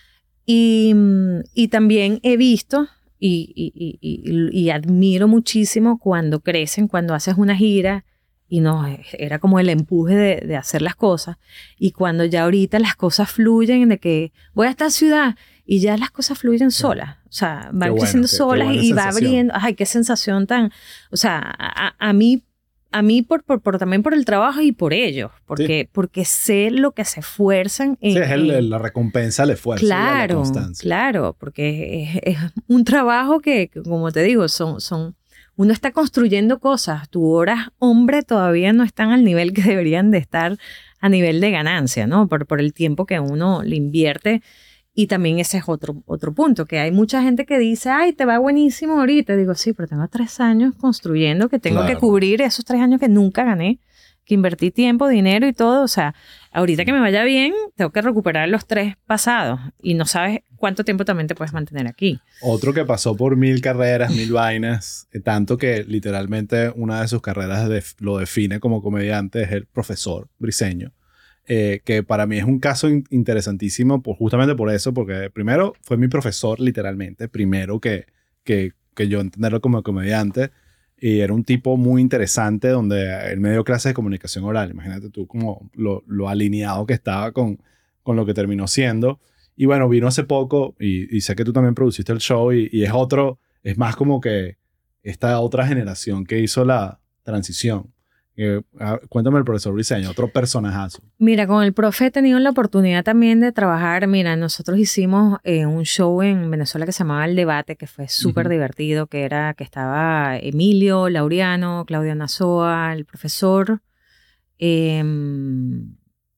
Y también he visto y admiro muchísimo cuando crecen, cuando haces una gira y no, era como el empuje de hacer las cosas, y cuando ya ahorita las cosas fluyen, de que voy a esta ciudad y ya las cosas fluyen solas, o sea, van Qué creciendo bueno, qué solas buena y va sensación. abriendo, ay, qué sensación tan, o sea, a mí también por el trabajo y por ellos, porque sé lo que se esfuerzan en... Sí, es la recompensa al esfuerzo y a la Claro, constancia. claro, porque es un trabajo que, como te digo, uno está construyendo cosas. Tus horas, hombre, todavía no están al nivel que deberían de estar a nivel de ganancia, ¿no? Por el tiempo que uno le invierte. Y también ese es otro punto, que hay mucha gente que dice, ay, te va buenísimo ahorita. Digo, sí, pero tengo 3 años construyendo que tengo Claro. que cubrir esos 3 años que nunca gané que invertí tiempo, dinero y todo. O sea, ahorita que me vaya bien, tengo que recuperar los 3 pasados. Y no sabes cuánto tiempo también te puedes mantener aquí. Otro que pasó por 1000 carreras, 1000 vainas, tanto que literalmente una de sus carreras lo define como comediante, es el profesor Briseño. Que para mí es un caso interesantísimo justamente por eso, porque primero fue mi profesor literalmente, primero que yo entenderlo como comediante, y era un tipo muy interesante donde él me dio clases de comunicación oral. Imagínate tú como lo alineado que estaba con lo que terminó siendo. Y bueno, vino hace poco y sé que tú también produciste el show y es más como que esta otra generación que hizo la transición. Cuéntame el profesor Briseño, otro personajazo. Mira, con el profe he tenido la oportunidad también de trabajar. Mira, nosotros hicimos un show en Venezuela que se llamaba El Debate, que fue súper divertido, que estaba Emilio, Laureano, Claudia Nazoa, el profesor. Se me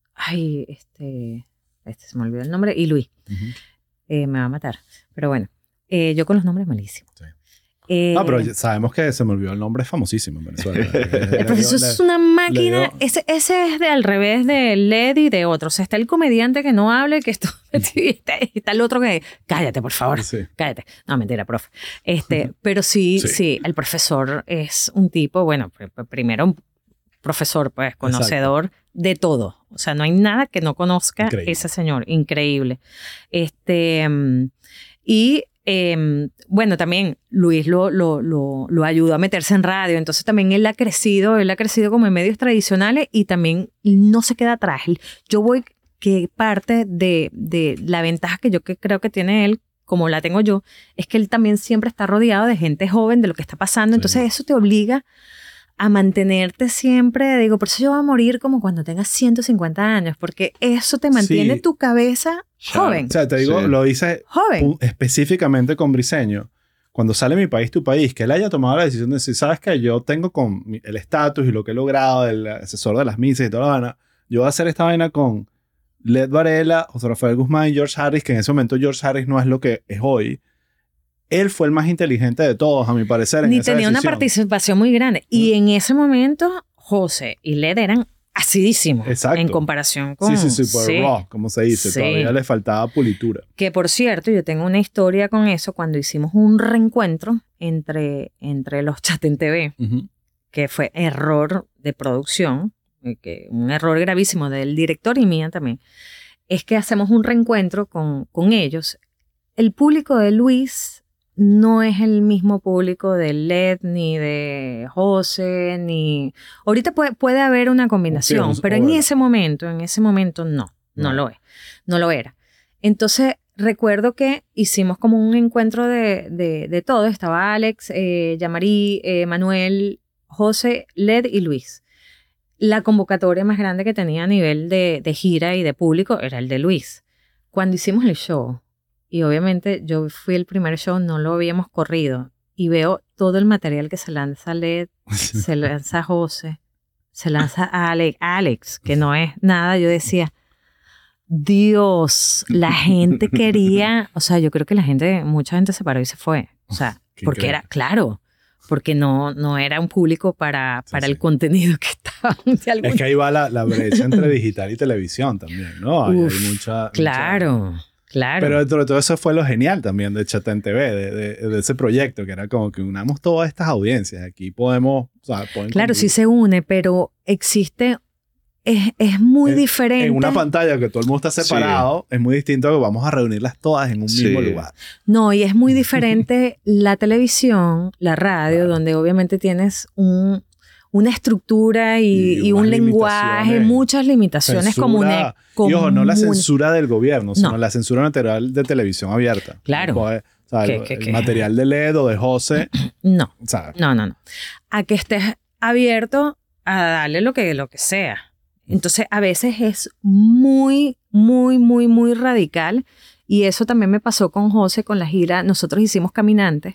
olvidó el nombre, y Luis. Me va a matar. Pero bueno, yo con los nombres malísimo. Sí. Pero sabemos que se me olvidó el nombre, es famosísimo en Venezuela. El profesor es una máquina. Ese es de al revés de LED y de otros. O sea, está el comediante que no habla, que está el otro que... Cállate, por favor. Sí. Cállate. No, mentira, profe. Pero sí, el profesor es un tipo, bueno, primero un profesor, pues, conocedor de todo. O sea, no hay nada que no conozca ese señor. Increíble. Bueno, también Luis lo ayudó a meterse en radio, entonces también él ha crecido como en medios tradicionales y también no se queda atrás. Yo voy, que parte de la ventaja que yo creo que tiene él, como la tengo yo, es que él también siempre está rodeado de gente joven, de lo que está pasando, entonces eso te obliga a mantenerte siempre, digo, por eso yo voy a morir como cuando tengas 150 años, porque eso te mantiene tu cabeza joven. O sea, te digo, lo dice joven. Específicamente con Briseño. Cuando sale Mi País, Tu País, que él haya tomado la decisión de decir, ¿sabes qué? Yo tengo con el estatus y lo que he logrado, el asesor de las misas y toda la vaina, yo voy a hacer esta vaina con Led Varela, José Rafael Guzmán y George Harris, que en ese momento George Harris no es lo que es hoy. Él fue el más inteligente de todos, a mi parecer. Ni tenía una participación muy grande. Y en ese momento, José y Led eran acidísimos. Exacto. En comparación con... Sí, raw, como se dice. Sí. Todavía le faltaba pulitura. Que, por cierto, yo tengo una historia con eso cuando hicimos un reencuentro entre los Chatén TV, que fue error de producción, un error gravísimo del director y mía también. Es que hacemos un reencuentro con ellos. El público de Luis no es el mismo público de Led, ni de José, ni... Ahorita puede haber una combinación, pero en ese momento no lo es. No lo era. Entonces, recuerdo que hicimos como un encuentro de todo. Estaba Alex, Yamari, Manuel, José, Led y Luis. La convocatoria más grande que tenía a nivel de gira y de público era el de Luis. Cuando hicimos el show, y obviamente yo fui el primer show, no lo habíamos corrido. Y veo todo el material que se lanza Led, se lanza José, se lanza Alex, que no es nada. Yo decía, Dios, la gente quería... O sea, yo creo que mucha gente se paró y se fue. O sea, porque era, claro, porque no era un público para el contenido que estaba. Es que ahí va la brecha entre digital y televisión también, ¿no? Hay mucha... Claro. Claro. Pero dentro de todo eso fue lo genial también de Chatén TV, de ese proyecto, que era como que unamos todas estas audiencias. Aquí podemos... Claro, sí se une, pero existe... Es muy diferente. En una pantalla que todo el mundo está separado, es muy distinto a que vamos a reunirlas todas en un mismo lugar. No, y es muy diferente la televisión, la radio, donde obviamente tienes una estructura y un lenguaje, muchas limitaciones comunes. Y ojo, no la censura del gobierno, sino la censura natural de televisión abierta. Claro. El material de Led o de José. No. No. A que estés abierto a darle lo que sea. Entonces, a veces es muy, muy, muy, muy radical. Y eso también me pasó con José, con la gira. Nosotros hicimos Caminantes.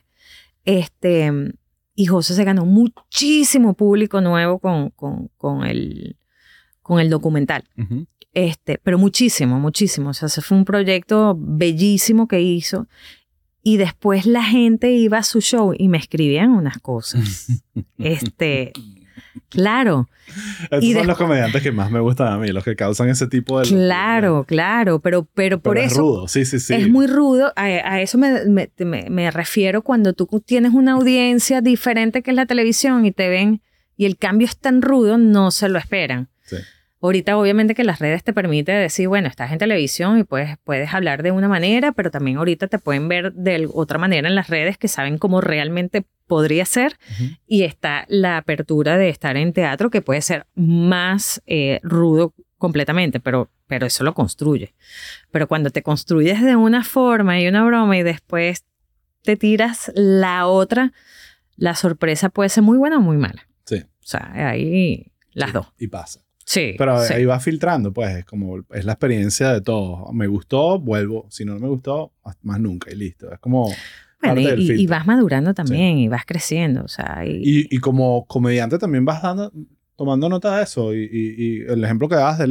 Y José se ganó muchísimo público nuevo con el documental. Pero muchísimo. O sea, ese fue un proyecto bellísimo que hizo. Y después la gente iba a su show y me escribían unas cosas. Claro. Estos son los comediantes que más me gustan a mí, los que causan ese tipo de... Claro, pero por eso... Es rudo, sí. Es muy rudo. A eso me refiero cuando tú tienes una audiencia diferente que es la televisión y te ven y el cambio es tan rudo, no se lo esperan. Sí. Ahorita obviamente que las redes te permiten decir, bueno, estás en televisión y puedes hablar de una manera, pero también ahorita te pueden ver de otra manera en las redes que saben cómo realmente podría ser. Y está la apertura de estar en teatro que puede ser más rudo completamente, pero eso lo construye. Pero cuando te construyes de una forma y una broma y después te tiras la otra, la sorpresa puede ser muy buena o muy mala. Sí. O sea, ahí las dos. Y pasa. Sí. Pero sí. ahí va filtrando, pues, es la experiencia de todo. Me gustó, vuelvo. Si no me gustó, más nunca y listo. Es como Bueno, parte del filtro. y vas madurando también y vas creciendo, o sea. Y como comediante también vas tomando nota de eso. Y el ejemplo que dabas de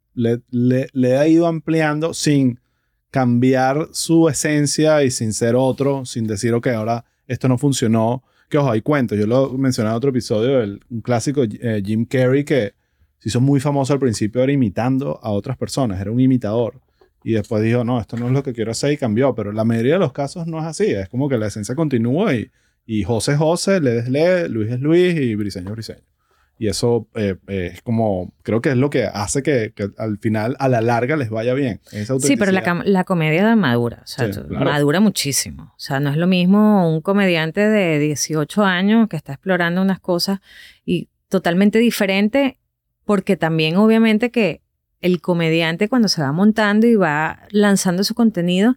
LED ha ido ampliando sin cambiar su esencia y sin ser otro, sin decir, ok, ahora esto no funcionó. Que ojo, hay cuentos. Yo lo mencioné en otro episodio, un clásico Jim Carrey que se hizo muy famoso al principio, era imitando a otras personas, era un imitador. Y después dijo, no, esto no es lo que quiero hacer y cambió. Pero la mayoría de los casos no es así. Es como que la esencia continúa y José es José, Led es Led, Luis es Luis y Briseño es Briseño. Y eso es como, creo que es lo que hace que al final, a la larga, les vaya bien. Sí, pero la comedia madura, o sea, Sí, claro. madura muchísimo. O sea, no es lo mismo un comediante de 18 años que está explorando unas cosas y totalmente diferente, porque también obviamente que el comediante cuando se va montando y va lanzando su contenido,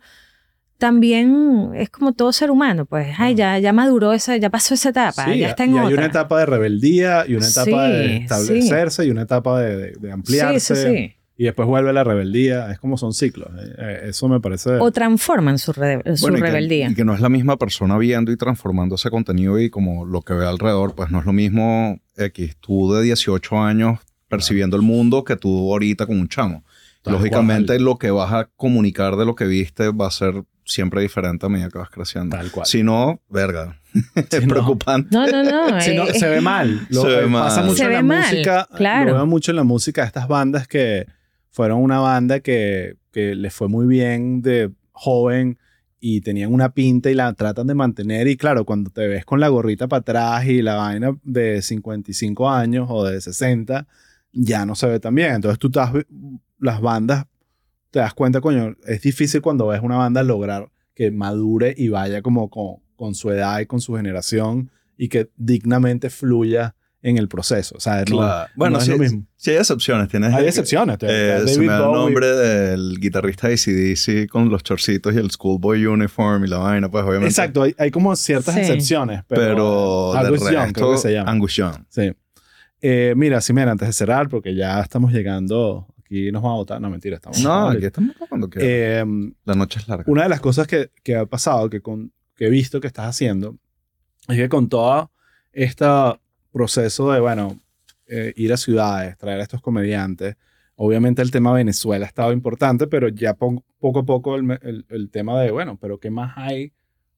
también es como todo ser humano, pues, ay, ya maduró ya pasó esa etapa, Sí, ya está en y otra. hay una etapa de rebeldía y una etapa de Sí, establecerse y una etapa de ampliarse. Sí. Y después vuelve la rebeldía. Es como son ciclos. Eso me parece... O transforman su rebeldía. Y que no es la misma persona viendo y transformando ese contenido y como lo que ve alrededor, pues no es lo mismo tú de 18 años percibiendo el mundo que tú ahorita con un chamo. Lógicamente lo que vas a comunicar de lo que viste va a ser siempre diferente a medida que vas creciendo. Tal cual. Si no, verga. Es preocupante. No. Si no, se ve mal. Se ve mal. Pasa mucho Se en ve la mal, música. claro. Lo veo mucho en la música de estas bandas que fueron una banda que les fue muy bien de joven y tenían una pinta y la tratan de mantener. Y claro, cuando te ves con la gorrita para atrás y la vaina de 55 años o de 60, ya no se ve tan bien. Entonces tú las bandas, te das cuenta, coño, es difícil cuando ves una banda lograr que madure y vaya como con su edad y con su generación y que dignamente fluya en el proceso. O sea, Claro. Bueno, no sí, es lo mismo. sí hay excepciones. Hay excepciones. Se me da el nombre del guitarrista de AC/DC con los chorcitos y el schoolboy uniform y la vaina, pues obviamente. Exacto, hay como ciertas Sí. excepciones. Pero de Angus Young, creo que resto, se llama. Angus Young. Sí. Mira, Ximena, antes de cerrar, porque ya estamos llegando, aquí nos va a votar. No, mentira, estamos. No, aquí estamos cuando quieras. La noche es larga. Una de las cosas que ha pasado, que he visto que estás haciendo, es que con todo este proceso de, bueno, ir a ciudades, traer a estos comediantes, obviamente el tema Venezuela ha estado importante, pero ya poco a poco el tema de, bueno, pero ¿qué más hay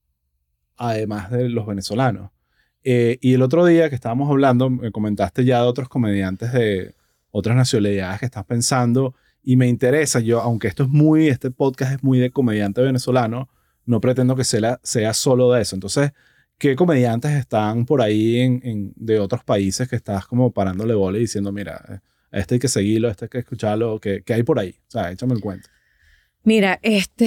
además de los venezolanos? Y el otro día que estábamos hablando, me comentaste ya de otros comediantes de otras nacionalidades que estás pensando y me interesa, aunque este podcast es muy de comediante venezolano, no pretendo que sea solo de eso. Entonces, ¿qué comediantes están por ahí de otros países que estás como parándole bola y diciendo, mira, este hay que seguirlo, este hay que escucharlo, ¿qué hay por ahí? O sea, échame el cuento. Mira,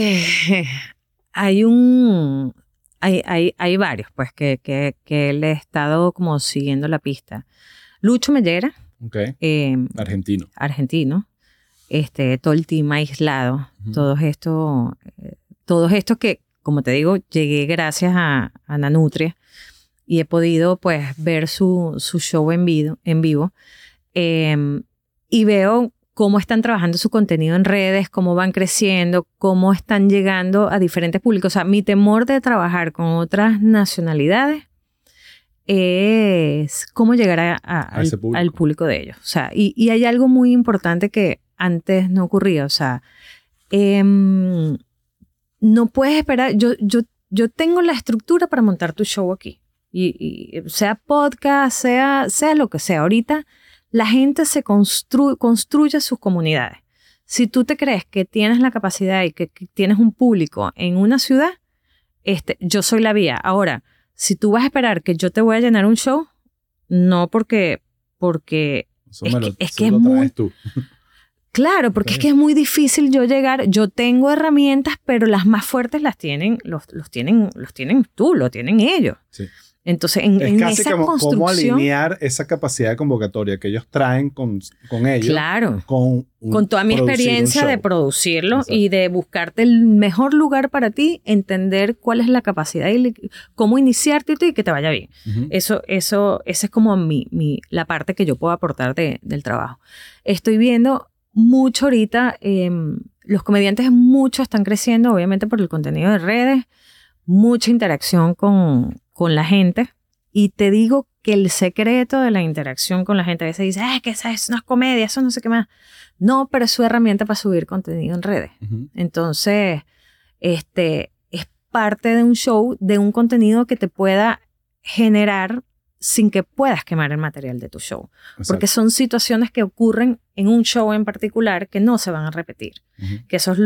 hay varios, pues, que le he estado como siguiendo la pista. Lucho Mellera. Ok. Argentino. Argentino. Todo el team aislado. Todos estos que, como te digo, llegué gracias a Nanutria y he podido, pues, ver su show en vivo. Y veo cómo están trabajando su contenido en redes, cómo van creciendo, cómo están llegando a diferentes públicos. O sea, mi temor de trabajar con otras nacionalidades es cómo llegar al público de ellos. O sea, y hay algo muy importante que antes no ocurría. O sea, no puedes esperar. Yo tengo la estructura para montar tu show aquí. y sea podcast, sea lo que sea. Ahorita la gente se construye sus comunidades. Si tú te crees que tienes la capacidad y que tienes un público en una ciudad, yo soy la vía. Ahora, si tú vas a esperar que yo te voy a llenar un show, no porque Eso es que es muy... tú. Claro, porque es que es muy difícil yo llegar. Yo tengo herramientas, pero las más fuertes las tienen, los tienen tú, lo tienen ellos. Sí. Entonces, Es en casi esa como construcción... cómo alinear esa capacidad de convocatoria que ellos traen con ellos. Claro. Con toda mi experiencia de producirlo. Exacto. Y de buscarte el mejor lugar para ti, entender cuál es la capacidad y cómo iniciarte y que te vaya bien. Uh-huh. Esa es como la parte que yo puedo aportar del trabajo. Estoy viendo mucho ahorita, los comediantes mucho están creciendo, obviamente por el contenido de redes, mucha interacción con la gente. Y te digo que el secreto de la interacción con la gente, a veces dice, que eso no es comedia, eso no sé qué más. No, pero es su herramienta para subir contenido en redes. Uh-huh. Entonces, es parte de un show, de un contenido que te pueda generar sin que puedas quemar el material de tu show. Exacto. Porque son situaciones que ocurren en un show en particular que no se van a repetir. Uh-huh. Que eso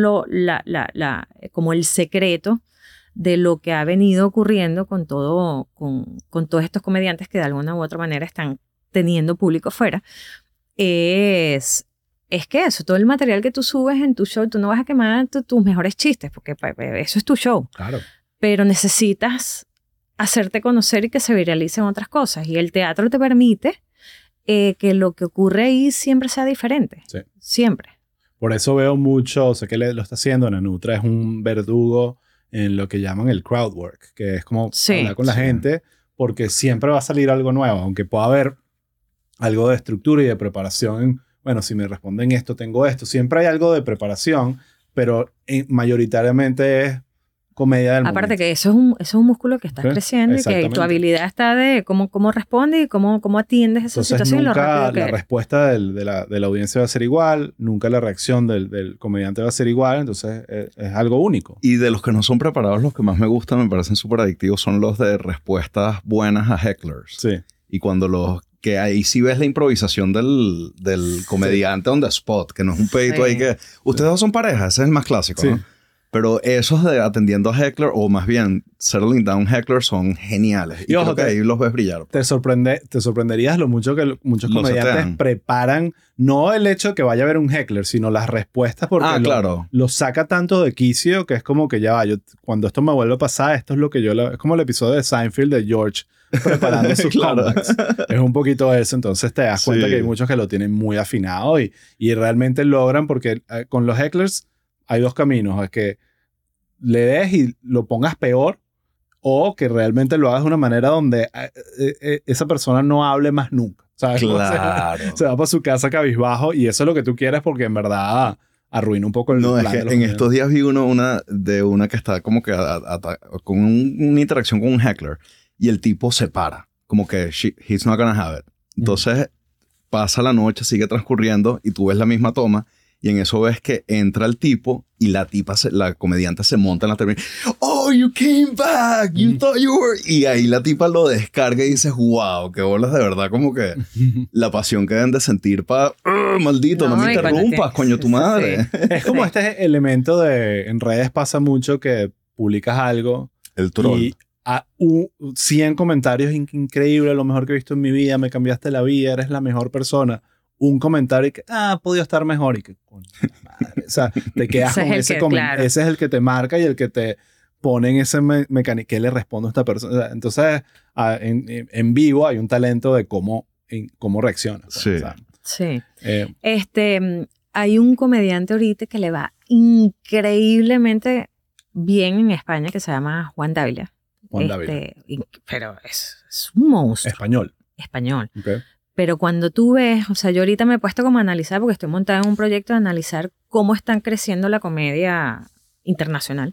es como el secreto de lo que ha venido ocurriendo con todos estos comediantes que de alguna u otra manera están teniendo público fuera. Es que eso, todo el material que tú subes en tu show, tú no vas a quemar tus mejores chistes, porque eso es tu show. Claro. Pero necesitas hacerte conocer y que se viralicen otras cosas. Y el teatro te permite que lo que ocurre ahí siempre sea diferente. Sí. Siempre. Por eso veo mucho, sé que lo está haciendo, Nanutra es un verdugo en lo que llaman el crowd work, que es como hablar con la gente, porque siempre va a salir algo nuevo, aunque pueda haber algo de estructura y de preparación. Bueno, si me responden esto, tengo esto. Siempre hay algo de preparación, pero mayoritariamente es comedia del momento. Aparte que eso es un músculo que está creciendo y que tu habilidad está de cómo responde y cómo atiendes esa situación. Nunca la respuesta de la audiencia va a ser igual, nunca la reacción del comediante va a ser igual, entonces es algo único. Y de los que no son preparados, los que más me gustan, me parecen súper adictivos, son los de respuestas buenas a hecklers. Sí. Y cuando que ahí sí ves la improvisación del comediante on the spot, que no es un pedito ahí que... Ustedes dos son pareja, ese es el más clásico, ¿no? Pero esos de atendiendo a heckler, o más bien settling down heckler, son geniales. Y ojo, creo que ahí los ves brillar. Te sorprenderías lo mucho que muchos comediantes preparan, no el hecho de que vaya a haber un heckler, sino las respuestas, porque lo saca tanto de quicio que es como que ya va, cuando esto me vuelve a pasar, esto es lo que es como el episodio de Seinfeld de George preparando sus comebacks. Es un poquito eso, entonces te das cuenta que hay muchos que lo tienen muy afinado y realmente logran, porque con los hecklers hay dos caminos, es que le des y lo pongas peor o que realmente lo hagas de una manera donde esa persona no hable más nunca. ¿Sabes? Claro. Se va para su casa cabizbajo y eso es lo que tú quieres porque en verdad arruina un poco el plan. No, es que en estos días vi una que está como que con una interacción con un heckler y el tipo se para. Como que he's not gonna have it. Entonces pasa la noche, sigue transcurriendo y tú ves la misma toma. Y en eso ves que entra el tipo y la comediante se monta en la terminal. Oh, you came back. You thought you were... Y ahí la tipa lo descarga y dices, wow, qué bolas de verdad. Como que la pasión que deben de sentir para... maldito, no me interrumpas, coño, tu madre. Sí. Es como este elemento en redes pasa mucho que publicas algo. El troll. Y a 100 comentarios, increíble, lo mejor que he visto en mi vida, me cambiaste la vida, eres la mejor persona. Un comentario y que, ha podido estar mejor y que, coño, madre. O sea, te quedas con ese comentario. Claro. Ese es el que te marca y el que te pone en ese mecanismo. ¿Qué le respondo a esta persona? O sea, entonces, en vivo hay un talento de cómo reacciona. Pues, sí. O sea, sí. Hay un comediante ahorita que le va increíblemente bien en España que se llama Juan Dávila. Juan Dávila. Pero es un monstruo. Español. Okay. Pero cuando tú ves, o sea, yo ahorita me he puesto como a analizar, porque estoy montada en un proyecto de analizar cómo están creciendo la comedia internacional.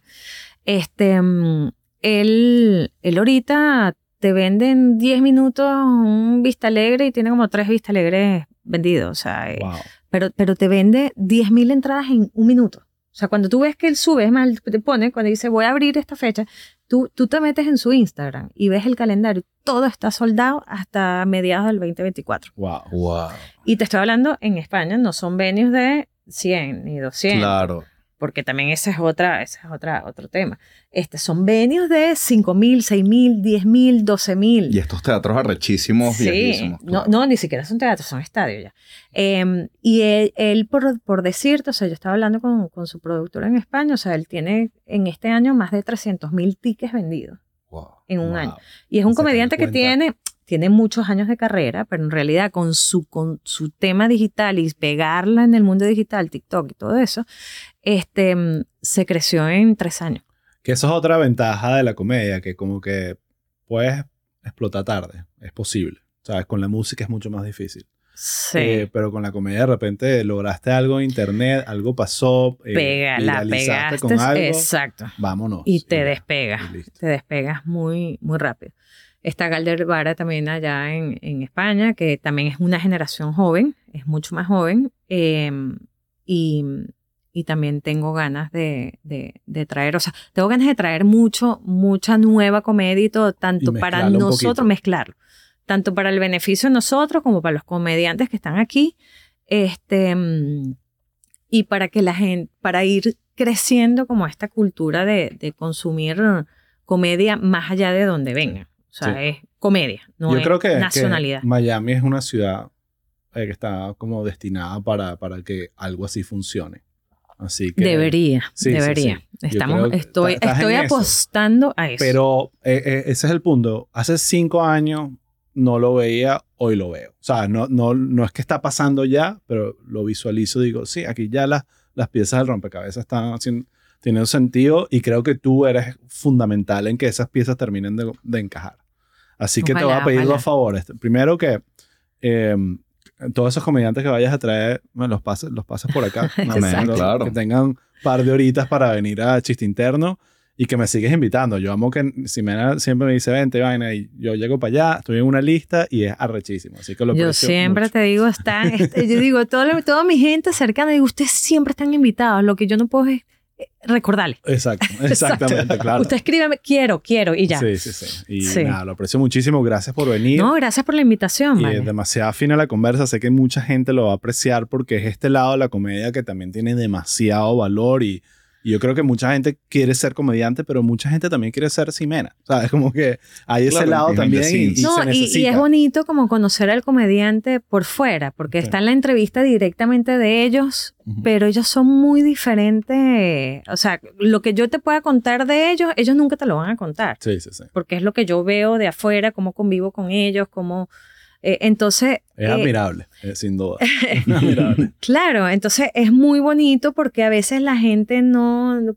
Él ahorita te vende en 10 minutos un Vista Alegre y tiene como 3 Vista Alegres vendidos. O sea, wow. pero te vende 10,000 entradas en un minuto. O sea, cuando tú ves que él sube, es más, te pone, cuando dice voy a abrir esta fecha, tú te metes en su Instagram y ves el calendario, todo está soldado hasta mediados del 2024. Wow. Y te estoy hablando en España, no son venues de 100 ni 200. Claro. Porque también ese es otro tema. Son venues de 5.000, 6.000, 10.000, 12.000. Y estos teatros arrechísimos, sí, viejísimos. Claro. No, ni siquiera son teatros, son estadios ya. Y él por decirte, o sea, yo estaba hablando con su productora en España, o sea, él tiene en este año más de 300.000 tickets vendidos en un año. Y es un comediante que tiene muchos años de carrera, pero en realidad con su tema digital y pegarla en el mundo digital, TikTok y todo eso, se creció en 3 años. Que eso es otra ventaja de la comedia, que como que puedes explotar tarde, es posible. ¿Sabes? Con la música es mucho más difícil. Sí. Pero con la comedia de repente lograste algo en internet, algo pasó, la pegaste con algo. Exacto. Vámonos. Y te despegas muy, muy rápido. Está Galder Vara también allá en España, que también es una generación joven, es mucho más joven, y también tengo ganas de traer, o sea, tengo ganas de traer mucha nueva comedia y todo, tanto para nosotros, mezclarlo, tanto para el beneficio de nosotros como para los comediantes que están aquí, y para que la gente, para ir creciendo como esta cultura de consumir comedia más allá de donde venga. O sea, es comedia, no es nacionalidad. Que Miami es una ciudad que está como destinada para que algo así funcione. Así que debería. Sí. Estoy apostando a eso. Pero ese es el punto. Hace 5 años no lo veía, hoy lo veo. O sea, no es que está pasando ya, pero lo visualizo. Digo, sí, aquí ya las piezas del rompecabezas están teniendo sentido y creo que tú eres fundamental en que esas piezas terminen de encajar. Así que te voy a pedir 2 favores. Primero que todos esos comediantes que vayas a traer, los pases por acá. Claro. Que tengan un par de horitas para venir a Chiste Interno y que me sigues invitando. Yo amo que Ximena siempre me dice, vente, vaina, y yo llego para allá, estoy en una lista y es arrechísimo. Así que lo yo siempre mucho. Te digo, yo digo, toda mi gente cercana, digo, ustedes siempre están invitados. Lo que yo no puedo es recordarle. Exactamente, claro. Usted escríbeme, quiero, y ya. Sí. Y nada, lo aprecio muchísimo. Gracias por venir. No, gracias por la invitación, y vale. Es demasiado fina la conversa. Sé que mucha gente lo va a apreciar porque es este lado de la comedia que también tiene demasiado valor y yo creo que mucha gente quiere ser comediante, pero mucha gente también quiere ser Ximena. ¿Sabes? Como que hay ese lado también y se necesita. Y es bonito como conocer al comediante por fuera, porque está en la entrevista directamente de ellos, pero ellos son muy diferentes. O sea, lo que yo te pueda contar de ellos nunca te lo van a contar. Sí. Porque es lo que yo veo de afuera, cómo convivo con ellos, cómo... entonces... Es admirable, sin duda. Es admirable. Claro, entonces es muy bonito porque a veces la gente los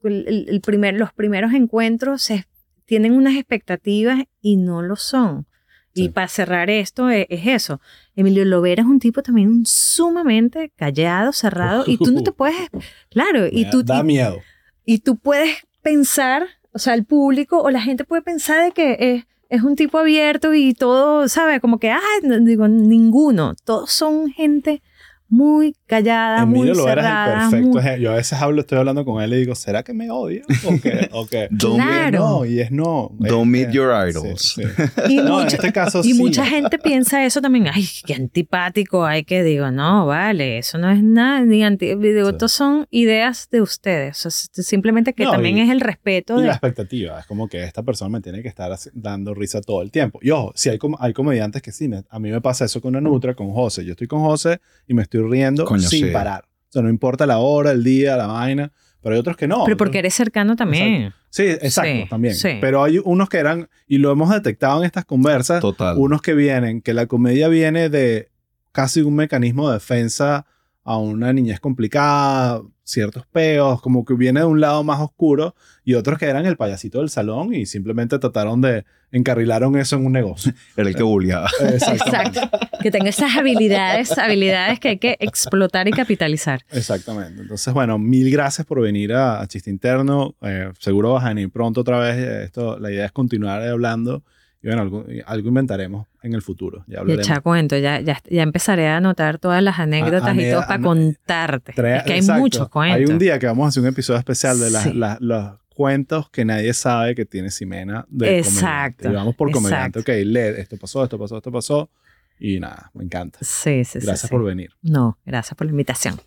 primeros encuentros tienen unas expectativas y no lo son. Sí. Y para cerrar esto es eso. Emilio Lovera es un tipo también sumamente callado, cerrado, y tú no te puedes... Claro, da miedo. Y tú puedes pensar, o sea, el público o la gente puede pensar de que es un tipo abierto y todo, ¿sabes? Como que, digo, ninguno. Todos son gente muy callada, Emilio muy cerrada. Es el perfecto. Yo a veces estoy hablando con él y digo, ¿será que me odia? ¿O qué? Claro. Y es no. Don't meet your idols. Sí. Y en este caso y mucha gente piensa eso también. Ay, qué antipático. Hay que digo, no, vale, eso no es nada. Digo, estos son ideas de ustedes. O sea, simplemente que también es el respeto. Y la expectativa. Es como que esta persona me tiene que estar dando risa todo el tiempo. Y ojo, si hay comediantes que sí. A mí me pasa eso con Anutra, con José. Yo estoy con José y me estoy riendo sin parar. O sea, no importa la hora, el día, la vaina, pero hay otros que no. Pero porque eres cercano también. Exacto, también. Sí. Pero hay unos que y lo hemos detectado en estas conversas, unos que la comedia viene de casi un mecanismo de defensa a una niñez complicada, ciertos peos, como que viene de un lado más oscuro, y otros que eran el payasito del salón y simplemente encarrilaron eso en un negocio. Era el que bulleaba. Exacto. Que tenga esas habilidades que hay que explotar y capitalizar. Exactamente. Entonces, bueno, 1000 gracias por venir a Chiste Interno. Seguro vas a venir pronto otra vez. La idea es continuar hablando Y bueno, algo inventaremos en el futuro. Ya Y hablaremos. echa cuento, ya empezaré a anotar todas las anécdotas y todo para contarte. Es que hay Exacto. muchos cuentos. Hay un día que vamos a hacer un episodio especial de Sí. los cuentos que nadie sabe que tiene Ximena de Exacto, comediante. Y vamos por comediante. exacto. Ok, lee, esto pasó. Y nada, me encanta. Sí. Gracias por venir. No, gracias por la invitación.